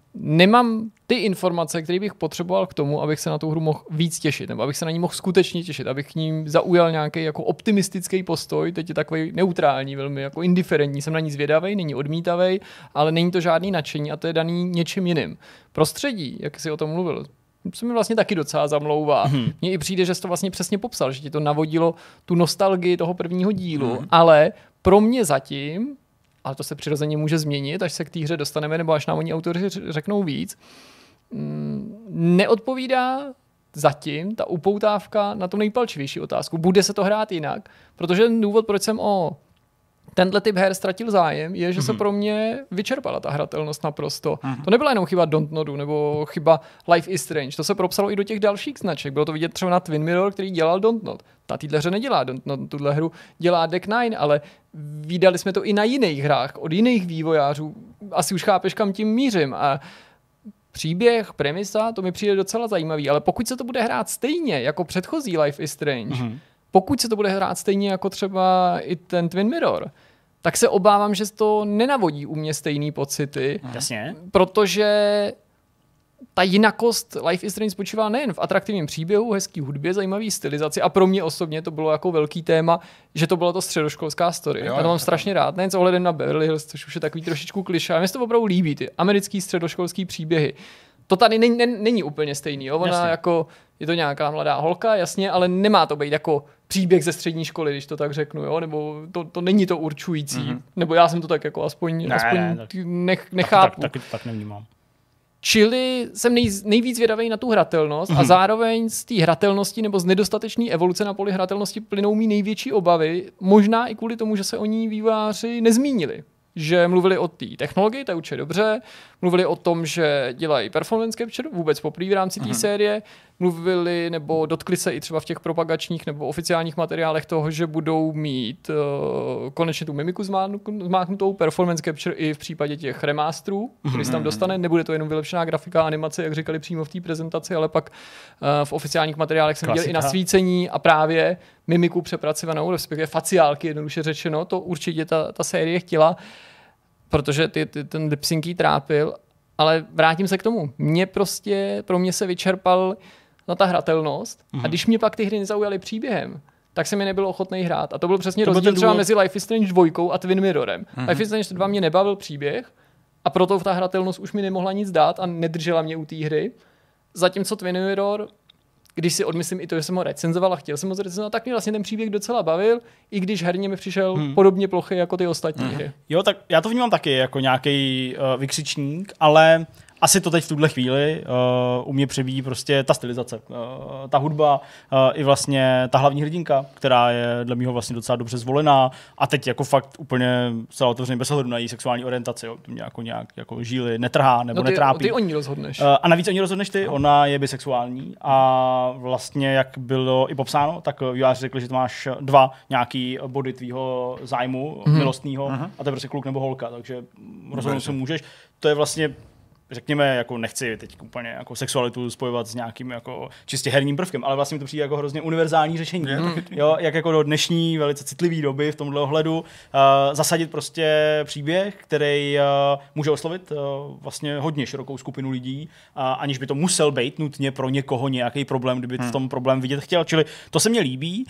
nemám ty informace, které bych potřeboval k tomu, abych se na tu hru mohl víc těšit, nebo abych se na ní mohl skutečně těšit, abych k ním zaujal nějaký jako optimistický postoj, teď je takový neutrální, velmi jako indiferentní, jsem na ní zvědavej, není odmítavej, ale není to žádný nadšení a to je daný něčím jiným. Prostředí, jak jsi o tom mluvil, se mi vlastně taky docela zamlouvá. Mně i přijde, že jsi to vlastně přesně popsal, že ti to navodilo tu nostalgii toho prvního dílu, ale pro mě zatím, ale to se přirozeně může změnit, až se k té hře dostaneme, nebo až nám oni autoři řeknou víc, neodpovídá zatím ta upoutávka na tu nejpalčivější otázku. Bude se to hrát jinak? Protože ten důvod, proč jsem o tenhle typ her ztratil zájem, je, že se pro mě vyčerpala ta hratelnost naprosto. To nebyla jenom chyba Dontnodu nebo chyba Life is Strange. To se propsalo i do těch dalších značek. Bylo to vidět třeba na Twin Mirror, který dělal Dontnod. Ta téhle hře nedělá Dontnod, tuhle hru dělá Deck Nine, ale vídali jsme to i na jiných hrách, od jiných vývojářů. Asi už chápeš, kam tím mířím. A příběh, premisa, to mi přijde docela zajímavý, ale pokud se to bude hrát stejně jako předchozí Life is Strange, pokud se to bude hrát stejně jako třeba i ten Twin Mirror, tak se obávám, že to nenavodí u mě stejný pocity. Jasně. Protože ta jinakost Life is Strange spočívá nejen v atraktivním příběhu, hezký hudbě, zajímavý stylizaci a pro mě osobně to bylo jako velký téma, že to byla to středoškolská story. Já to mám strašně rád, nejen s ohledem na Beverly Hills, což už je takový trošičku klišé, ale mě se to opravdu líbí, ty americký středoškolský příběhy. To tady není úplně stejný, jo? Ona jako, je to nějaká mladá holka, jasně, ale nemá to být jako příběh ze střední školy, když to tak řeknu, jo? Nebo to není to určující, nebo já jsem to tak jako aspoň nechápu. Tak nevnímám. Čili jsem nejvíc vědavý na tu hratelnost a zároveň z té hratelnosti nebo z nedostatečné evoluce na poli hratelnosti plynou mý největší obavy, možná i kvůli tomu, že se o ní vývojáři nezmínili. Že mluvili o té technologii, to je určitě dobře, mluvili o tom, že dělají performance capture vůbec poprvé v rámci té série, mluvili nebo dotkli se i třeba v těch propagačních nebo oficiálních materiálech toho, že budou mít konečně tu mimiku zmáknutou performance capture i v případě těch remasterů, který se tam dostane. Nebude to jenom vylepšená grafika, animace, jak říkali přímo v té prezentaci, ale pak v oficiálních materiálech jsem viděl i nasvícení a právě mimiku přepracovanou, respektive faciálky, jednoduše řečeno. To určitě ta série chtěla, protože ten lip-sync trápil, ale vrátím se k tomu. Pro mě se vyčerpal na ta hratelnost a když mě pak ty hry nezaujaly příběhem, tak jsem je nebyl ochotný hrát. A to byl přesně rozdíl třeba mezi Life is Strange 2 a Twin Mirrorem. Life is Strange 2 mě nebavil příběh a proto ta hratelnost už mi nemohla nic dát a nedržela mě u té hry. Zatímco Twin Mirror, když si odmyslím i to, že jsem ho recenzoval a chtěl jsem ho zrecenzovat, tak mě vlastně ten příběh docela bavil, i když herně mi přišel podobně plochý jako ty ostatní hry. Jo, tak já to vnímám taky jako nějaký vykřičník, ale asi to teď v tuhle chvíli u mě přebíjí prostě ta stylizace, ta hudba, i vlastně ta hlavní hrdinka, která je dle mýho vlastně docela dobře zvolená a teď jako fakt úplně celá otevřený bez ohledu na její sexuální orientaci, jo, to mě nějak jako žíly netrhá nebo netrápí. Ty o ní rozhodneš. A navíc o ní rozhodneš ty, ona je bisexuální a vlastně jak bylo i popsáno, tak vývojáři řekli, že to máš dva nějaký body tvýho zájmu milostného a to je prostě kluk nebo holka, takže rozhodnout se můžeš. To je vlastně, řekněme, jako nechci teď úplně jako sexualitu spojovat s nějakým jako čistě herním prvkem, ale vlastně mi to přijde jako hrozně univerzální řešení. Jo, jak jako do dnešní velice citlivé doby v tomhle ohledu zasadit prostě příběh, který může oslovit vlastně hodně širokou skupinu lidí, aniž by to musel být nutně pro někoho nějaký problém, kdyby v tom problém vidět chtěl. Čili to se mně líbí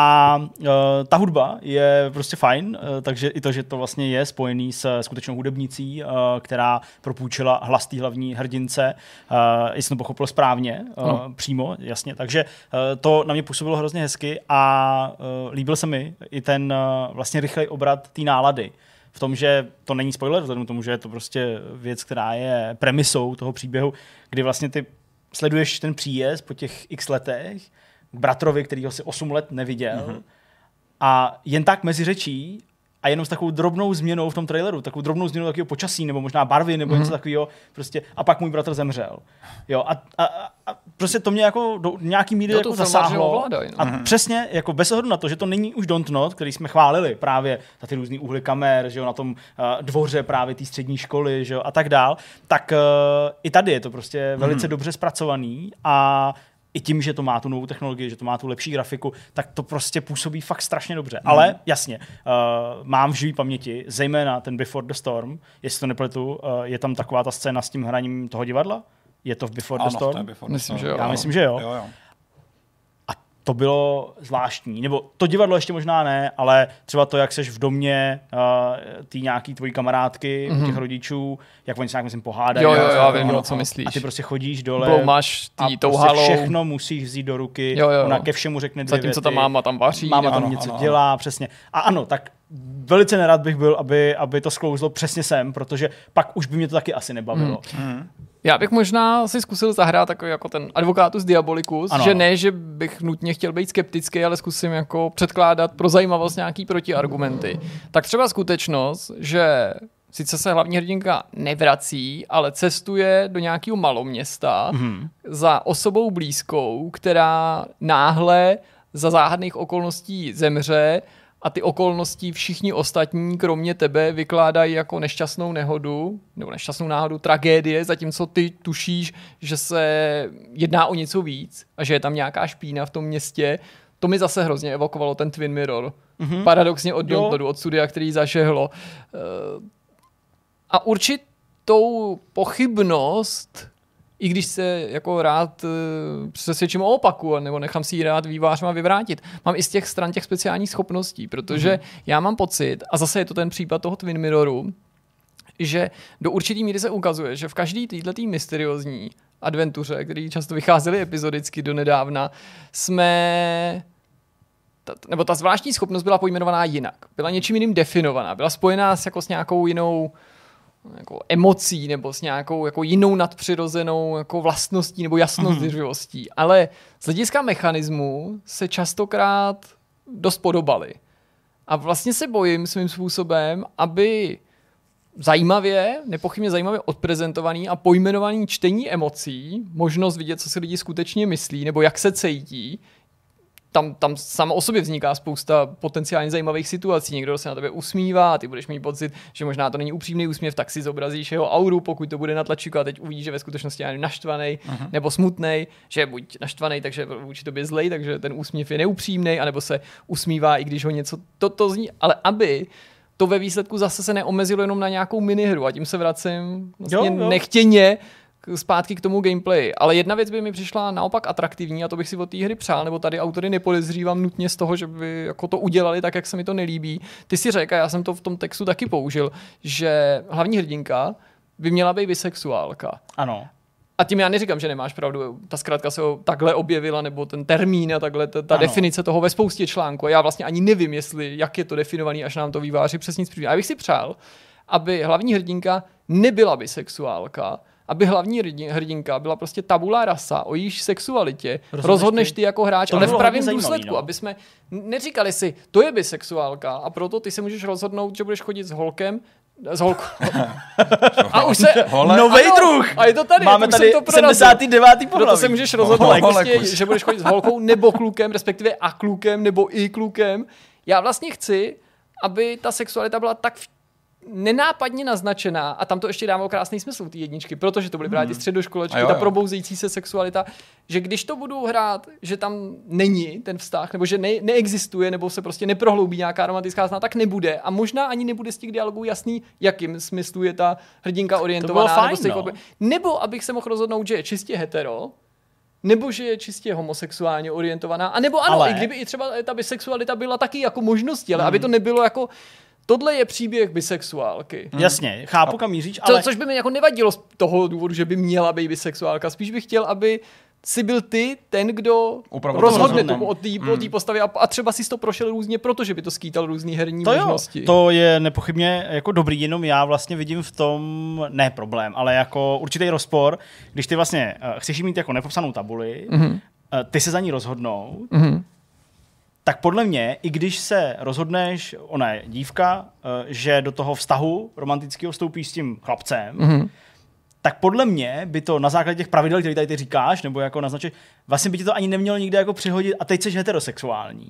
a ta hudba je prostě fajn, takže i to, že to vlastně je spojený s skutečnou hudebnicí, která propůjčila hlas té hlavní hrdince, jestli jsem to pochopil správně, přímo, jasně. Takže to na mě působilo hrozně hezky a líbil se mi i ten vlastně rychlej obrat té nálady. V tom, že to není spoiler, vzhledem k tomu, že je to prostě věc, která je premisou toho příběhu, kdy vlastně ty sleduješ ten příjezd po těch x letech k bratrovi, kterýho si 8 let neviděl a jen tak mezi řečí a jenom s takovou drobnou změnou v tom traileru, takovou drobnou změnou takového počasí, nebo možná barvy, nebo něco takového, prostě, a pak můj bratr zemřel. Jo, a prostě to mě jako do nějaký míry jako zasáhlo. A přesně, jako bez ohledu na to, že to není už Dontnod, který jsme chválili právě za ty různý úhly kamer, že jo, na tom dvoře právě té střední školy, že jo, a tak dál, tak i tady je to prostě velice dobře zpracovaný a i tím, že to má tu novou technologii, že to má tu lepší grafiku, tak to prostě působí fakt strašně dobře. Ale jasně, mám v živý paměti, zejména ten Before the Storm, jestli to nepletu, je tam taková ta scéna s tím hraním toho divadla? Je to v Before the Storm? Myslím, že jo. Já myslím, že jo. A to bylo zvláštní. Nebo to divadlo ještě možná ne, ale třeba to, jak seš v domě ty nějaký tvojí kamarádky, těch rodičů, jak oni se nějak myslím pohádají. Jo, já vím, co myslíš. A ty prostě chodíš dole Bloumáš a tou prostě halou. všechno musíš vzít do ruky. Jo. Ona ke všemu řekne 2 věty. Zatímco ta máma tam vaří. Máma tam něco dělá, přesně. A ano, tak velice nerad bych byl, aby to sklouzlo přesně sem, protože pak už by mě to taky asi nebavilo. Já bych možná si zkusil zahrát takový jako ten Advocatus Diabolicus, že ne, že bych nutně chtěl být skeptický, ale zkusím jako předkládat pro zajímavost nějaký protiargumenty. Tak třeba skutečnost, že sice se hlavní hrdinka nevrací, ale cestuje do nějakého maloměsta za osobou blízkou, která náhle za záhadných okolností zemře a ty okolnosti všichni ostatní, kromě tebe, vykládají jako nešťastnou nehodu, nebo nešťastnou náhodu, tragédie, zatímco ty tušíš, že se jedná o něco víc a že je tam nějaká špína v tom městě. To mi zase hrozně evokovalo ten Twin Mirror. Paradoxně od Dontnodu, od studia, který zažehlo. A určitou pochybnost, i když se jako rád přesvědčím o opaku, nebo nechám si ji rád vývářem vyvrátit, mám i z těch stran těch speciálních schopností, protože já mám pocit, a zase je to ten případ toho Twin Mirroru, že do určitý míry se ukazuje, že v každý této mysteriózní adventuře, které často vycházely epizodicky donedávna, nebo ta zvláštní schopnost byla pojmenovaná jinak. Byla něčím jiným definovaná. Byla spojená s nějakou jinou jako emocí nebo s nějakou jako jinou nadpřirozenou jako vlastností nebo jasnozřivostí. Ale z hlediska mechanismu se častokrát dost podobaly. A vlastně se bojím svým způsobem, aby nepochybně zajímavě odprezentovaný a pojmenovaný čtení emocí, možnost vidět, co si lidi skutečně myslí nebo jak se cítí, tam samo o sobě vzniká spousta potenciálně zajímavých situací. Někdo se na tebe usmívá a ty budeš mít pocit, že možná to není upřímný úsměv, tak si zobrazíš jeho auru, pokud to bude na tlačíku a teď uvidíš, že ve skutečnosti je naštvaný nebo smutný, že je buď naštvaný, takže vůči tobě zlej, takže ten úsměv je neupřímný, anebo se usmívá, i když ho něco to zní, ale aby to ve výsledku zase se neomezilo jenom na nějakou minihru a tím se vracím vlastně nechtěně zpátky k tomu gameplay. Ale jedna věc by mi přišla naopak atraktivní a to bych si od té hry přál, nebo tady autory nepodezřívám nutně z toho, že by jako to udělali tak, jak se mi to nelíbí. Ty si řekl, já jsem to v tom textu taky použil, že hlavní hrdinka by měla být bisexuálka. Ano. A tím já neříkám, že nemáš pravdu. Ta zkrátka se takhle objevila, nebo ten termín a takhle ta definice toho ve spoustě článků. A já vlastně ani nevím, jak je to definovaný, až nám to výváři přesně zpříví. A já bych si přál, aby hlavní hrdinka nebyla bisexuálka, aby hlavní hrdinka byla prostě tabula rasa, o jejíž sexualitě rozhodneš ty jako hráč, ale v pravém důsledku, aby jsme neříkali si, to je bisexuálka a proto ty se můžeš rozhodnout, že budeš chodit s holkou. A už se novej druh. A je to tady. Máme tady 79. pohlaví. Proto se můžeš rozhodnout, prostě, že budeš chodit s holkou nebo klukem, respektive a klukem nebo i klukem. Já vlastně chci, aby ta sexualita byla tak nenápadně naznačená a tam to ještě dávalo krásný smysl ty jedničky, protože to byly právě ty středoškolačky, ta probouzející se sexualita, že když to budu hrát, že tam není ten vztah, nebo že neexistuje, nebo se prostě neprohloubí nějaká romantická zná, tak nebude a možná ani nebude z těch dialogů jasný, jakým smyslu je ta hrdinka orientovaná, nebo abych se mohl rozhodnout, že je čistě hetero, nebo že je čistě homosexuálně orientovaná, a nebo ano, i kdyby i třeba ta bisexualita byla taky jako možnosti, ale aby to nebylo jako tohle je příběh bisexuálky. Jasně, chápu, kam míříš, ale... Což by mi jako nevadilo z toho důvodu, že by měla být bisexuálka. Spíš bych chtěl, aby si byl ty ten, kdo rozhodne o té postavě a třeba si to prošel různě, protože by to skýtal různý herní možnosti. To je nepochybně jako dobrý, jenom já vlastně vidím v tom ne problém, ale jako určitý rozpor, když ty vlastně chceš mít jako nepopsanou tabuli, ty se za ní rozhodnout, tak podle mě, i když se rozhodneš, ona je dívka, že do toho vztahu romantického vstoupíš s tím chlapcem, tak podle mě by to na základě těch pravidel, které tady ty říkáš, nebo jako naznačíš, vlastně by ti to ani nemělo nikde jako přihodit a teď jsi heterosexuální.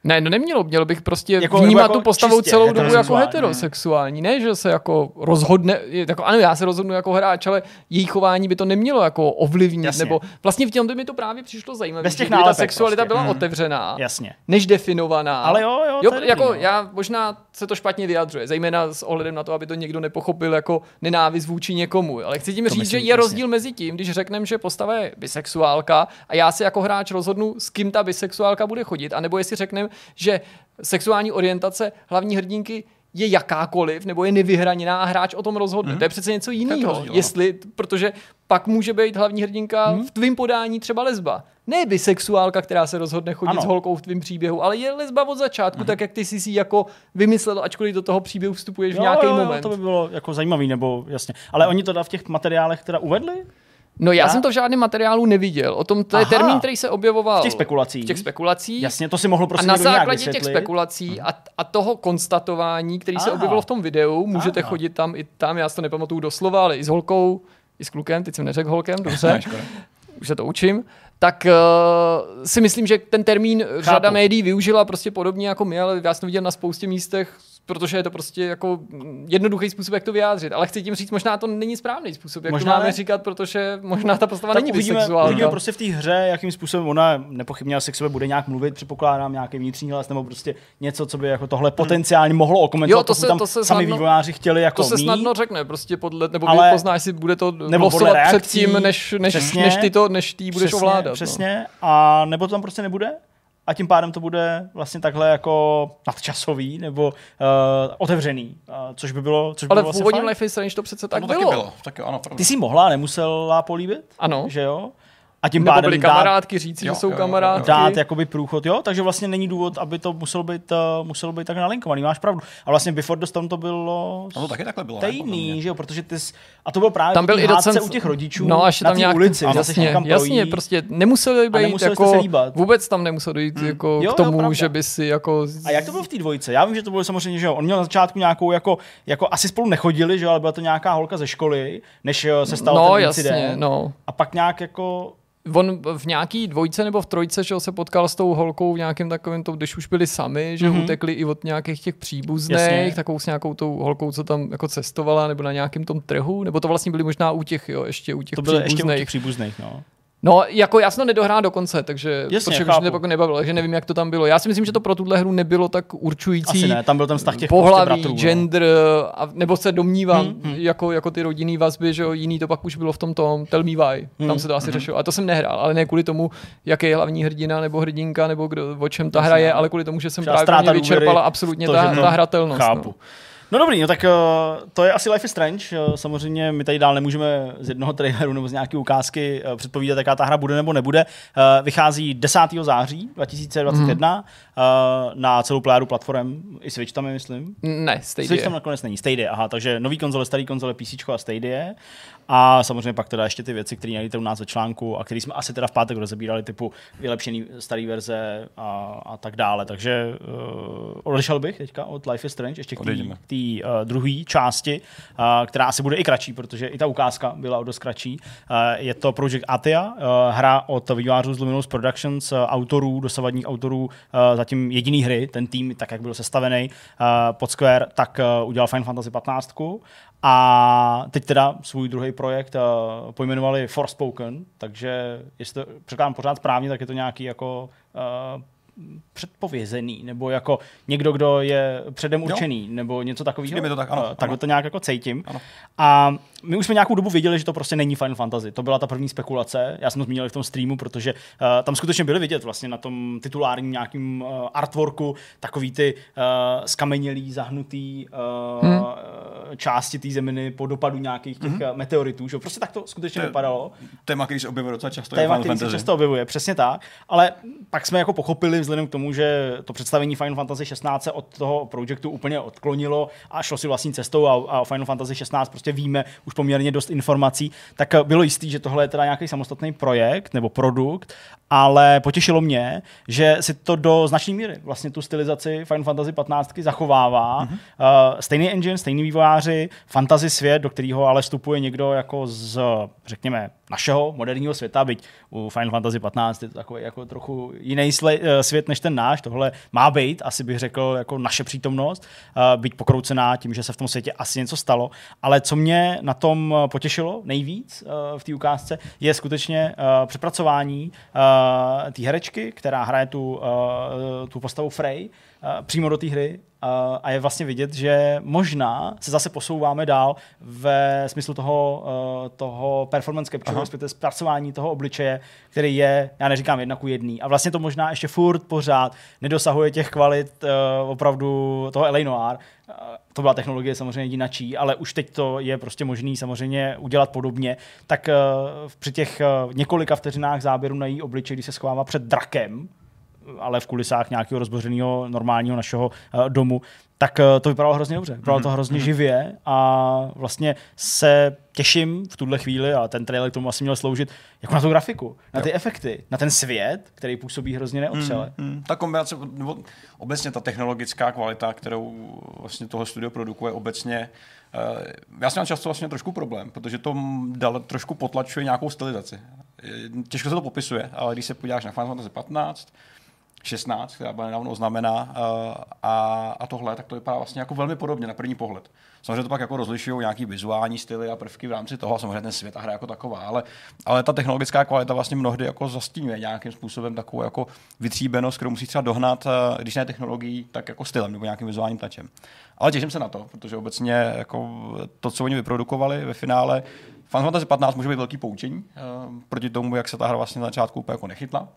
Ne, no nemělo, měl bych prostě vnímat tu postavu celou dobu jako heterosexuální, ne, že se jako rozhodne, jako ano, já se rozhodnu jako hráč, ale její chování by to nemělo jako ovlivnit, jasně. Nebo vlastně v tom by to právě přišlo zajímavé, že ta sexualita byla otevřená, jasně. než definovaná. Ale jo, jako já možná se to špatně vyjadřuje, zejména s ohledem na to, aby to někdo nepochopil jako nenávist vůči někomu, ale chci tím říct, že je rozdíl mezi tím, když řekneme, že postava je bisexuálka a já si jako hráč rozhodnu, s kým ta bisexuálka bude chodit, anebo jestli řekneme, že sexuální orientace hlavní hrdinky je jakákoliv, nebo je nevyhraněná a hráč o tom rozhodne. To je přece něco jiného. Protože pak může být hlavní hrdinka v tvým podání třeba lesba. Ne bisexuálka, která se rozhodne chodit s holkou v tvým příběhu, ale je lesba od začátku, tak jak ty si jako vymyslel, ačkoliv do toho příběhu vstupuješ v nějaký moment. To by bylo jako zajímavý, nebo jasně. Ale oni to v těch materiálech teda uvedli? No já jsem to v žádném materiálu neviděl. O tom to je termín, který se objevoval v těch spekulacích. Jasně, to si mohl prostě a na základě těch spekulací a toho konstatování, který se objevilo v tom videu, můžete chodit tam i tam, já si to nepamatuju doslova, ale i s holkou, i s klukem, teď jsem neřekl holkem, dobře. Už se to učím. Tak si myslím, že ten termín řada médií využila prostě podobně jako my, ale já jsem to viděl na spoustě místech, protože je to prostě jako jednoduchý způsob, jak to vyjádřit. Ale chci tím říct, možná to není správný způsob, jak možná to máme říkat, protože možná ta postava není bisexuálka. Uvidíme prostě v té hře, jakým způsobem ona nepochybně asi k sobě bude nějak mluvit, předpokládám nějaký vnitřní hlas nebo prostě něco, co by jako tohle potenciálně mohlo okomentovat, to sami vývojáři chtěli jako to se snadno řekne, prostě podle, nebo vy poznáš, jestli bude to glosovat předtím, než ty budeš ovládat. Přesně, a nebo to tam prostě nebude? A tím pádem to bude vlastně takhle jako nadčasový nebo otevřený, což by bylo ale vlastně v původním Life is Strange to přece tak bylo. Taky ano, ty jsi mohla, nemusela políbit? Ano. Že jo? A tím nebo pádem byly kamarádky říci, že jsou kamarádky. Dát jakoby průchod, jo? Takže vlastně není důvod, aby to muselo být tak nalinkovaný, máš pravdu. A vlastně Before the Storm to bylo taky takhle bylo, stejný, že jo? Protože a to bylo právě tam byl i docent u těch rodičů na té ulici. Jasně, prostě nemuseli být jako, vůbec tam nemuselo dojít jako k tomu, že by si jako... A jak to bylo v té dvojce? Já vím, že to bylo samozřejmě, že jo, on měl na začátku nějakou jako asi spolu nechodili, že jo, ale byla to nějaká holka ze školy, než se stal ten incident. A pak nějak jako on v nějaký dvojce nebo v trojce, že se potkal s tou holkou v nějakém takovém, když už byli sami, že utekli i od nějakých těch příbuzných, takovou s nějakou tou holkou, co tam jako cestovala, nebo na nějakém tom trhu, nebo to vlastně byli možná u těch, ještě u těch příbuzných. Ještě u těch příbuzných, no. No, jako já jsem to nedohrál do konce, takže protože už mě pak nebavilo, takže nevím, jak to tam bylo. Já si myslím, že to pro tuhle hru nebylo tak určující. Asi ne, tam byl ten vztah těch pohlaví, bratrů, gender, nebo se domnívám, jako ty rodinný vazby, že jo, jiný to pak už bylo v tom Tell Me Why, tam se to asi řešilo. A to jsem nehrál, ale ne kvůli tomu, jaký je hlavní hrdina nebo hrdinka, nebo o čem ta hra je, ale kvůli tomu, že jsem právě vyčerpala absolutně ta hratelnost. Chápu. No dobrý, no tak to je asi Life is Strange. Samozřejmě my tady dál nemůžeme z jednoho traileru nebo z nějaké ukázky předpovídat, jaká ta hra bude nebo nebude. Vychází 10. září 2021 na celou pléjadu platform. I Switch tam je, myslím. Ne, Stadia. Switch tam nakonec není. Stadia, aha, takže nový konzole, starý konzole, PC a Stadia. A samozřejmě pak teda ještě ty věci, které najdete u nás ve článku a které jsme asi teda v pátek rozebírali, typu vylepšený starý verze a tak dále. Takže odešel bych teďka od Life is Strange ještě k té druhé části, která asi bude i kratší, protože i ta ukázka byla dost kratší. Je to Project Athia, hra od vývojářů z Luminous Productions, dosavadních autorů zatím jediný hry, ten tým, tak jak byl sestavený pod Square, tak udělal Final Fantasy 15. A teď teda svůj druhý projekt pojmenovali Forspoken, takže jestli to překládám pořád správně, tak je to nějaký jako předpovězený, nebo jako někdo, kdo je předem určený, nebo něco takového. To tak, ano, tak to nějak jako cítím. Ano. A my už jsme nějakou dobu věděli, že to prostě není Final Fantasy. To byla ta první spekulace. Já jsem to zmínil v tom streamu, protože tam skutečně byly vidět vlastně na tom titulárním nějakým artworku takový ty skamenělý, zahnutý části té zeminy po dopadu nějakých těch meteoritů. Že? Prostě tak to skutečně vypadalo. Téma, který se objevuje docela často. Téma, který se často objevuje, přesně tak. Ale pak jsme jako pochopili vzhledem k tomu, že to představení Final Fantasy 16 se od toho projektu úplně odklonilo a šlo si vlastní cestou a o Final Fantasy 16 prostě víme už poměrně dost informací, tak bylo jistý, že tohle je teda nějaký samostatný projekt nebo produkt, ale potěšilo mě, že si to do značné míry vlastně tu stylizaci Final Fantasy 15 zachovává. Stejný engine, stejný vývojáři, fantasy svět, do kterého ale vstupuje někdo jako z, řekněme, našeho moderního světa, byť u Final Fantasy 15 je to takový jako trochu jiný svět, svět než ten náš, tohle má být, asi bych řekl, jako naše přítomnost, být pokroucená tím, že se v tom světě asi něco stalo, ale co mě na tom potěšilo nejvíc v té ukázce, je skutečně přepracování té herečky, která hraje tu postavu Frey přímo do té hry a je vlastně vidět, že možná se zase posouváme dál ve smyslu toho performance capture, respektive zpracování toho obličeje, který je, já neříkám 1:1, a vlastně to možná ještě furt pořád nedosahuje těch kvalit opravdu toho L.A. Noire. To byla technologie samozřejmě jinačí, ale už teď to je prostě možný samozřejmě udělat podobně. Tak při těch několika vteřinách záběru na její obličej, když se schovává před drakem, ale v kulisách nějakého rozbořeného normálního našeho domu, tak to vypadalo hrozně dobře. Vypadalo to hrozně živě a vlastně se těším v tuhle chvíli, a ten trailer k tomu asi měl sloužit, jako na tu grafiku, na ty efekty, na ten svět, který působí hrozně neotřele. Ta kombinace, nebo obecně ta technologická kvalita, kterou vlastně tohle studio produkuje obecně, já jsem měl často vlastně trošku problém, protože to trošku potlačuje nějakou stylizaci. Těžko se to popisuje, ale když se podíváš na Final Fantasy 15, 16, která byla nedávno oznamená, a tohle, tak to vypadá vlastně jako velmi podobně na první pohled. Samozřejmě to pak jako rozlišují nějaký vizuální styly a prvky v rámci toho, a samozřejmě ten svět a hra jako taková, ale ta technologická kvalita vlastně mnohdy jako zastínuje nějakým způsobem takovou jako vytříbenost, kterou musí třeba dohnat, když ne technologií, tak jako stylem nebo nějakým vizuálním tačem. Ale těším se na to, protože obecně jako to, co oni vyprodukovali ve finále, Final Fantasy 15 může být velký poučení proti tomu, jak se ta hra vlastně na začátku úplně jako nechytla.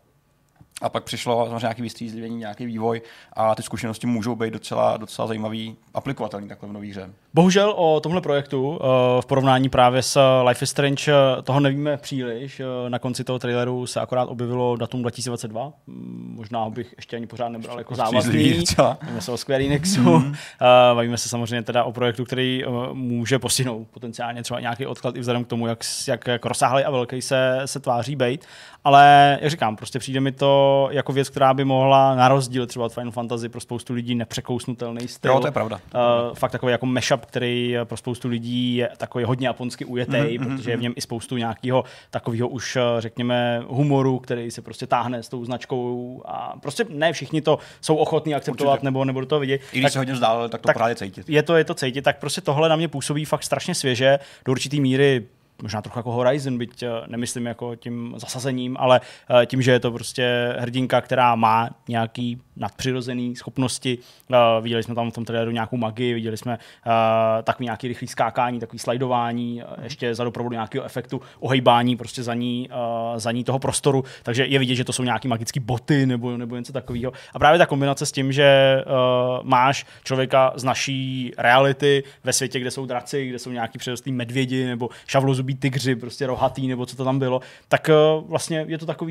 A pak přišlo samozřejmě nějaký vystřízlivění, nějaký vývoj a ty zkušenosti můžou být docela zajímavý, aplikovatelný takhle v nový hře. Bohužel o tomhle projektu v porovnání právě s Life is Strange toho nevíme příliš. Na konci toho traileru se akorát objevilo datum 2022. Možná ho bych ještě ani pořád nebral jako závazný. Bavíme se o Square Enixu. Bavíme se samozřejmě teda o projektu, který může postihnout potenciálně třeba nějaký odklad i vzhledem k tomu, jak rozsáhlý a velký se tváří být. Ale jak říkám, prostě přijde mi to jako věc, která by mohla na rozdíl třeba od Final Fantasy pro spoustu lidí nepřekousnutelný styl. Jo, to je pravda. Fakt takový jako mashup, který pro spoustu lidí je takový hodně japonsky ujetej, protože je v něm i spoustu nějakého takového už řekněme humoru, který se prostě táhne s tou značkou a prostě ne všichni to jsou ochotní akceptovat nebo do toho vidět. I když se hodně vzdálili, tak to právě cítit. Je to cítit, tak prostě tohle na mě působí fakt strašně svěže, do určitý míry možná trochu jako Horizon, byť nemyslím jako tím zasazením, ale tím, že je to prostě hrdinka, která má nějaký nadpřirozený schopnosti. Viděli jsme tam v tom traileru nějakou magii, viděli jsme takový nějaký rychlý skákání, takový slajdování, ještě za doprovodu nějakého efektu ohejbání prostě za ní toho prostoru, takže je vidět, že to jsou nějaký magický boty nebo něco takového. A právě ta kombinace s tím, že máš člověka z naší reality ve světě, kde jsou draci, kde jsou nějaký přerostlí medvědi nebo šavlozubí tygři, prostě rohatý nebo co to tam bylo, tak vlastně je to takový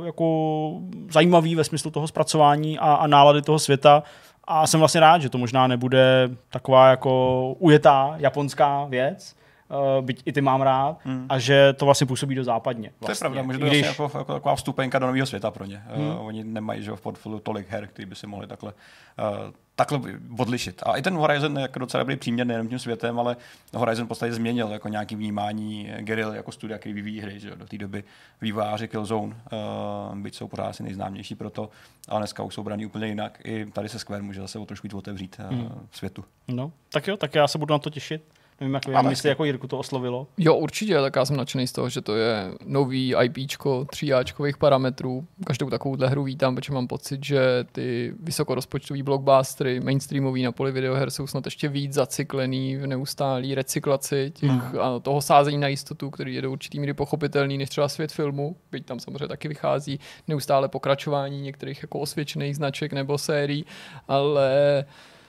jako zajímavý ve smyslu toho zpracování a nálady toho světa. A jsem vlastně rád, že to možná nebude taková jako ujetá japonská věc, byť i ty mám rád, a že to vlastně působí do západně. Vlastně. To je pravda, může to vlastně jako taková vstupenka do nového světa pro ně. Oni nemají v portfoliu tolik her, který by si mohli takhle odlišit. A i ten Horizon je jako docela dobrý příměr nejen tím světem, ale Horizon v podstatě změnil jako nějaký vnímání Guerrilla jako studia, který vyvíjí hry. Že? Do té doby vývojáři Killzone, byť jsou pořád asi nejznámější pro to, ale dneska už jsou braní úplně jinak. I tady se Square může zase trošku víc otevřít světu. No, tak jo, tak já se budu na to těšit. Nevím, jestli jako Jirku to oslovilo. Jo, určitě, tak já jsem nadšený z toho, že to je nový IPčko 3Ačkových parametrů. Každou takovouhle hru vítám, protože mám pocit, že ty vysokorozpočtový blockbustery, mainstreamový na poli videoher jsou snad ještě víc zacyklený v neustálý recyklaci a toho sázení na jistotu, který je do určitý míry pochopitelný než třeba svět filmu, byť tam samozřejmě taky vychází neustále pokračování některých jako osvědčených značek nebo sérií, ale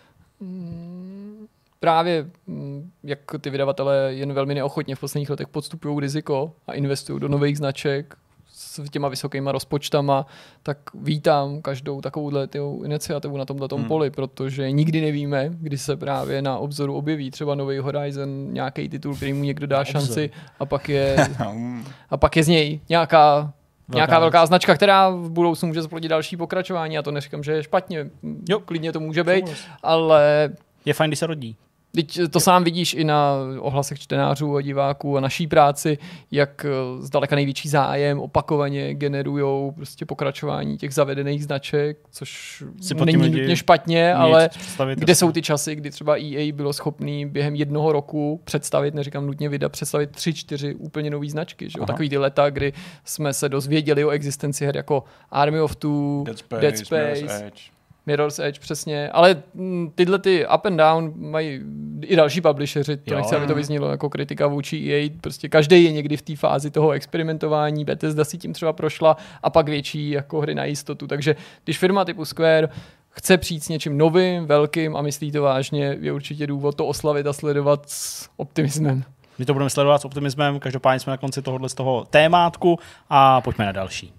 právě jak ty vydavatelé jen velmi neochotně v posledních letech podstupují riziko a investují do nových značek s těma vysokýma rozpočtama, tak vítám každou takovouhle iniciativu na tomto poli, protože nikdy nevíme, kdy se právě na obzoru objeví třeba nový Horizon, nějaký titul, který mu někdo dá šanci a pak je z něj nějaká velká značka, která v budoucnu může splodit další pokračování. Já to neříkám, že je špatně. Jo, klidně to může být, ale je fajn, když se rodí. Teď to sám vidíš i na ohlasech čtenářů a diváků a naší práci, jak zdaleka největší zájem opakovaně generujou prostě pokračování těch zavedených značek, což není nutně špatně, ale kde jsou ty časy, kdy třeba EA bylo schopný během 1 roku představit, neříkám nutně vydat, představit 3-4 úplně nový značky. Že? Takový ty leta, kdy jsme se dozvěděli o existenci her jako Army of Two, Dead Space, Mirror's Edge, přesně, ale tyhle ty up and down mají i další publisheri, to nechci, aby to vyznělo jako kritika vůči EA, prostě každý je někdy v té fázi toho experimentování, Bethesda si tím třeba prošla a pak větší jako hry na jistotu, takže když firma typu Square chce přijít s něčím novým, velkým a myslí to vážně, je určitě důvod to oslavit a sledovat s optimismem. My to budeme sledovat s optimismem, každopádně jsme na konci tohohle z toho témátku a pojďme na další.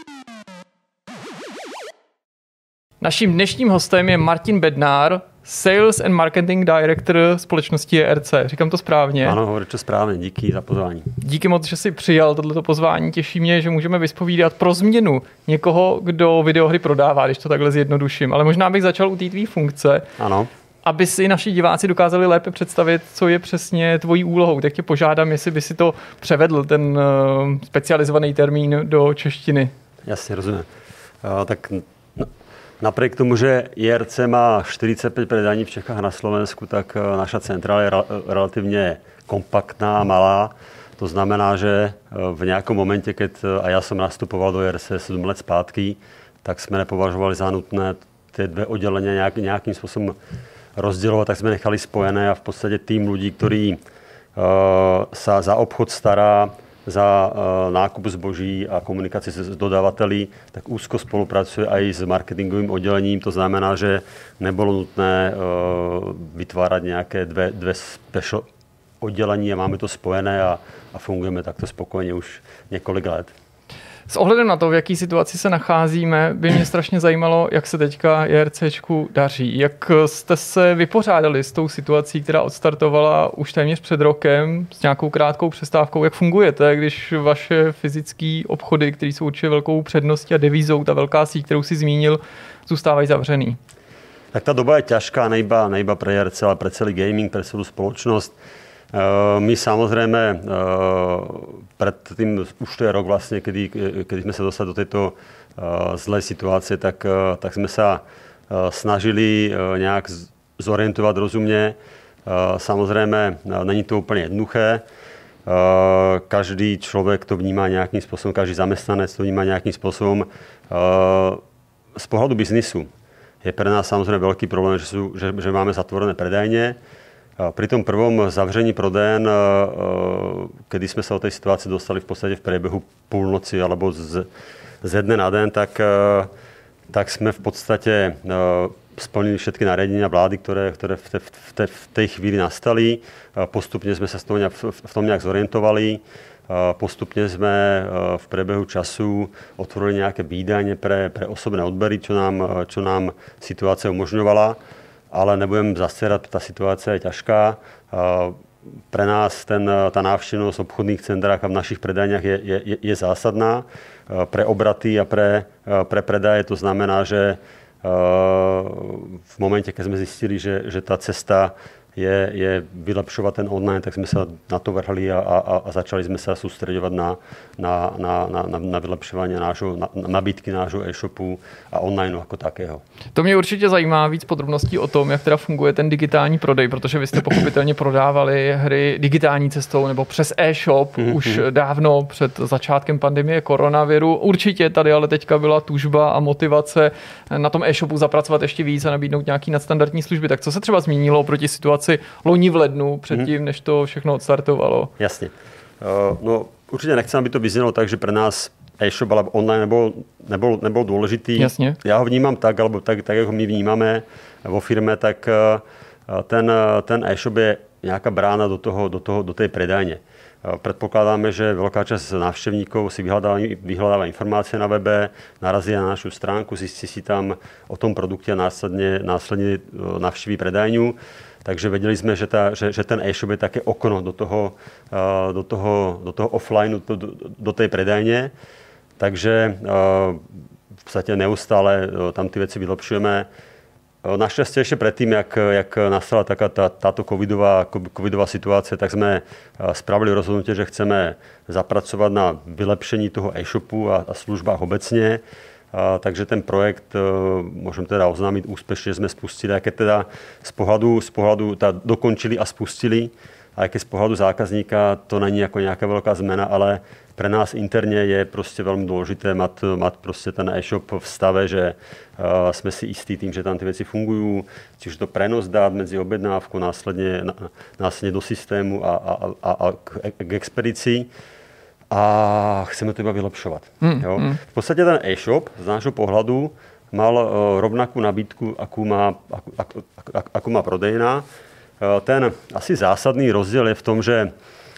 Naším dnešním hostem je Martin Bednár, Sales and Marketing Director společnosti ERC. Říkám to správně? Ano, hovoríš to správně, díky za pozvání. Díky moc, že jsi přijal tohleto pozvání. Těší mě, že můžeme vyspovídat pro změnu někoho, kdo videohry prodává, když to takhle zjednoduším. Ale možná bych začal u té tvý funkce. Ano. Aby si naši diváci dokázali lépe představit, co je přesně tvojí úlohou. Tak tě požádám, jestli by si to převedl, ten specializovaný termín do češtiny. Jasně, rozumím. Tak napriek tomu, že IRC má 45 predaní v Čechách a na Slovensku, tak naša centrála je relativně kompaktná a malá. To znamená, že v nějakom momente, keď a ja som nastupoval do IRC 7 let zpátky, tak jsme nepovažovali za nutné tie dve oddelenia nejakým spôsobom rozdielovať, tak sme nechali spojené a v podstate tým ľudí, ktorí sa za obchod stará, za nákup zboží a komunikaci s dodavateli, tak úzko spolupracuje aj s marketingovým oddelením. To znamená, že nebolo nutné vytvárať nejaké dve special oddelení a máme to spojené a fungujeme takto spokojně už několik let. S ohledem na to, v jaké situaci se nacházíme, by mě strašně zajímalo, jak se teďka JRCčku daří. Jak jste se vypořádali s tou situací, která odstartovala už téměř před rokem, s nějakou krátkou přestávkou? Jak fungujete, když vaše fyzické obchody, které jsou určitě velkou předností a devízou, ta velká síť, kterou si zmínil, zůstávají zavřený? Tak ta doba je ťažká, nejba pre JRC, ale pre celý gaming, pre celú spoločnosť. My samozrejme pred tým, už to je rok vlastne, kedy sme sa dostali do tejto zlej situácie, tak sme sa snažili nejak zorientovať rozumne. Samozrejme, není to úplne jednoduché. Každý človek to vníma nejakým spôsobom, každý zamestnanec to vníma nejakým spôsobom. Z pohľadu biznisu je pre nás samozrejme veľký problém, že máme zatvorené predajne. Pri tom prvom zavření prodejen, kedy sme sa do tej situácie dostali v podstate v priebehu půlnoci alebo ze dne na den, tak sme v podstate splnili všetky nariadenia vlády, ktoré v tej chvíli nastali. Postupne sme sa v tom nejak zorientovali. Postupne sme v priebehu času otvorili nejaké výdajne pre osobné odbery, čo nám situácia umožňovala. Ale nebudem zastierať, tá situácia je ťažká. Pre nás tá návštevnosť v obchodných centrách a v našich predajniach je zásadná. Pre obraty a pre predaje to znamená, že v momente, keď sme zistili, že tá cesta je vylepšovať ten online, tak sme sa na to vrhli a začali sme sa sústreďovať na vylepšovanie nabídky nášho e-shopu a online jako takého. To mě určitě zajímá víc podrobností o tom, jak teda funguje ten digitální prodej, protože vy jste pochopitelně prodávali hry digitální cestou nebo přes e-shop už dávno před začátkem pandemie koronaviru. Určitě tady ale teďka byla tužba a motivace na tom e-shopu zapracovat ještě víc a nabídnout nějaký nadstandardní služby. Tak co se třeba změnilo proti situaci loni v lednu, předtím, než to všechno odstartovalo? Jasně. No, určitě nechcem, aby to vyznělo tak, že pre nás e-shop alebo online nebol dôležitý. Jasně. Já ho vnímám tak, alebo tak, jak ho my vnímáme vo firme, tak ten e-shop je nějaká brána do tej predajne. Predpokladáme, že veľká časť návštevníkov si vyhľadáva informácie na webe, narazí na našu stránku, zistí si tam o tom produkte a následne navštíví predajňu. Takže vedeli sme, že ten e-shop je také okno do toho offline, do tej predajne. Takže v podstate neustále tam ty veci vylepšujeme. Našťastie ešte predtým, jak nastala táto covidová situácia, tak sme spravili rozhodnutie, že chceme zapracovať na vylepšení toho e-shopu a službách obecne. Takže ten projekt môžem teda oznámiť úspešne, sme spustili, aj keď teda z pohľadu dokončili a spustili, aj keď z pohľadu zákazníka to není ako nejaká veľká zmena, ale pre nás interne je proste veľmi dôležité mať proste ten e-shop v stave, že sme si istí tým, že tam tie veci fungujú, čiže to prenos dát medzi objednávku, následne do systému a k expedícii. A chceme to iba vylepšovať. V podstate ten e-shop z nášho pohľadu mal rovnakú nabídku, akú má prodejná. Ten asi zásadný rozdiel je v tom, že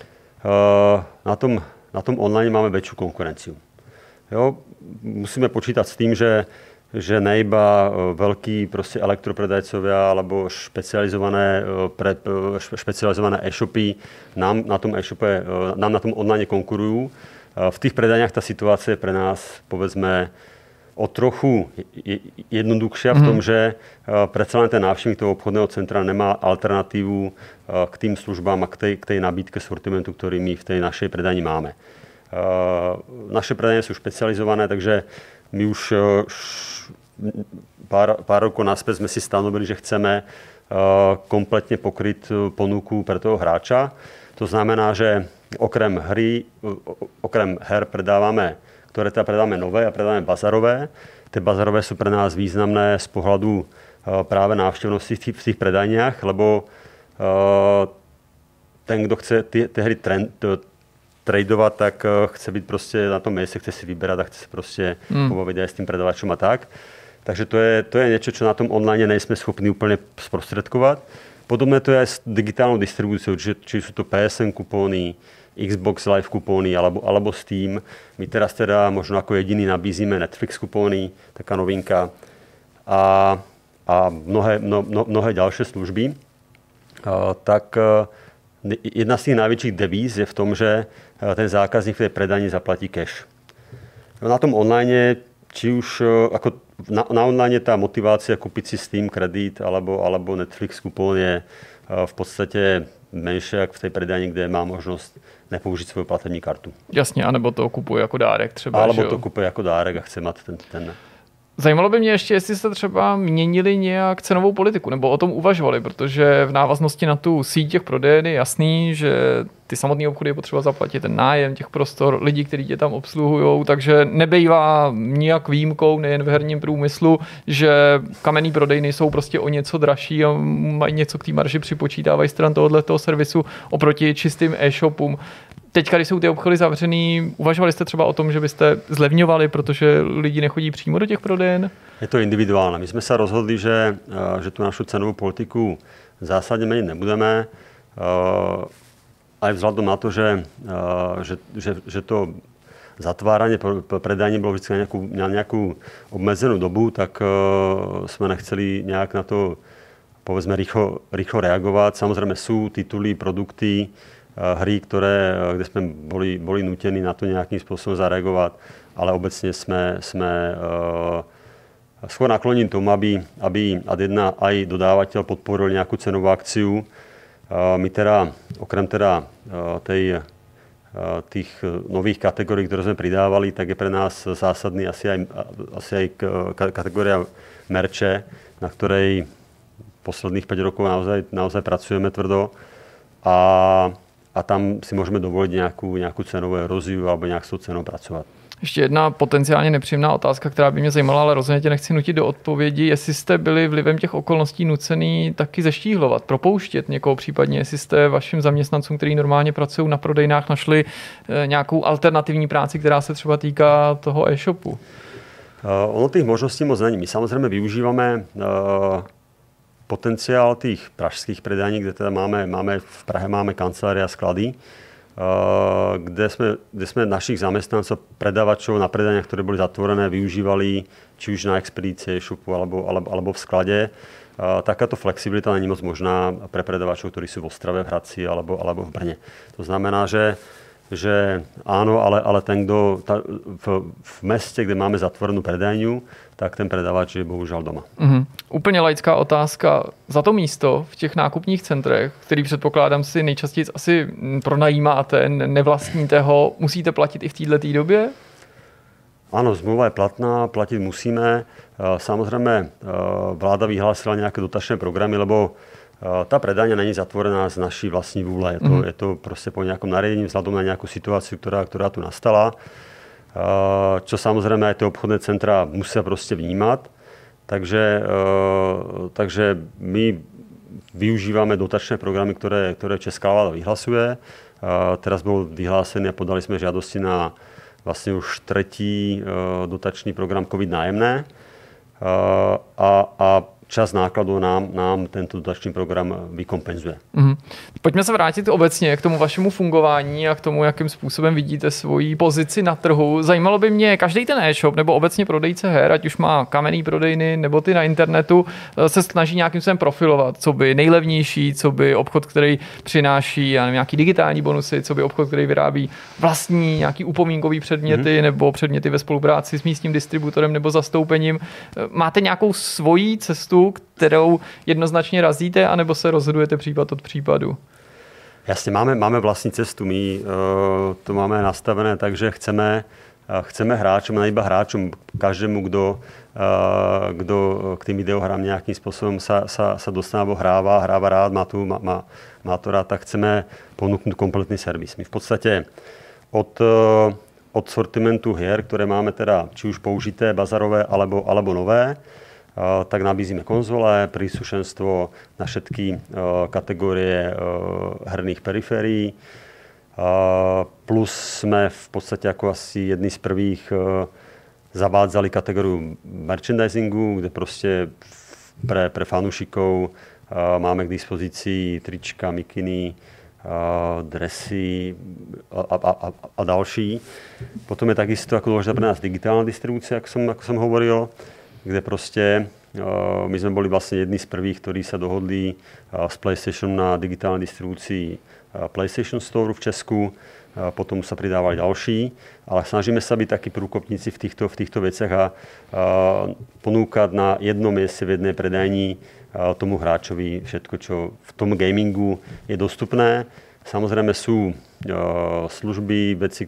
na tom online máme väčšiu konkurenciu. Musíme počítať s tým, že ne iba veľkí proste elektropredajcovia alebo špecializované e-shopy nám na tom online konkurujú. V tých predajniach tá situácia je pre nás, povedzme, o trochu jednoduchšia v tom, že predsa len ten návštevník toho obchodného centra nemá alternatívu k tým službám a k tej nabídke sortimentu, ktorý my v tej našej predajni máme. Naše predajne sú špecializované, takže my už pár rokov naspäť sme si stanovili, že chceme kompletne pokryť ponuku pre toho hráča. To znamená, že okrem her predávame, ktoré teda predávame nové a predávame bazarové. Tie bazarové sú pre nás významné z pohľadu práve návštevnosti v tých predajniach, lebo ten, kto chce tie hry tradovať, tak chce byť proste na tom mieste, chce si vyberať a chce si proste pobaviť aj s tým predavačom a tak. Takže to je niečo, čo na tom online nejsme schopní úplne sprostredkovať. Podobné to je aj s digitálnou distribúciou, či sú to PSN kupóny, Xbox Live kupóny alebo Steam. My teraz teda možno ako jediný nabízíme Netflix kupóny, taká novinka a mnohé ďalšie služby. Tak jedna z tých najväčších devíz je v tom, že ten zákazník v tej predajni zaplatí cash. Na tom online, či už ako na online tá motivácia kúpiť si Steam kredit alebo Netflix kupón je v podstate menšie ako v tej predajni, kde má možnosť nepoužiť svoju platební kartu. Jasně, anebo to kupuje jako dárek třeba. Alebo to kupuje jako dárek a chce mít ten. Zajímalo by mě ještě, jestli jste třeba měnili nějak cenovou politiku, nebo o tom uvažovali, protože v návaznosti na tu síť těch prodejen je jasný, že ty samotné obchody je potřeba zaplatit ten nájem těch prostor, lidi, kteří tě tam obsluhují, takže nebejvá nijak výjimkou, nejen v herním průmyslu, že kamenný prodejny jsou prostě o něco dražší a mají něco k té marži připočítávají stran tohoto servisu oproti čistým e-shopům. Teď, když jsou ty obchody zavřený, uvažovali jste třeba o tom, že byste zlevňovali, protože lidi nechodí přímo do těch prodejen? Je to individuálne. My sme sa rozhodli, že tú našu cenovú politiku zásadne meniť nebudeme. Aj vzhľadom na to, že to zatváranie predajní bolo vždy na nejakú obmedzenú dobu, tak sme nechceli nejak na to, povedzme, rýchlo reagovať. Samozrejme sú tituly, produkty, hry, kde sme boli nútení na to nejakým spôsobom zareagovať, ale obecne sme skôr nakloním tomu, aby aj dodávateľ podporil nejakú cenovú akciu. My teda, okrem teda tých nových kategórií, ktoré sme pridávali, tak je pre nás zásadný asi aj kategória merče, na ktorej posledných 5 rokov naozaj pracujeme tvrdo. A tam si môžeme dovoliť nejakú cenovú eróziu alebo nejak s tou cenou pracovat. Ještě jedna potenciálně nepříjemná otázka, která by mě zajímala, ale rozhodně tě nechci nutit do odpovědi. Jestli jste byli vlivem těch okolností nucený taky zeštíhlovat, propouštět někoho případně, jestli jste vašim zaměstnancům, kteří normálně pracují na prodejnách, našli nějakou alternativní práci, která se třeba týká toho e-shopu? Ono tých možností moc není. My samozrejme využívame potenciál tých pražských predajní, kde teda v Prahe máme kancelária a sklady, kde sme našich zamestnancov, predavačov na predajniach, ktoré boli zatvorené, využívali či už na expedície e-shopu alebo v sklade. Takáto flexibilita není moc možná pre predavačov, ktorí sú v Ostrave, v Hradci alebo v Brne. To znamená, že že áno, ale ten, kdo v meste, kde máme zatvorenú predajňu, tak ten predavač je bohužel doma. Úplně laická otázka. Za to místo v těch nákupních centrech, který předpokládám si nejčastěji asi pronajímáte, nevlastníte ho, musíte platit i v této době? Áno, zmluva je platná, platiť musíme. Samozrejme, vláda vyhlásila nejaké dotačné programy, lebo tá predajňa není zatvorená z naší vlastní vůle. Je to prostě po nejakom nariadení vzhľadom na nejakú situáciu, ktorá tu nastala. Čo samozrejme aj tie obchodné centra musia prostě vnímať. Takže my využívame dotačné programy, ktoré česká vláda vyhlasuje. Teraz bol vyhlásený a podali sme žiadosti na vlastne už 3. dotačný program COVID nájemné. A čas nákladů nám tento dotační program vykompenzuje. Pojďme se vrátit obecně k tomu vašemu fungování a k tomu, jakým způsobem vidíte svoji pozici na trhu. Zajímalo by mě, každý ten e-shop nebo obecně prodejce her, ať už má kamenný prodejny nebo ty na internetu, se snaží nějakým způsobem profilovat, co by nejlevnější, co by obchod, který přináší nějaký digitální bonusy, co by obchod, který vyrábí vlastní nějaký upomínkový předměty nebo předměty ve spolupráci s místním distributorem nebo zastoupením. Máte nějakou svoji cestu, kterou jednoznačně razíte, anebo se rozhodujete případ od případu? Jasně, máme vlastní cestu. My to máme nastavené tak, že chceme hráčom, a iba hráčom, každému, kdo k tým videohrám nejakým spôsobom sa dostane alebo hráva rád, má to rád, tak chceme ponúknuť kompletný servis. My v podstate od sortimentu hier, ktoré máme teda či už použité, bazarové alebo nové, tak nabízíme konzole, príslušenstvo na všetky kategórie herných periférií. Plus sme v podstate ako asi jedni z prvých zavádzali kategóriu merchandisingu, kde proste pre fanúšikov máme k dispozícii trička, mikiny, dresy a další. Potom je takisto ako dôležitá pre nás digitálna distribúcia, ako som hovoril, kde proste my sme boli vlastne jedni z prvých, ktorí sa dohodli s PlayStation na digitálnej distribúcii PlayStation Store v Česku. Potom sa pridávali ďalší, ale snažíme sa byť takí průkopníci v týchto veciach a ponúkať na jednom mieste v jednej predajni tomu hráčovi všetko, čo v tom gamingu je dostupné. Samozrejme sú služby, veci,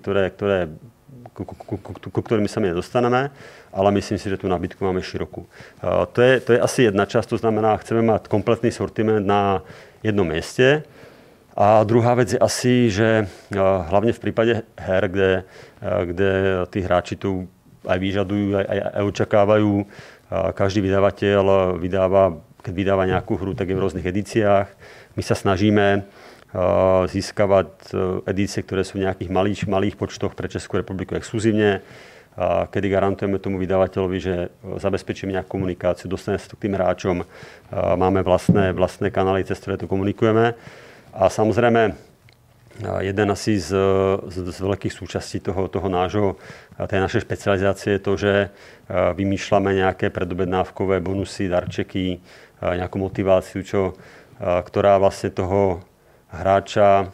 ku ktorým sa my nedostaneme, ale myslím si, že tu nabídku máme širokú. To je asi jedna časť, to znamená, chceme mať kompletný sortiment na jednom mieste. A druhá vec je asi, že hlavne v prípade her, kde tí hráči tu aj vyžadujú, aj očakávajú, každý vydavateľ keď vydáva nejakú hru, tak je v rôznych edíciách. My sa snažíme získavať edície, ktoré sú v nejakých malých počtoch pre Českú republiku exkluzívne, kedy garantujeme tomu vydavateľovi, že zabezpečíme nejakú komunikáciu, dostane sa to k tým hráčom, máme vlastné kanály, cez ktoré to komunikujeme. A samozrejme, jeden asi z veľkých súčastí toho nášho, tej našej špecializácie je to, že vymýšľame nejaké predobjednávkové bonusy, darčeky, nejakú motiváciu, ktorá vlastne toho hráča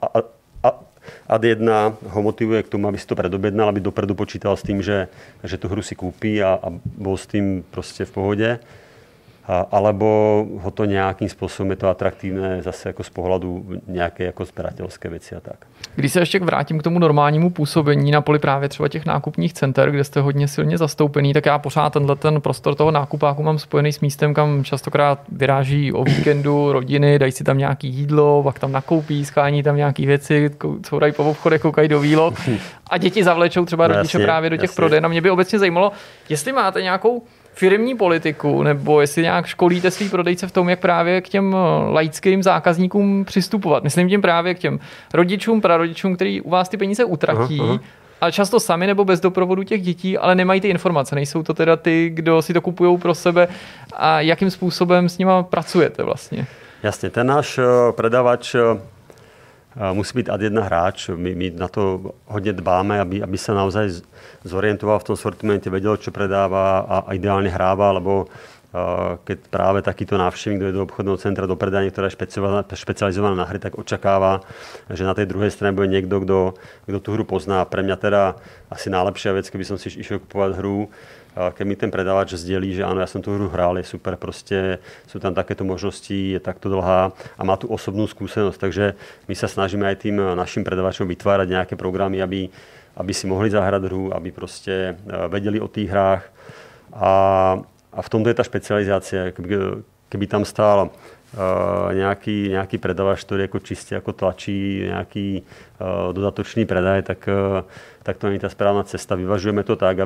ad jedna ho motivuje k tomu, aby si to predobjednal, aby dopredu počítal s tým, že tú hru si kúpi a bol s tým proste v pohode. Alebo ho to nějakým způsobem je to atraktivné zase jako z pohledu nějaké jako sběratelské věci a tak. Když se ještě vrátím k tomu normálnímu působení na poli právě třeba těch nákupních center, kde jste hodně silně zastoupený, tak já pořád ten prostor toho nákupáku mám spojený s místem, kam častokrát vyráží o víkendu rodiny, dají si tam nějaký jídlo, pak tam nakoupí, schání tam nějaký věci, courají po obchodech, koukají do výloh a děti zavlečou třeba rodiče právě do těch prodejen. A mě by obecně zajímalo, jestli máte nějakou firemní politiku, nebo jestli nějak školíte svý prodejce v tom, jak právě k těm laickým zákazníkům přistupovat. Myslím tím právě k těm rodičům, prarodičům, kteří u vás ty peníze utratí, ale často sami nebo bez doprovodu těch dětí, ale nemají ty informace. Nejsou to teda ty, kdo si to kupují pro sebe a jakým způsobem s nima pracujete vlastně? Jasně, ten náš predavač musí byť ad jedna hráč. My na to hodne dbáme, aby sa naozaj zorientoval v tom sortimente, vedel, čo predáva a ideálne hráva, lebo keď práve takýto návštevník dojde do obchodného centra, do predajne, ktorá je špecializovaná na hry, tak očakáva, že na tej druhej strane bude niekto, kto tú hru pozná. Pre mňa teda asi najlepšia vec, keby som si išiel kupovať hru, keď mi ten predávač sdelí, že áno, ja som tú hru hral, je super, proste sú tam takéto možnosti, je takto dlhá a má tú osobnú skúsenosť. Takže my sa snažíme aj tým našim predávačom vytvárať nejaké programy, aby si mohli zahrať hru, aby proste vedeli o tých hrách. A v tomto je tá špecializácia. Keby tam stál nejaký predavač, ktorý ako čiste ako tlačí nejaký dodatočný predaj, tak to nie je tá správna cesta. Vyvažujeme to tak,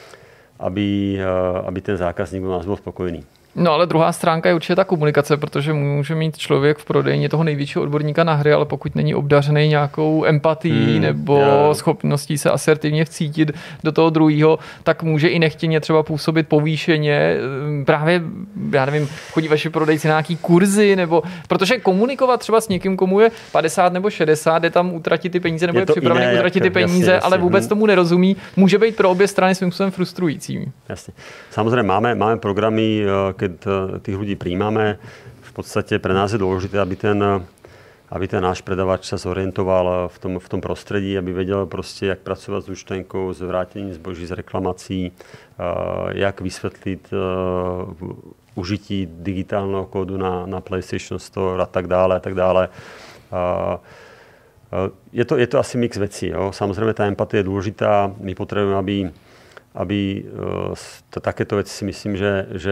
aby ten zákazník u nás bol spokojný. No ale druhá stránka je určitě ta komunikace, protože může mít člověk v prodejně toho největšího odborníka na hry, ale pokud není obdařený nějakou empatií nebo schopností se asertivně vcítit do toho druhého, tak může i nechtěně třeba působit povýšeně. Právě, já nevím, chodí vaši prodejci na nějaký kurzy, nebo protože komunikovat třeba s někým, komu je 50 nebo 60, jde tam utratit ty peníze, nebo je připravený utratit ty peníze, jasně, ale vůbec tomu nerozumí, může být pro obě strany svým způsobem frustrující. Jasne. Samozrejme, máme programy, keď tých ľudí príjmame. V podstate pre nás je dôležité, aby ten náš predavač sa zorientoval v tom prostredí, aby vedel proste, jak pracovať s účtenkou, s vrátením zboží, z reklamací, jak vysvetliť užití digitálneho kódu na PlayStation Store a tak dále. Je to asi mix vecí. Jo. Samozrejme, tá empatia je dôležitá. My potrebujeme, aby takéto veci si myslím, že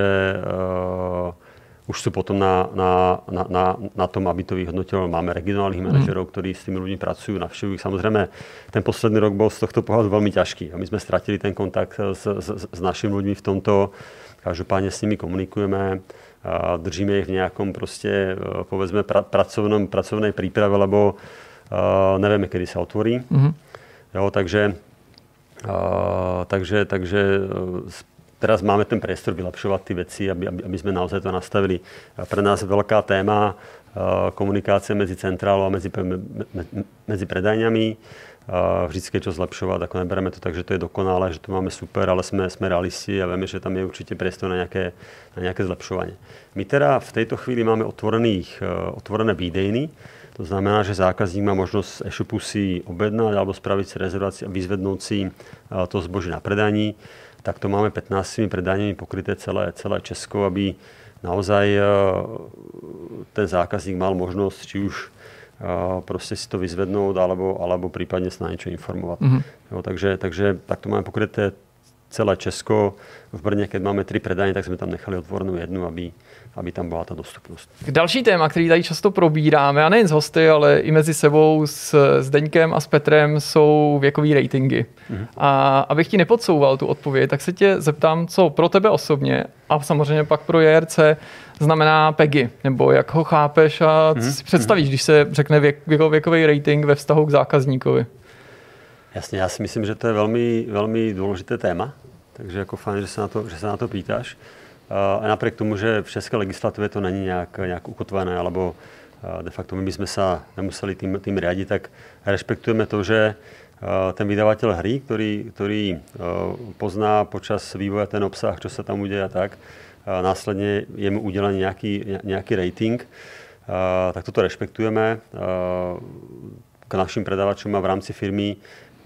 už sú potom na tom, aby to vyhodnotilo. Máme regionálnych manažerov, ktorí s tými ľuďmi pracujú, navštevujú. Samozrejme, ten posledný rok bol z tohto pohľadu veľmi ťažký. A my sme stratili ten kontakt s našimi ľuďmi v tomto. Každopádne s nimi komunikujeme, držíme ich v nejakom proste, povedzme, pracovnej príprave, lebo nevieme, kedy sa otvorí. Jo, takže teraz máme ten priestor vylepšovať tie veci, aby sme naozaj to nastavili. Pre nás je veľká téma komunikácia medzi centrálou a medzi predajňami. Vždycky je čo zlepšovať, ako nebereme to tak, že to je dokonalé, že to máme super, ale sme realisti a vieme, že tam je určite priestor na nejaké zlepšovanie. My teda v tejto chvíli máme otvorené výdejny. To znamená, že zákazník má možnosť z e-shopu si objednať alebo spraviť si rezerváciu a vyzvednúť si to zboží na predaní. Tak to máme 15 predajňami pokryté celé Česko, aby naozaj ten zákazník mal možnosť či už proste si to vyzvednúť alebo prípadne sa na niečo informovať. Jo, takže takto máme pokryté celé Česko. V Brně, keď máme 3 predajně, tak jsme tam nechali otvorenou jednu, aby tam byla ta dostupnost. Další téma, který tady často probíráme, a nejen s hosty, ale i mezi sebou s Zdeňkem a s Petrem, jsou věkové ratingy. A abych ti nepodsouval tu odpověď, tak se tě zeptám, co pro tebe osobně a samozřejmě pak pro JRC znamená PEGI, nebo jak ho chápeš a co si představíš, když se řekne věkový rating ve vztahu k zákazníkovi. Jasne, ja si myslím, že to je veľmi, veľmi dôležité téma, takže ako fajn, že sa na to pýtaš. A napriek tomu, že v české legislatíve to není nejak ukotvené, alebo de facto my by sme sa nemuseli tým riadiť, tak rešpektujeme to, že ten vydavateľ hry, ktorý pozná počas vývoja ten obsah, čo sa tam udeje a tak, následne je mu udelený nejaký rating, tak toto rešpektujeme. K našim predávačom a v rámci firmy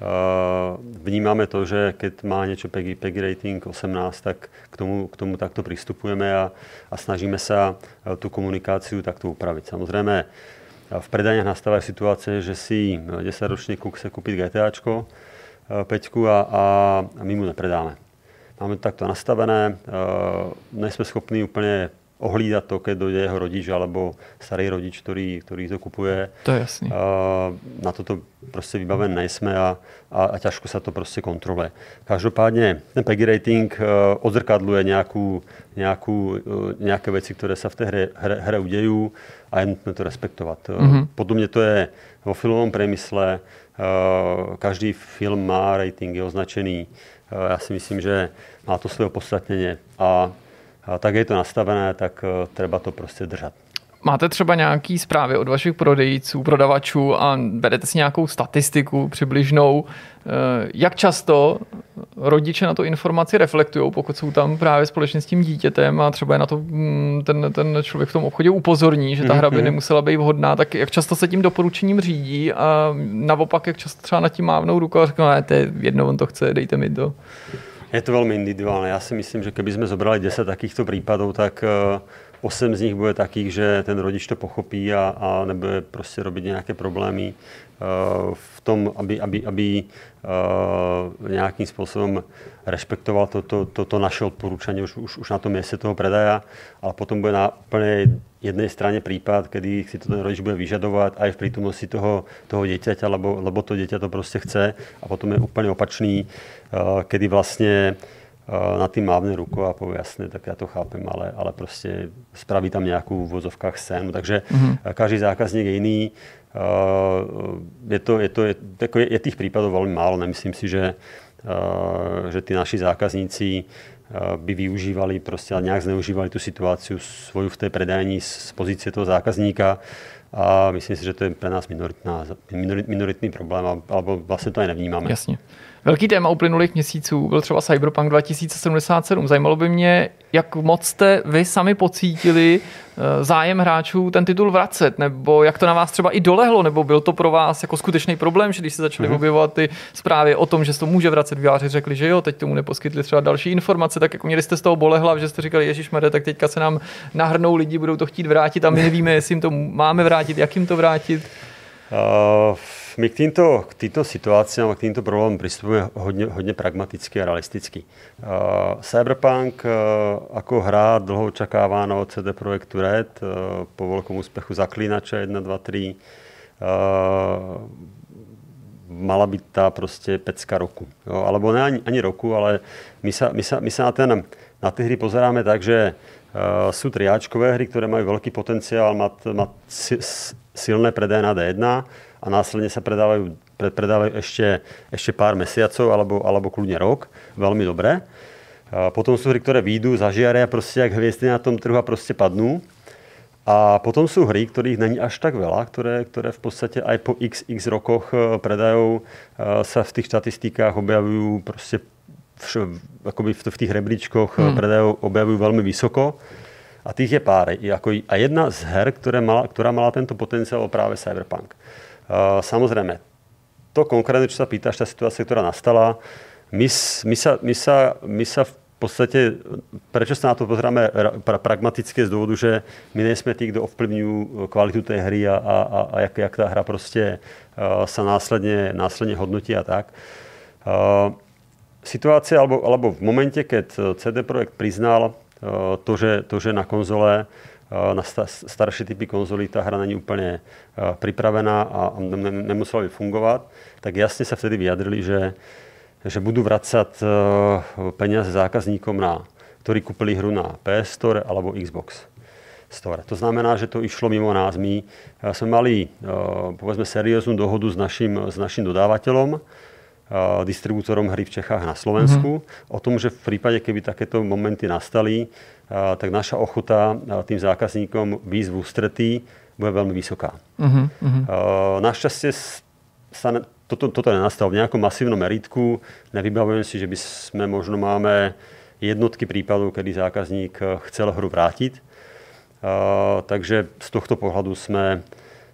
vnímame to, že keď má niečo PEGI rating 18, tak k tomu takto pristupujeme a snažíme sa tú komunikáciu takto upraviť. Samozrejme, v predajniach nastávajú situácie, že si 10-ročný kuk chce kúpiť GTAčko 5 a my mu nepredáme. Máme to takto nastavené, nejsme schopní úplne ohlídať to, keď dojde jeho rodič alebo starý rodič, ktorý to kupuje. To je jasný. Na toto proste vybavené nejsme a ťažko sa to proste kontroluje. Každopádne ten PEGI rating odzrkadluje nejaké veci, ktoré sa v tej hre udejú a je nutné to respektovať. Podobne to je vo filmovom priemysle. Každý film má rating, je označený. Ja si myslím, že má to svoje opodstatnenie a tak je to nastavené, tak treba to proste držať. Máte třeba nějaký zprávy od vašich prodejců, prodavačů a vedete si nějakou statistiku přibližnou, jak často rodiče na tu informaci reflektují, pokud jsou tam právě společně s tím dítětem a třeba je na to ten člověk v tom obchodě upozorní, že ta hra by nemusela být vhodná, tak jak často se tím doporučením řídí a naopak jak často třeba nad tím mávnou rukou a řeknou, ne, to je jedno, on to chce, dejte mi to. Je to velmi individuálne. Ja si myslím, že keby sme zobrali 10 takýchto prípadov, tak 8 z nich bude takých, že ten rodič to pochopí a nebude proste robiť nejaké problémy v tom, aby nejakým spôsobom rešpektoval to naše odporúčanie už na tom mieste toho predaja, ale potom bude na úplne jednej strane prípad, kedy si to ten rodič bude vyžadovať aj v prítomnosti toho dieťaťa, lebo to dieťa to proste chce, a potom je úplne opačný, kedy vlastne na tým mávne rukou a povie, jasne, tak ja to chápem, ale proste spraví tam nejakú v vozovkách scénu. Takže každý zákazník je iný. Je tých prípadov veľmi málo. Nemyslím si, že tí naši zákazníci by využívali, proste, ale nejak zneužívali tú situáciu svoju v tej predajni z pozície toho zákazníka. A myslím si, že to je pre nás minoritný problém, alebo vlastne to aj nevnímáme. Jasně. Velký téma uplynulých měsíců byl třeba Cyberpunk 2077. Zajímalo by mě, jak moc jste vy sami pocítili zájem hráčů ten titul vracet, nebo jak to na vás třeba i dolehlo, nebo byl to pro vás jako skutečný problém, že když se začaly objevovat ty zprávy o tom, že se to může vracet, vývojáři řekli, že jo, teď tomu neposkytli třeba další informace, tak jako měli jste z toho bolehlav, že jste říkali, ježišmarja, tak teďka se nám nahrnou lidi, budou to chtít vrátit a my nevíme, jestli jim to máme vrátit, jak jim to vrátit. My k týmto situáciám a k týmto problémom pristupujeme hodne pragmaticky a realisticky. Cyberpunk ako hra dlho očakávaná od CD Projektu Red po veľkom úspechu Zaklínača 1, 2, 3 mala byť tá proste pecka roku. Jo, alebo ne ani roku, ale my sa na tie hry pozeráme tak, že sú triáčkové hry, ktoré majú veľký potenciál mať silné predaje na D1 a následne sa predávajú ešte pár mesiacov alebo kľudne rok. Veľmi dobré. Potom sú hry, ktoré výjdu, zažiaria proste jak hviezdy na tom trhu a proste padnú. A potom sú hry, ktorých není až tak veľa, ktoré v podstate aj po x rokoch predajov sa v tých štatistikách objavujú proste akoby v tých rebríčkoch predajov objavujú veľmi vysoko. A tých je pár. A jedna z her, ktorá mala tento potenciál, práve Cyberpunk. Samozrejme, to konkrétne, čo sa pýtaš, tá situácia, ktorá nastala, my sa v podstate, prečo sa na to pozeráme pragmatické z dôvodu, že my nejsme tí, kto ovplyvňujú kvalitu tej hry a jak tá hra proste sa následne hodnotí a tak. Situácia, alebo v momente, keď CD Projekt priznal to, že na konzole, na staršie typy konzolí tá hra není úplne pripravená a nemusela by fungovať, tak jasne sa vtedy vyjadrili, že budú vracať peniaze zákazníkom, ktorí kúpili hru na PS Store alebo Xbox Store. To znamená, že to išlo mimo nás. My sme mali, povedzme, serióznu dohodu s našim dodávateľom, distribútorom hry v Čechách na Slovensku, o tom, že v prípade, keby takéto momenty nastali, tak naša ochota tým zákazníkom výjsť v ústretí bude veľmi vysoká. Našťastie toto nenastalo v nejakom masívnom meritku. Nevybavujem si, že by sme možno máme jednotky prípadov, kedy zákazník chcel hru vrátiť. Takže z tohto pohľadu sme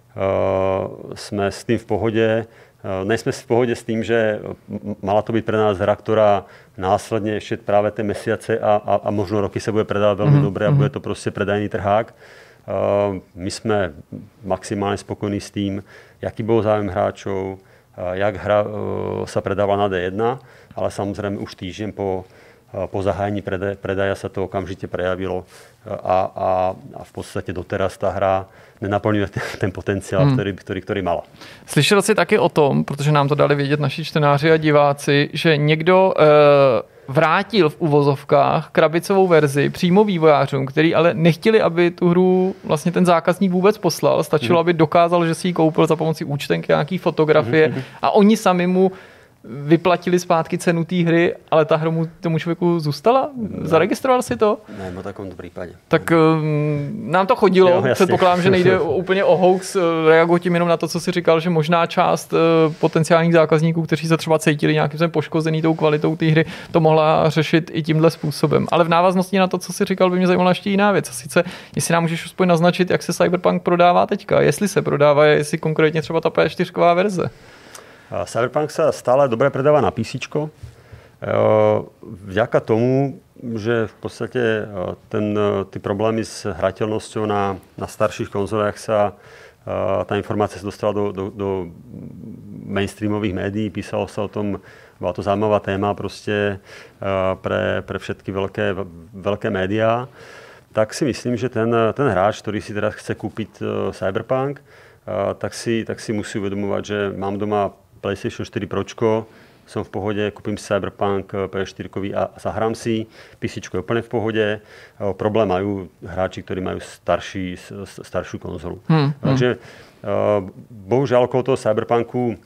s tým v pohode. Nejsme v pohode s tým, že mala to byť pre nás hra, ktorá následne ešte práve tie mesiace a možno roky sa bude predávať veľmi dobre a bude to proste predajný trhák. My sme maximálne spokojní s tým, jaký bol záujem hráčov, jak hra sa predávala na D1, ale samozrejme už týždeň po zahájení predaja sa to okamžite prejavilo a v podstate doteraz tá hra nenaplňuje ten potenciál, ktorý mala. Slyšel jsi taky o tom, protože nám to dali vědět naši čtenáři a diváci, že někdo vrátil v uvozovkách krabicovou verzi přímo vývojářům, který ale nechtěli, aby tu hru vlastně ten zákazník vůbec poslal. Stačilo, aby dokázal, že si ji koupil za pomocí účtenky, nějaký fotografie a oni sami mu vyplatili zpátky cenu té hry, ale ta hra mu tomu člověku zůstala? Zaregistroval si to? Ne, v takovém případě. Tak nám to chodilo, jo, předpokládám, že nejde úplně o hoax, reaguji tím jenom na to, co jsi říkal, že možná část potenciálních zákazníků, kteří se třeba cítili nějakým způsobem poškozený tou kvalitou té hry, to mohla řešit i tímhle způsobem. Ale v návaznosti na to, co jsi říkal, by mě zajímala ještě jiná věc. A sice, jestli nám můžeš aspoň naznačit, jak se Cyberpunk prodává teďka, jestli se prodává, jestli konkrétně třeba ta PS4 verze. Cyberpunk sa stále dobre predáva na PCčko. Vďaka tomu, že v podstate ty problémy s hrateľnosťou na starších konzolách sa tá informácia sa dostala do mainstreamových médií, písalo sa o tom, bola to zaujímavá téma proste pre všetky veľké médiá, tak si myslím, že ten hráč, ktorý si teraz chce kúpiť Cyberpunk, tak si musí uvedomovať, že mám doma PlayStation 4 Pročko, som v pohode, kúpim si Cyberpunk PS4 a zahrám si. PCčko je úplne v pohode. Problém majú hráči, ktorí majú staršiu konzolu. Takže bohužiaľ okolo toho Cyberpunku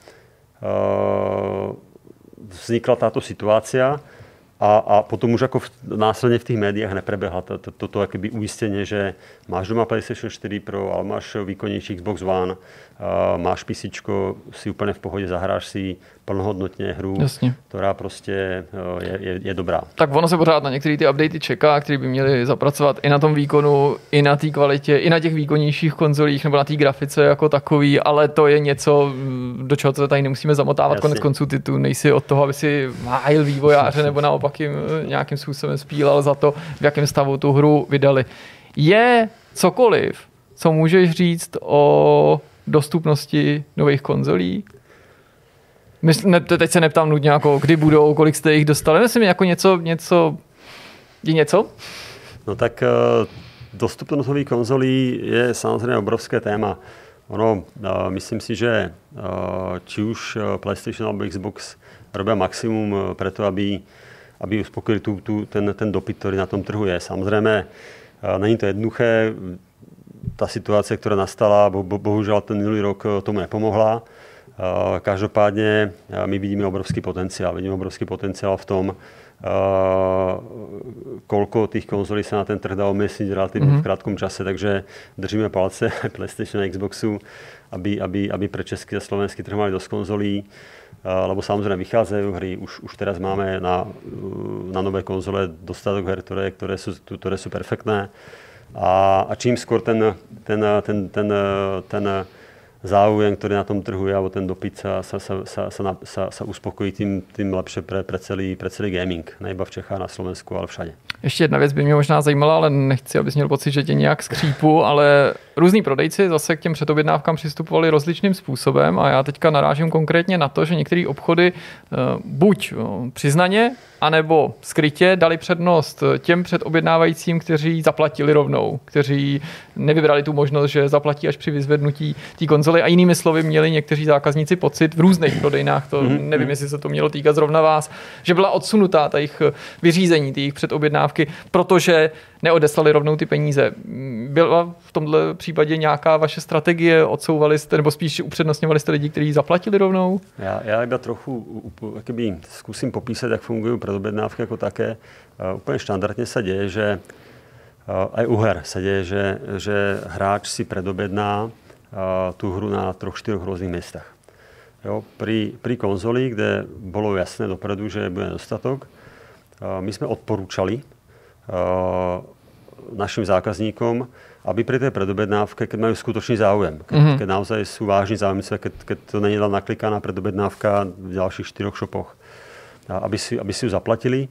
vznikla táto situácia a potom už ako následne v tých médiách neprebehla toto akoby uistenie, že máš doma PlayStation 4 Pro, ale máš výkonnejší Xbox One, máš PCčko, si úplne v pohode, zahráš si plnohodnotně hru, jasně, která prostě je dobrá. Tak ono se pořád na některé ty updaty čeká, které by měly zapracovat i na tom výkonu, i na té kvalitě, i na těch výkonnějších konzolích nebo na té grafice jako takový, ale to je něco, do čeho to tady nemusíme zamotávat. Jasně. Konec konců ty tu nejsi od toho, aby si hájil vývojáře nebo naopak jim nějakým způsobem spílal za to, v jakém stavu tu hru vydali. Je cokoliv, co můžeš říct o dostupnosti nových konzolí? Teď se neptám nutně, jako kdy budou, kolik jste jich dostali. Myslím, jako něco. No tak dostupnost nových konzolí je samozřejmě obrovské téma. Ono, myslím si, že či už PlayStation alebo Xbox robí maximum pro to, aby uspokojili ten dopyt, který na tom trhu je. Samozřejmě není to jednoduché. Ta situace, která nastala, bohužel ten minulý rok tomu nepomohla. Každopádně my vidíme obrovský potenciál. Vidíme obrovský potenciál v tom, koľko tých konzolí sa na ten trh dá umiestniť relatívne v krátkom čase, takže držíme palce PlayStation a Xboxu, aby pre český a slovenský trh mali dosť konzolí, lebo samozrejme vychádzajú hry, už teraz máme na nové konzole dostatok her, ktoré sú perfektné. A čím skôr ten záujem, ktorý na tom trhu je, alebo ten dopyt sa uspokojí, tím lepšie pre celý gaming. Nejba v Čechách, na Slovensku, ale všade. Ještě jedna věc by mě možná zajímala, ale nechci, abys měl pocit, že tě nějak skřípu, ale různí prodejci zase k těm předobjednávkám přistupovali rozličným způsobem a já teďka narážím konkrétně na to, že některé obchody buď přiznaně, anebo skrytě dali přednost těm předobjednávajícím, kteří zaplatili rovnou, kteří nevybrali tu možnost, že zaplatí až při vyzvednutí té konzole a jinými slovy měli někteří zákazníci pocit v různých prodejnách, to nevím, jestli se to mělo týkat zrovna vás, že byla odsunutá ta jejich vyřízení, ty jejich předobjednávky, protože neodeslali rovnou ty peníze. Byla v tomhle případě nějaká vaše strategie, odsouvali jste, nebo spíš upřednostňovali jste lidi, kteří zaplatili rovnou? Já iba trochu zkusím popísat, jak fungují předobjednávky jako také. Úplně štandardně se děje, že aj u her se děje, že hráč si predobjedná tu hru na 3-4 různých místech. Jo, pri konzoli, kde bylo jasné dopredu, že bude nedostatok, my jsme odporúčali našim zákazníkom, aby pri tej predobjednávke, keď majú skutočný záujem, keď naozaj sú vážni záujemci, keď to není len naklikaná predobjednávka v ďalších 4 shopoch, aby si ju zaplatili.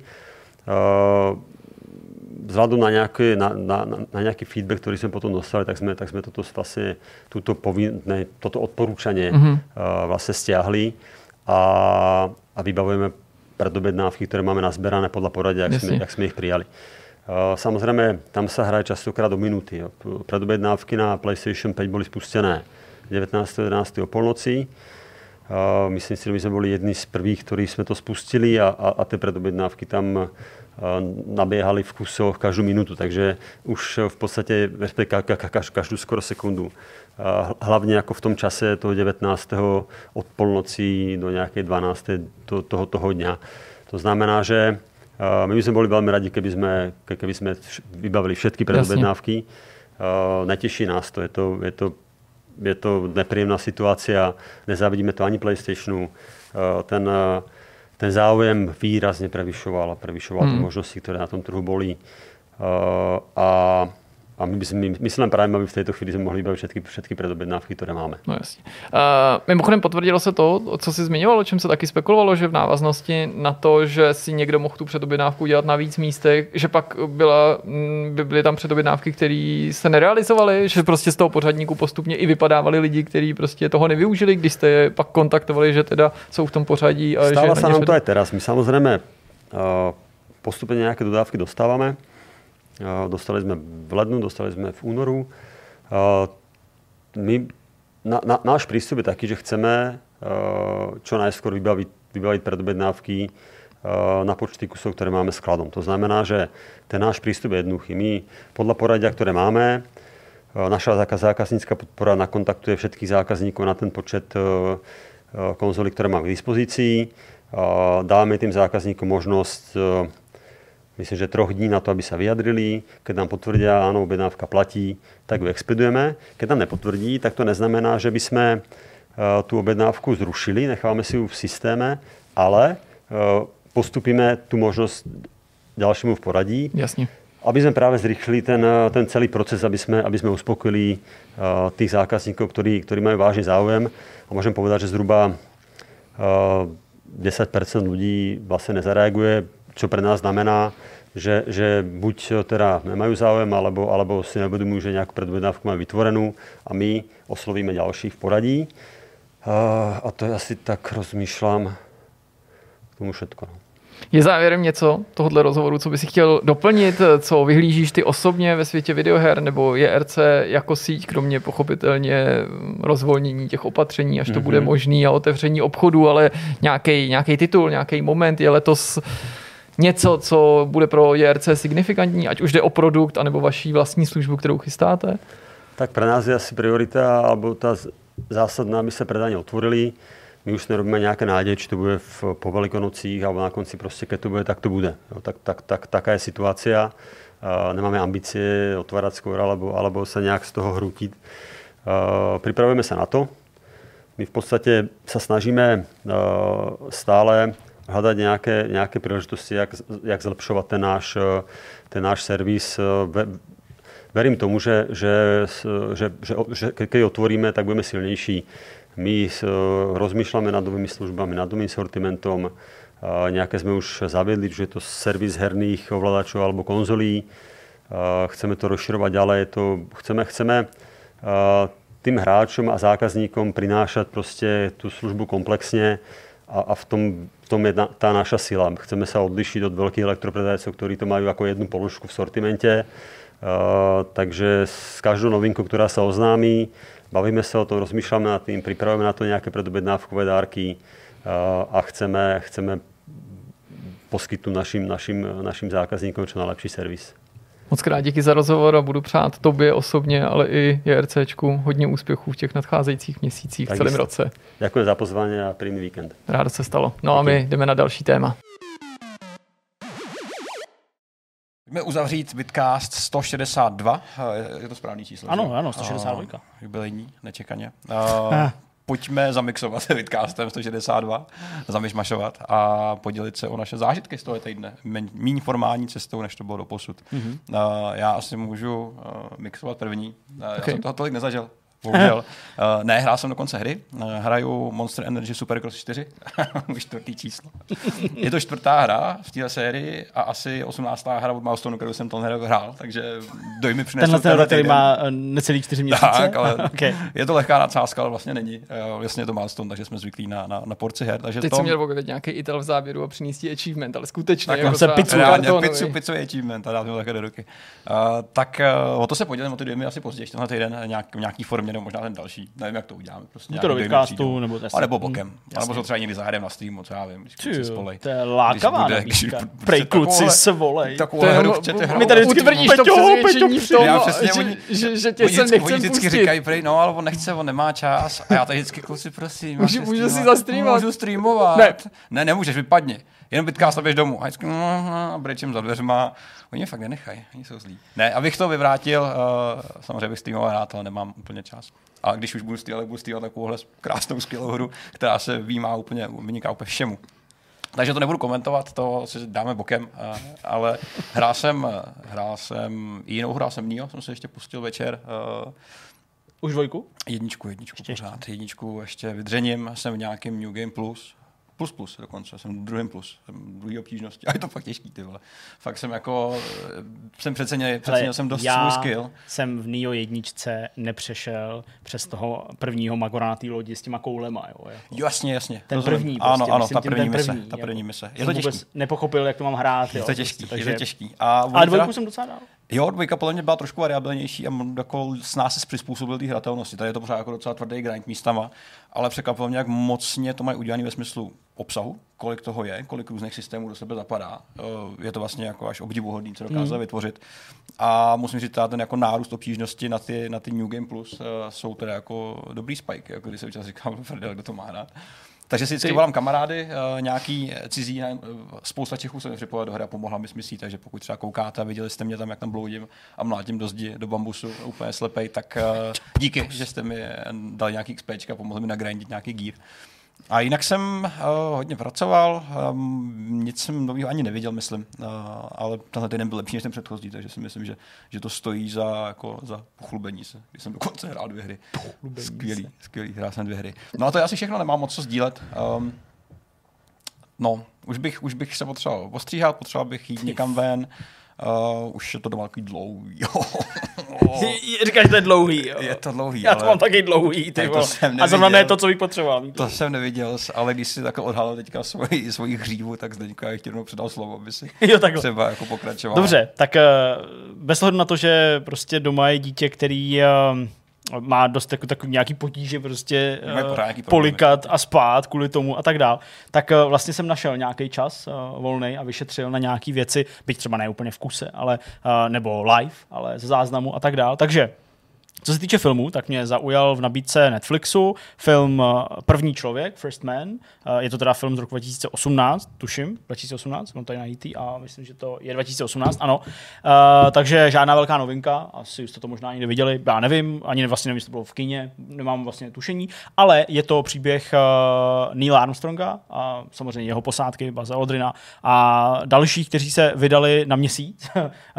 Vzhľadom na nejaký feedback, ktorý sme potom dostali, tak sme toto vlastne toto odporúčanie vlastne stiahli a vybavujeme predobjednávky, ktoré máme nazberané podľa poradia, jak sme ich prijali. Samozrejme, tam sa hraje častokrát o minúty. Predobjednávky na PlayStation 5 boli spustené 19.11. o polnoci. Myslím si, že my sme boli jedni z prvých, ktorí sme to spustili a tie predobjednávky tam nabiehali v kusoch každú minútu, takže už v podstate každú skoro sekundu. Hlavne ako v tom čase toho 19. od polnoci do nejakej 12. toho dňa. To znamená, že my by sme boli veľmi radi, keby sme vybavili všetky predobjednávky. Neteší nás to, je to nepríjemná situácia, nezávidíme to ani PlayStationu. Ten záujem výrazne prevyšoval tie možnosti, ktoré na tom trhu boli. A my si len právě, aby v této chvíli jsme mohli bavit všetky predobjednávky, které máme. No jasně. Mimochodem potvrdilo se to, co jsi zmiňoval, o čem se taky spekulovalo, že v návaznosti na to, že si někdo mohl tu předobjednávku dělat na víc místech, že pak byly tam předobjednávky, které se nerealizovaly, že prostě z toho pořadníku postupně i vypadávali lidi, kteří prostě toho nevyužili, když jste je pak kontaktovali, že teda jsou v tom pořadí. A stále sa nám to aj teraz. My samozrejme postupne nejaké dodávky dostávame. Dostali sme v lednu, dostali sme v únoru. Náš prístup je taký, že chceme čo najskôr vybaviť predobjednávky na počty kusov, ktoré máme skladom. To znamená, že ten náš prístup je jednoduchý. My podľa poradia, ktoré máme, naša zákaznícka podpora nakontaktuje všetkých zákazníkov na ten počet konzolí, ktoré máme k dispozícii. Dáme tým zákazníkom možnosť myslím, že 3 dní na to, aby sa vyjadrili. Keď nám potvrdia, áno, objednávka platí, tak ju expedujeme. Keď nám nepotvrdí, tak to neznamená, že by sme tú objednávku zrušili, necháme si ju v systéme, ale postupíme tú možnosť ďalšiemu v poradí. Jasne. Aby sme práve zrýchlili ten celý proces, aby sme uspokojili tých zákazníkov, ktorí majú vážny záujem. A môžem povedať, že zhruba 10% ľudí vlastne nezareaguje, čo pre nás znamená, že buď teda nemajú záujem, alebo si nevedomujú, že nejakú predobjednávku majú vytvorenú a my oslovíme ďalších v poradí. A to je asi tak, rozmýšľam k tomu všetko. Je závěrem něco tohohle rozhovoru, co by si chtěl doplnit, co vyhlížíš ty osobně ve světě videoher, nebo JRC jako síť, kromě pochopitelně rozvolnění těch opatření, až to bude možný a otevření obchodu, ale nějaký titul, nějaký moment je letos něco, co bude pro JRC signifikantní, ať už jde o produkt, anebo vaší vlastní službu, kterou chystáte? Tak pre nás je asi priorita, alebo tá zásadná, aby sa predajne otvorili. My už nerobíme nejaké nádej, či to bude po Velikonocích, alebo na konci proste, keď to bude, tak to bude. Taká je situácia. Nemáme ambície otvárať skôr, alebo sa nejak z toho hrútiť. Pripravujeme sa na to. My v podstate sa snažíme stále hľadať nejaké príležitosti, jak zlepšovať ten náš servis. Verím tomu, že keď otvoríme, tak budeme silnejší. My rozmýšľame nad novými službami, nad novým sortimentom. Nejaké sme už zaviedli, že je to servis herných ovládačov alebo konzolí. Chceme to rozširovať ďalej. Chceme tým hráčom a zákazníkom prinášať proste tú službu komplexne a v tom je tá naša sila. Chceme sa odlišiť od veľkých elektropredajcov, ktorí to majú ako jednu položku v sortimente. Takže s každou novinkou, ktorá sa oznámí, bavíme sa o tom, rozmýšľame nad tým, pripravujeme na to nejaké predobjednávkové dárky a chceme poskytnúť našim zákazníkom čo najlepší servis. Moc krát díky za rozhovor a budu přát tobě osobně, ale i JRCčku hodně úspěchů v těch nadcházejících měsících v celém roce. Děkuji za pozvání a příjemný víkend. Rádo se stalo. No a my jdeme na další téma. Pojďme uzavřít Vidcast 162. Je to správný číslo? Ano, 162. Jubilejní, nečekaně. Pojďme zamixovat se Vidcastem 162, zamyšmašovat a podělit se o naše zážitky z toho týdne. Méně formální cestou, než to bylo doposud. Já asi můžu mixovat první. Já jsem toho tolik nezažil. Bohužel. Ne, hrál jsem dokonce hry. Hraju Monster Energy Supercross 4. Už 4. číslo. Je to 4. hra v téhle sérii a asi 18. hra od Milestone, kterou jsem to hrál, takže dojmy přinesl. Tenhle který má necelý 4 měsíce? Tak, ale okay. Je to lehká nadsázka, ale vlastně není. Vlastně je to Milestone, takže jsme zvyklí na porci her. Takže teď jsem měl objevit nějaký itel v závěru a přinést achievement, ale skutečně. Tak jako se pizzu achievement a dát mi takhle do ruky. Tak o to se podělím o ty dojmy asi později, tenhle týden nějaký formě. mě, nebo možná ten další. Nevím, jak to uděláme. Prostě to do vidcastu, nebo a nebo bokem. A nebo to třeba někdy zahrajeme na streamu, co já vím, když kluci spolej. To je lákavá nabídka. Prej kluci se volej. My tady utvrdíš to přesvědčení v tom, že tě sem nechcem pustit. Vždycky říkají, prej, no, ale on nechce, on nemá čas. A já tady vždycky kluci, prosím. Můžu si zastreamovat. Můžu streamovat. Ne, nemůžeš, vypadni. Jenom vidcast a běž domů. A brečím za dveřma. Oni mě fakt nenechají, oni jsou zlí. Ne, abych to vyvrátil, samozřejmě bych streamoval rád, ale nemám úplně čas. A když už budu streamovat takovouhle krásnou skvělou hru, která se vyníká úplně všemu. Takže to nebudu komentovat, to si dáme bokem, ale hrál jsem jinou hru, Nio, jsem se ještě pustil večer. Už dvojku? Jedničku pořád. Jedničku ještě vydřením, jsem v nějakém New Game Plus dokonce, jsem druhý obtížnosti. A je to fakt těžký, ty vole. Fakt jsem přecenil jsem dost svůj skill. Já jsem v Nio jedničce nepřešel přes toho prvního Magora na té lodi s těma koulema, jo. Jako. Jasně. Ten první, prostě, ano, ta první první mise. Je to těžký. Nepochopil, jak to mám hrát, jo. Je to těžký. Ale dvojku jsem docela dal. Jo, dvojka podle mě byla trošku variabilnější a jako s nás se přizpůsobil té hratelnosti. Tady je to pořád jako docela tvrdý grind místama, ale překvapilo mě, jak mocně to mají udělané ve smyslu obsahu, kolik toho je, kolik různých systémů do sebe zapadá. Je to vlastně jako až obdivuhodný, co dokázali vytvořit. A musím říct, ten jako nárůst obtížnosti na ty New Game Plus jsou teda jako dobrý spike, jako když se včas říkám, kdo to má hrát. Takže si vždycky volám kamarády, nějaký cizí, spousta Čechů se mi připojila do hry a pomohla mi s misí, takže pokud třeba koukáte a viděli jste mě tam, jak tam bloudím a mlátím do zdi, do bambusu, úplně slepej, tak díky, že jste mi dali nějaký XPčka, pomohli mi nagrindit nějaký gear. A jinak jsem hodně pracoval, nic jsem nového ani neviděl, myslím, ale tenhle týden byl lepší než ten předchozí, takže si myslím, že to stojí za pochlubení se, když jsem dokonce hrál 2 hry. Skvělý, hrál jsem 2 hry. No a to je asi všechno, nemám moc co sdílet. Už bych se potřeboval ostříhat, potřeboval bych jít někam ven. Už je to doma takový dlouhý. Říkáš, že to je dlouhý. Jo. Je to dlouhý. Já to mám taky dlouhý. A zrovna ne to, co bych potřeboval. To jsem neviděl, ale když si takhle odhalil teďka svoji hřívu, tak Zdeňku já ještě jednou předal slovo, aby si třeba jako pokračoval. Dobře, tak bez ohledu na to, že prostě doma je dítě, který má dost takový nějaký potíže prostě polikat a spát kvůli tomu a tak dál, tak vlastně jsem našel nějaký čas volnej a vyšetřil na nějaký věci, byť třeba ne úplně v kuse, ale nebo live, ale ze záznamu a tak dál. Takže co se týče filmů, tak mě zaujal v nabídce Netflixu film První člověk, First Man. Je to teda film z roku 2018, tuším, 2018, mám tady najít a myslím, že to je 2018, ano. Takže žádná velká novinka, asi jste to možná ani neviděli, já nevím, ani vlastně nevím, jestli to bylo v kině, nemám vlastně tušení, ale je to příběh Neila Armstronga a samozřejmě jeho posádky, Buzza Aldrina a dalších, kteří se vydali na Měsíc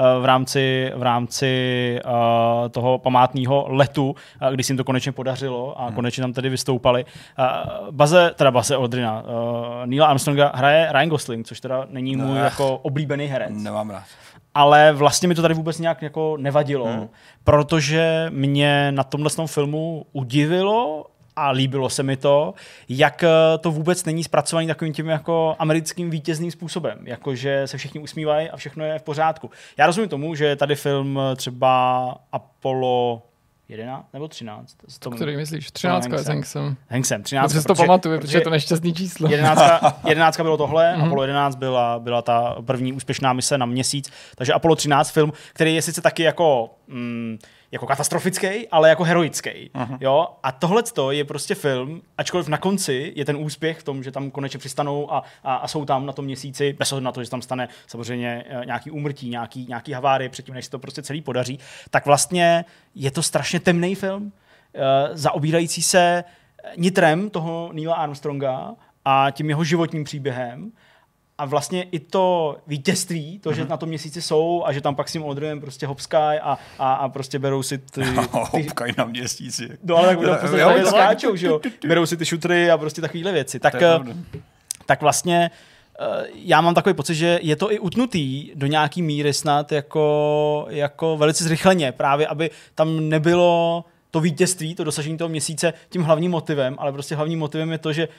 v rámci toho památného letu, když se jim to konečně podařilo a konečně tam tedy vystoupali. Buzze Aldrina, Neila Armstronga hraje Ryan Gosling, což teda není můj jako oblíbený herec. Nemám rád. Ale vlastně mi to tady vůbec nějak jako nevadilo, protože mě na tomhle filmu udivilo a líbilo se mi to, jak to vůbec není zpracovaný takovým tím jako americkým vítězným způsobem, jakože se všichni usmívají a všechno je v pořádku. Já rozumím tomu, že tady film třeba Apollo 11 nebo 13. Který myslíš? 13 je Hanksem. 13. Protože to pamatuju, protože je to nešťastný číslo. 11 bylo tohle, Apollo 11 byla ta první úspěšná mise na Měsíc, takže Apollo 13 film, který je sice taky jako katastrofický, ale jako heroický. Jo? A tohleto je prostě film, ačkoliv na konci je ten úspěch v tom, že tam konečně přistanou a jsou tam na tom Měsíci, bez ohledu na to, že tam stane samozřejmě nějaký úmrtí, nějaký havárie předtím, než se to prostě celý podaří, tak vlastně je to strašně temný film, zaobírající se nitrem toho Neila Armstronga a tím jeho životním příběhem. A vlastně i to vítězství, to, že na tom Měsíci jsou a že tam pak s tím Aldrinem prostě hopskají a prostě berou si ty hopskají na Měsíci. No ale tak skáčou, že jo. Berou si ty šutry a prostě takovýhle věci. Tak vlastně já mám takový pocit, že je to i utnutý do nějaký míry snad jako velice zrychleně, právě aby tam nebylo to vítězství, to dosažení toho Měsíce tím hlavním motivem, ale prostě hlavním motivem je to, že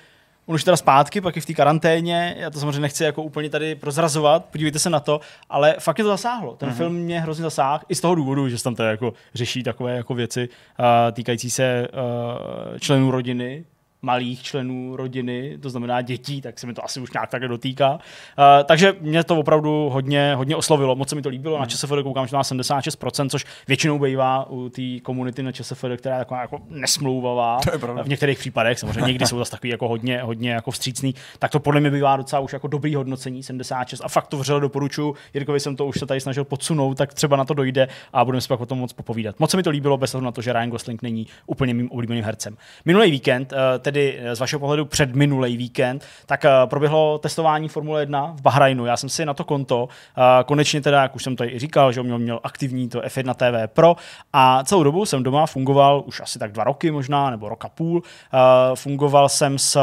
On už teda zpátky, pak je v té karanténě, já to samozřejmě nechci jako úplně tady prozrazovat, podívejte se na to, ale fakt je to zasáhlo. Ten film mě hrozně zasáhl i z toho důvodu, že se tam teda jako řeší takové jako věci týkající se členů rodiny, malých členů rodiny, to znamená dětí, tak se mi to asi už nějak takhle dotýká. Takže mě to opravdu hodně oslovilo, moc se mi to líbilo. Na ČSFD koukám, že to má 76%, což většinou bývá u té komunity na ČSFD, která je taková jako nesmlouvavá. V některých případech, samozřejmě někdy jsou zase takový jako hodně jako vstřícný, tak to podle mě bývá docela už jako dobrý hodnocení, 76, a fakt to vřele doporučuji. Jirkovi jsem to už se tady snažil podsunout, tak třeba na to dojde a budeme si pak o tom moc popovídat. Moc se mi to líbilo, bez ohledu na to, že Ryan Gosling není úplně mým oblíbeným hercem. Minulý víkend, tedy z vašeho pohledu předminulý víkend, tak proběhlo testování Formule 1 v Bahrajnu. Já jsem si na to konto, konečně teda, jak už jsem tady i říkal, že měl aktivní to F1 TV Pro a celou dobu jsem doma fungoval, už asi tak 2 roky možná, nebo rok a půl, fungoval jsem s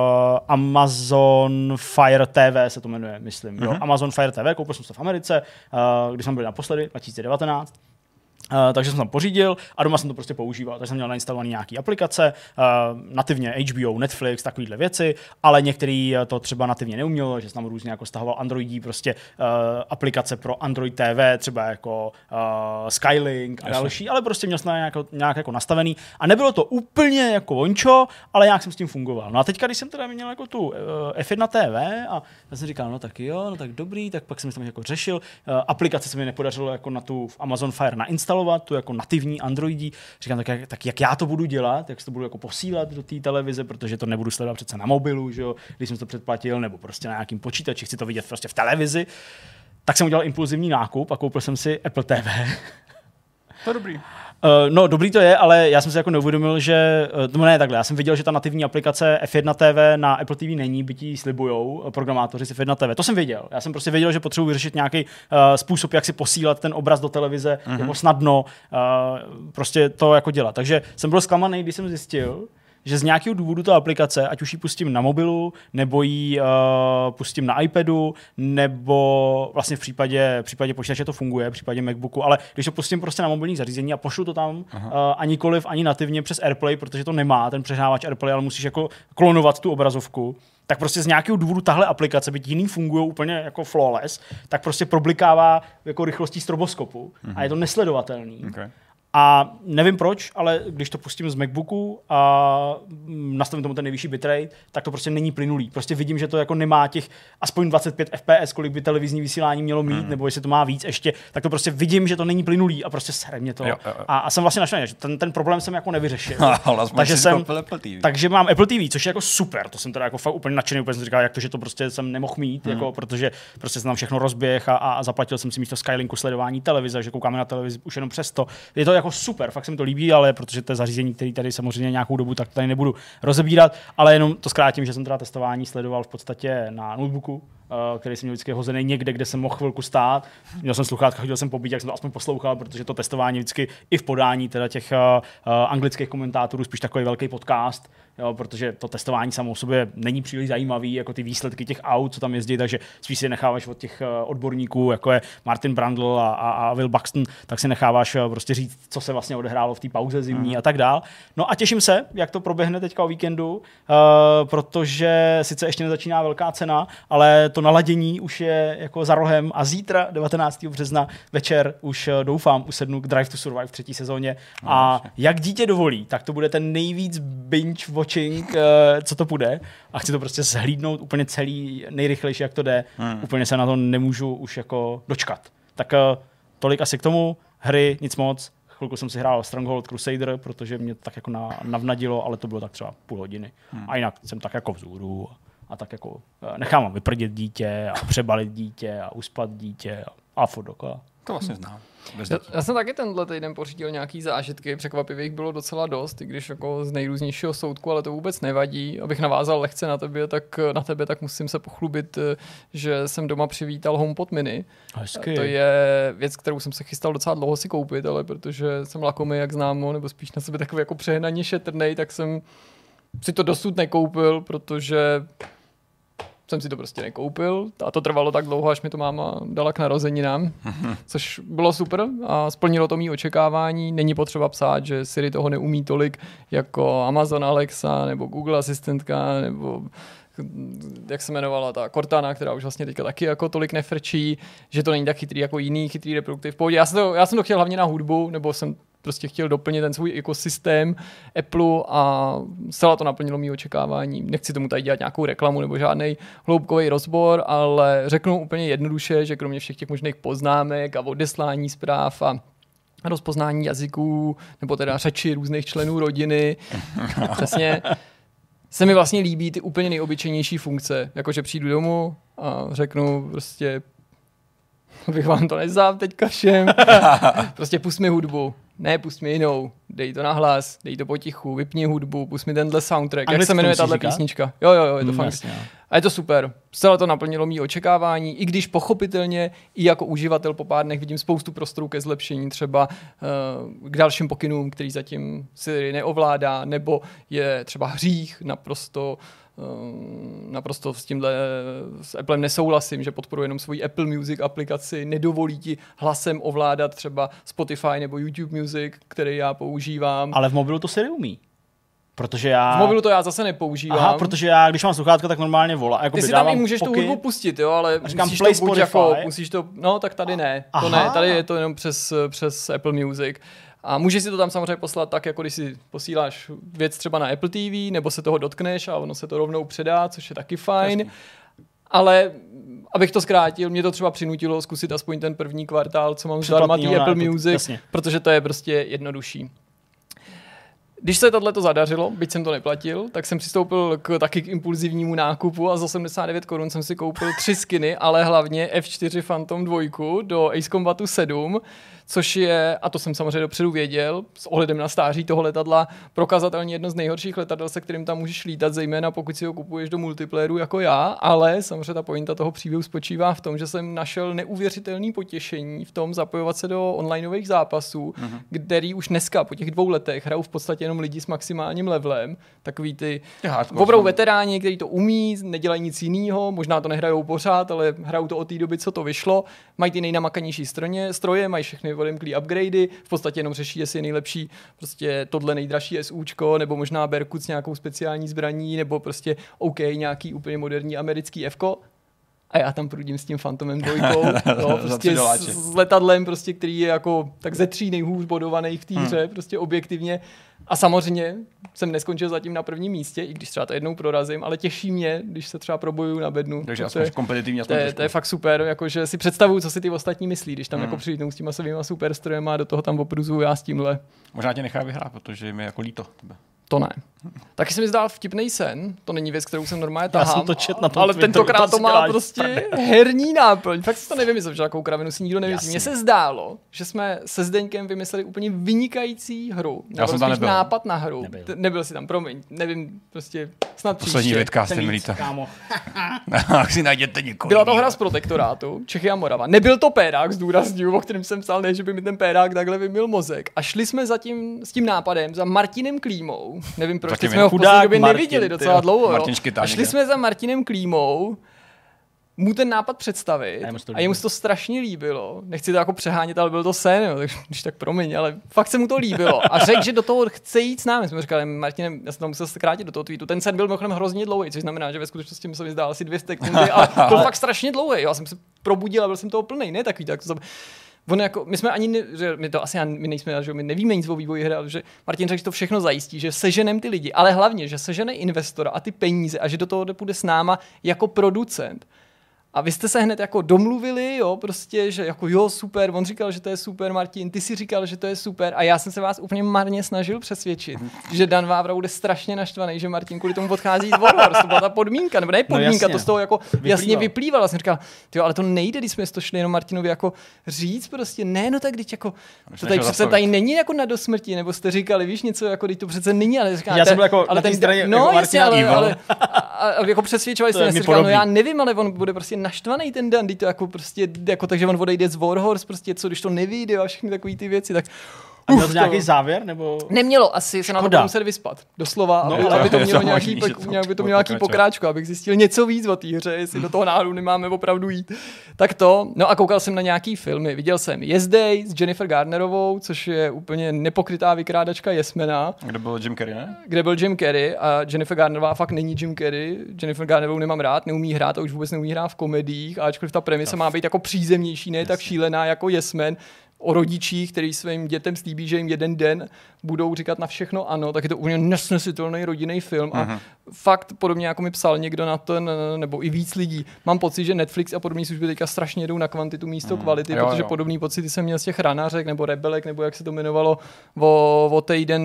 Amazon Fire TV, se to jmenuje, myslím. Jo? Amazon Fire TV, koupil jsem se v Americe, když jsme byli naposledy, 2019. Takže jsem tam pořídil a doma jsem to prostě používal. Takže jsem měl nainstalované nějaké aplikace, nativně HBO, Netflix, takovéhle věci, ale některý to třeba nativně neumělo, že jsem tam různě jako stahoval Androidí, prostě aplikace pro Android TV, třeba jako Skylink a další, ale prostě měl jsem nějak jako nastavený a nebylo to úplně jako vončo, ale nějak jsem s tím fungoval. No a teďka, když jsem teda měl jako tu F1 TV a já jsem říkal, no tak jo, no tak dobrý, tak pak jsem tam jako řešil. Aplikace se mi nepodařilo jako na tu Amazon Fire nainstalovat, tu jako nativní Androidí. Říkám, tak jak já to budu dělat, jak to budu jako posílat do té televize, protože to nebudu sledovat přece na mobilu, že jo, když jsem to předplatil, nebo prostě na nějakým počítači, chci to vidět prostě v televizi. Tak jsem udělal impulzivní nákup a koupil jsem si Apple TV. To je dobrý. No, dobrý to je, ale já jsem si jako neuvědomil, že no ne takhle. Já jsem viděl, že ta nativní aplikace F1 TV na Apple TV není, byť ji slibujou programátoři z F1 TV. To jsem věděl. Já jsem prostě věděl, že potřebuji vyřešit nějaký způsob, jak si posílat ten obraz do televize jako snadno, prostě to jako dělat. Takže jsem byl zklamaný, když jsem zjistil, že z nějakého důvodu ta aplikace, ať už ji pustím na mobilu, nebo ji pustím na iPadu, nebo vlastně v případě počítače to funguje, v případě MacBooku, ale když to pustím prostě na mobilní zařízení a pošlu to tam a nikoliv ani nativně přes AirPlay, protože to nemá ten přehrávač AirPlay, ale musíš jako klonovat tu obrazovku, tak prostě z nějakého důvodu tahle aplikace, byť jiný fungují úplně jako flawless, tak prostě problikává jako rychlostí stroboskopu a je to nesledovatelný. Okay. A nevím proč, ale když to pustím z MacBooku a nastavím tomu ten nejvyšší bitrate, tak to prostě není plynulý. Prostě vidím, že to jako nemá těch aspoň 25 fps, kolik by televizní vysílání mělo mít, nebo jestli to má víc ještě, tak to prostě vidím, že to není plynulý a prostě sere mě to. Jo. A jsem vlastně našlený, že ten problém jsem jako nevyřešil. Takže mám Apple TV, což je jako super. To jsem teda jako fakt úplně nadšený, úplně jsem říkal, jak to, že to prostě jsem nemohl mít, jako, protože prostě jsem tam všechno rozběh a zaplatil jsem si místo Skylinku sledování televize, že koukáme na televizi už jenom přesto. Je to jako super, fakt se mi to líbí, ale protože to je zařízení, který tady samozřejmě nějakou dobu, tak tady nebudu rozebírat, ale jenom to zkrátím, že jsem teda testování sledoval v podstatě na notebooku, který jsem měl vždycky hozený někde, kde jsem mohl chvilku stát. Měl jsem sluchátka, chodil jsem pobít, jak jsem to aspoň poslouchal, protože to testování vždycky i v podání teda těch anglických komentátorů, spíš takový velký podcast, jo, protože to testování samo o sobě není příliš zajímavý, jako ty výsledky těch aut, co tam jezdí, takže spíš si necháváš od těch odborníků, jako je Martin Brundle a Will Buxton, tak si necháváš prostě říct, co se vlastně odehrálo v té pauze zimní a tak dál. No a těším se, jak to proběhne teďka o víkendu, protože sice ještě nezačíná velká cena, ale to naladění už je jako za rohem a zítra 19. března večer už doufám usednu k Drive to Survive v 3. sezóně a jak dítě dovolí, tak to bude ten nejvíc binge watching, co to bude a chci to prostě zhlídnout úplně celý, nejrychlejší, jak to jde. Úplně se na to nemůžu už jako dočkat. Tak tolik asi k tomu. Hry, nic moc. Chvilku jsem si hrál Stronghold Crusader, protože mě tak jako navnadilo, ale to bylo tak třeba půl hodiny. A jinak jsem tak jako vzhůru a tak jako nechám vyprdit dítě a přebalit dítě a uspat dítě a furt dokola. To vlastně znám. Já jsem taky tenhle týden pořídil nějaký zážitky, překvapivě jich bylo docela dost, i když jako z nejrůznějšího soudku, ale to vůbec nevadí. Abych navázal lehce na tebe, tak musím se pochlubit, že jsem doma přivítal HomePod Mini. Hezky. To je věc, kterou jsem se chystal docela dlouho si koupit, ale protože jsem lakomý, jak známo, nebo spíš na sebe takový jako přehnaně šetrnej, tak jsem si to dosud nekoupil, protože jsem si to prostě nekoupil a to trvalo tak dlouho, až mi to máma dala k narozeninám, což bylo super a splnilo to mý očekávání. Není potřeba psát, že Siri toho neumí tolik jako Amazon Alexa nebo Google asistentka nebo jak se jmenovala ta Cortana, která už vlastně teďka taky jako tolik nefrčí, že to není tak chytrý jako jiný chytrý reprodukty v pohodě. Já jsem to chtěl hlavně na hudbu, nebo jsem prostě chtěl doplnit ten svůj ekosystém Apple a zcela to naplnilo mý očekávání. Nechci tomu tady dělat nějakou reklamu nebo žádný hloubkový rozbor, ale řeknu úplně jednoduše, že kromě všech těch možných poznámek a odeslání zpráv a rozpoznání jazyků, nebo teda řeči různých členů rodiny, přesně, se mi vlastně líbí ty úplně nejobyčejnější funkce, jakože přijdu domů a řeknu prostě, abych vám to nezál teďka všem, prostě pust mi hudbu, ne, pust mi jinou, dej to na hlas, dej to potichu, vypni hudbu, pust mi tenhle soundtrack, jak se jmenuje tahle písnička. Jo, je to fakt. A je to super. Zcela to naplnilo mý očekávání, i když pochopitelně i jako uživatel po pár dnech vidím spoustu prostorů ke zlepšení, třeba k dalším pokynům, který zatím Siri neovládá, nebo je třeba hřích naprosto s tímhle s Applem nesouhlasím, že podporuje jenom svoji Apple Music aplikaci, nedovolí ti hlasem ovládat třeba Spotify nebo YouTube Music, který já používám. Ale v mobilu to Siri umí. Protože v mobilu to já zase nepoužívám. Aha, protože já, když mám sluchátka, tak normálně volá. Ty si tam i můžeš tu hudbu pustit, jo, ale musíš to, no tak tady ne. To ne, tady je to jenom přes Apple Music. A můžeš si to tam samozřejmě poslat tak, jako když si posíláš věc třeba na Apple TV, nebo se toho dotkneš a ono se to rovnou předá, což je taky fajn. Jasně. Ale abych to zkrátil, mě to třeba přinutilo zkusit aspoň ten první kvartál, co mám zdarma tý Apple Music, jasně. Protože to je prostě jednodušší. Když se tohleto zadařilo, byť jsem to neplatil, tak jsem přistoupil taky k impulzivnímu nákupu a za 89 korun jsem si koupil 3 skiny, ale hlavně F4 Phantom 2 do Ace Combatu 7, což je, a to jsem samozřejmě dopředu věděl, s ohledem na stáří toho letadla, prokazatelně jedno z nejhorších letadel, se kterým tam můžeš lítat, zejména pokud si ho kupuješ do multiplayeru jako já, ale samozřejmě ta pointa toho příběhu spočívá v tom, že jsem našel neuvěřitelné potěšení v tom zapojovat se do onlineových zápasů, který už dneska po těch 2 letech hrajou v podstatě jenom lidi s maximálním levelem, takový ty opravdu veteráni, kteří to umí, nedělají nic jiného, možná to nehrajou pořád, ale hrajou to od té doby, co to vyšlo, mají ty nejnamakanější stroje, mají všechny odemklý upgradey, v podstatě jenom řeší, jestli je nejlepší prostě tohle nejdražší SUčko, nebo možná Berkut s nějakou speciální zbraní, nebo prostě OK, nějaký úplně moderní americký Fko. A já tam prudím s tím Phantomem 2, no, prostě s letadlem, prostě, který je jako tak ze 3 nejhůř bodovaných v té hře, prostě objektivně. A samozřejmě jsem neskončil zatím na prvním místě, i když třeba to jednou prorazím, ale těší mě, když se třeba probojuju na bednu. Takže aspoň kompetitivně. To je fakt super, jakože si představuju, co si ty ostatní myslí, když tam jako přijdou s těma svýma superstrojema a do toho tam opruzuju já s tímhle. Možná tě nechá vyhrát, protože mi je jako líto tebe. To ne. Taky se mi zdál vtipnej sen, to není věc, kterou jsem normálně tahám, já jsem to čet na tom ale tentokrát to má prostě herní náplň. Fakt si to nevymyslel, že takovou kravinu si nikdo nevymyslí. Mně se zdálo, že jsme se Zdeňkem vymysleli úplně vynikající hru. Já jsem tam nebyl. Nápad na hru. Nebyl jsi tam, promiň. Nevím, prostě snad příště. Poslední větka jste mi líto. Si najděte někoho. Byla to hra z Protektorátu, Čechy a Morava. Nebyl to pérák, zdůrazňuji, o kterém jsem psal, ne, že by mi ten pérák takhle vymyl mozek. A šli jsme s tím nápadem za Martinem Klímou. Nevím, proč jsme ho v poslední době neviděli docela dlouho. A šli jsme za Martinem Klímou mu ten nápad představit a jemu se to strašně líbilo. Nechci to jako přehánět, ale byl to sen, jo, takže když tak promiň, ale fakt se mu to líbilo. A řekl, že do toho chce jít s námi. Jsme říkali, Martine, já jsem to musel zkrátit do toho tweetu. Ten sen byl mimochodem hrozně dlouhý, což znamená, že ve skutečnosti mi se mi zdál asi 200 sekundy a byl fakt strašně dlouhý. Já jsem se probudil a byl jsem toho plnej, ne takový tak. On jako, my jsme ani, že my to asi my nejsme, že my nevíme nic o vývoji hry, ale že Martin řekl, že to všechno zajistí, že seženem ty lidi, ale hlavně, že sežene investora a ty peníze a že do toho půjde s náma jako producent. A vy jste se hned jako domluvili, jo, prostě, že jako jo, super, on říkal, že to je super, Martin, ty si říkal, že to je super a já jsem se vás úplně marně snažil přesvědčit, že Dan Vávra bude strašně naštvaný, že Martin kvůli tomu odchází z Warhorse, to byla ta podmínka, nebo ne podmínka, to z toho jako jasně vyplývalo. Jsem říkal, tyjo, ale to nejde, když jsme to šli jenom Martinovi jako říct prostě, ne, no tak když jako, to tady přece tady není jako na dosmrti, nebo jste říkali, víš něco, jako když to přece není, ale říkal, já jsem byl jako ale ten straně, no, jako jasně, ale jako přesvědčovali jste, říkal, no já nevím, ale on bude prostě naštvaný ten Dan, to jako prostě, jako takže on odejde z Warhorse, prostě co, když to nevyjde a všechny takové ty věci, tak A měl to nějaký závěr? Nebo... Nemělo, asi se na to budu muset vyspat. Doslova, no, ale aby to mělo nějaký pokráčku, abych zjistil něco víc o té hře, jestli do toho náhodou nemáme opravdu jít. Tak to, no a koukal jsem na nějaký filmy. Viděl jsem Yes Day s Jennifer Garnerovou, což je úplně nepokrytá vykrádačka Yesmana. Kde byl Jim Carrey, ne? Kde byl Jim Carrey a Jennifer Garnerová fakt není Jim Carrey. Jennifer Garnerovou nemám rád, neumí hrát a už vůbec neumí hrát v komediích, ačkoliv ta premisa má být jako přízemnější, ne tak šílená jako Yes Man, o rodičích, který svým dětem slíbí, že jim jeden den budou říkat na všechno ano, tak je to úplně nesnesitelný rodinný film a fakt podobně jako mi psal někdo na ten, nebo i víc lidí, mám pocit, že Netflix a podobné služby teďka strašně jdou na kvantitu místo kvality, protože podobný pocity jsem měl z těch Ranařek nebo Rebelek, nebo jak se to jmenovalo o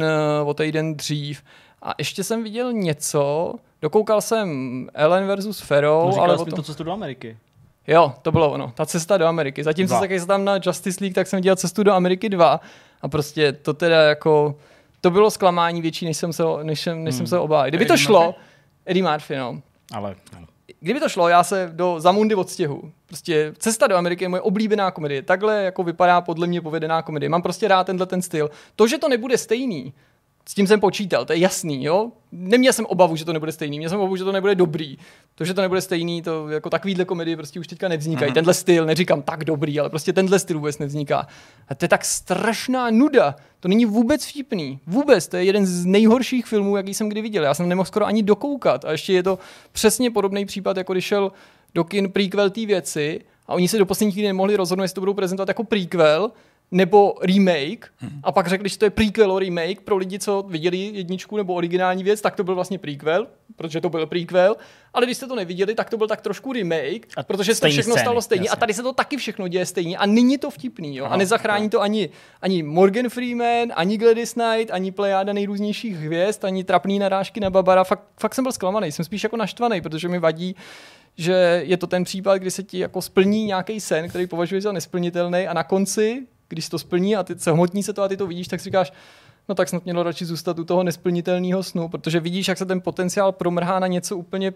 týden dřív. A ještě jsem viděl něco, dokoukal jsem Ellen versus Ferrou, ale to cestu do Ameriky. Jo, to bylo ono, ta cesta do Ameriky. Zatímco se taky tam na Justice League, tak jsem dělal cestu do Ameriky 2 a prostě to teda jako, to bylo zklamání větší, než jsem se obával. Kdyby to šlo, Eddie Murphy, no. Ale kdyby to šlo, já se do Zamundy odstěhu. Prostě Cesta do Ameriky je moje oblíbená komedie. Takhle jako vypadá podle mě povedená komedie. Mám prostě rád ten styl. To, že to nebude stejný, s tím jsem počítal, to je jasný, jo? Neměl jsem obavu, že to nebude stejný, měl jsem obavu, že to nebude dobrý. To, že to nebude stejný, to jako takovýhle komedie prostě už teďka nevznikají. Tenhle styl, neříkám tak dobrý, ale prostě tenhle styl vůbec nevzniká. A to je tak strašná nuda. To není vůbec vtipný. Vůbec, to je jeden z nejhorších filmů, jaký jsem kdy viděl. Já jsem nemohl skoro ani dokoukat. A ještě je to přesně podobný případ, jako když šel do kin prequel té věci a oni se do poslední chvíli nemohli rozhodnout, jestli to budou prezentovat jako prequel, nebo remake, a pak řekli, že to je prequel o remake pro lidi, co viděli jedničku nebo originální věc, tak to byl vlastně prequel, protože to byl prequel, ale když jste to neviděli, tak to byl tak trošku remake, protože se to všechno stalo stejně. Jasně. A tady se to taky všechno děje stejně a není to vtipný, jo? A nezachrání to ani Morgan Freeman, ani Gladys Knight, ani plejáda nejrůznějších hvězd, ani trapný narážky na Babara. Fakt jsem byl zklamaný, jsem spíš jako naštvaný, protože mi vadí, že je to ten případ, kdy se ti jako splní nějaký sen, který považuješ za nesplnitelný a na konci, když to splní a ty se hmotní se to a ty to vidíš, tak si říkáš, no tak snad mělo radši zůstat u toho nesplnitelného snu, protože vidíš, jak se ten potenciál promrhá na něco úplně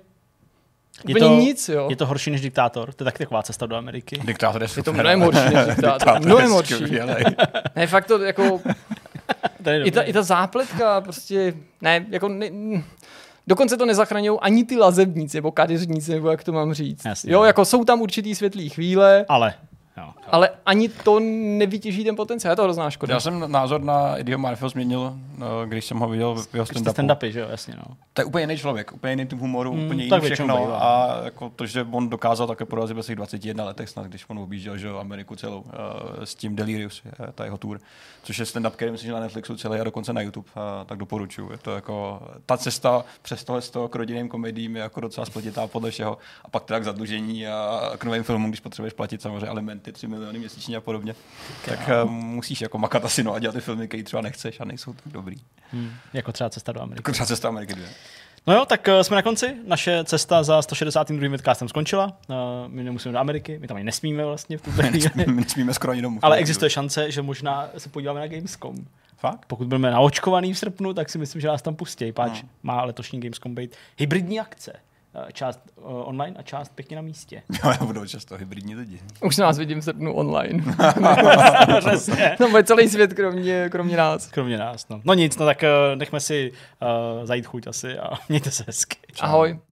nic, jo. Je to horší než Diktátor? To je taky taková cesta do Ameriky. Diktátor je to mnohem horší než Diktátor. Mnohem horší. Ne, fakt to jako... I ta zápletka prostě... Ne, jako... Dokonce to nezachraňují ani ty lazebníci, nebo kadeřníci, nebo jak to mám říct. Jasně, jo, jako jsou tam určitý světlý chvíle. Ale ani to nevytěží ten potenciál, je to hrozná škoda. Já jsem názor na Eddieho Murphyho změnil, když jsem ho viděl v jeho stand-upy, že jo, jasně, no. To je úplně jiný člověk, úplně jiný typ humoru, úplně jiný všechno a jako to, že on dokázal také porazit ve svých 21 letech snad, když on objížděl, že Ameriku celou s tím Delirious, ta jeho tour, což je stand-up, který myslím, že na Netflixu celý a dokonce na YouTube, tak doporučuju. Je to jako ta cesta přes tohle k rodinným komediím je jako docela spletitá podle všeho a pak teda k zadlužení a k novým filmům, když potřebuješ platit samozřejmě alimenty 3 miliony měsíčně a podobně, tak musíš jako makat asi a dělat ty filmy, které třeba nechceš a nejsou tak dobrý. Jako třeba Cesta do Ameriky. Jako třeba Cesta do Ameriky 2. No jo, tak jsme na konci. Naše cesta za 162. Vidcastem skončila. My nemusíme do Ameriky, my tam ani nesmíme vlastně v tu chvíli. Nesmíme skoro ani domů. Ale existuje šance, že možná se podíváme na Gamescom. Fakt? Pokud budeme naočkovaný v srpnu, tak si myslím, že nás tam pustí. Páč má letošní Gamescom být hybridní akce. Část online a část pěkně na místě. Jo, já budu často hybridní lidi. Už nás vidím v srpnu online. No, bude celý svět kromě nás. Kromě nás, no. No nic, no tak nechme si zajít chuť asi a mějte se hezky. Ahoj.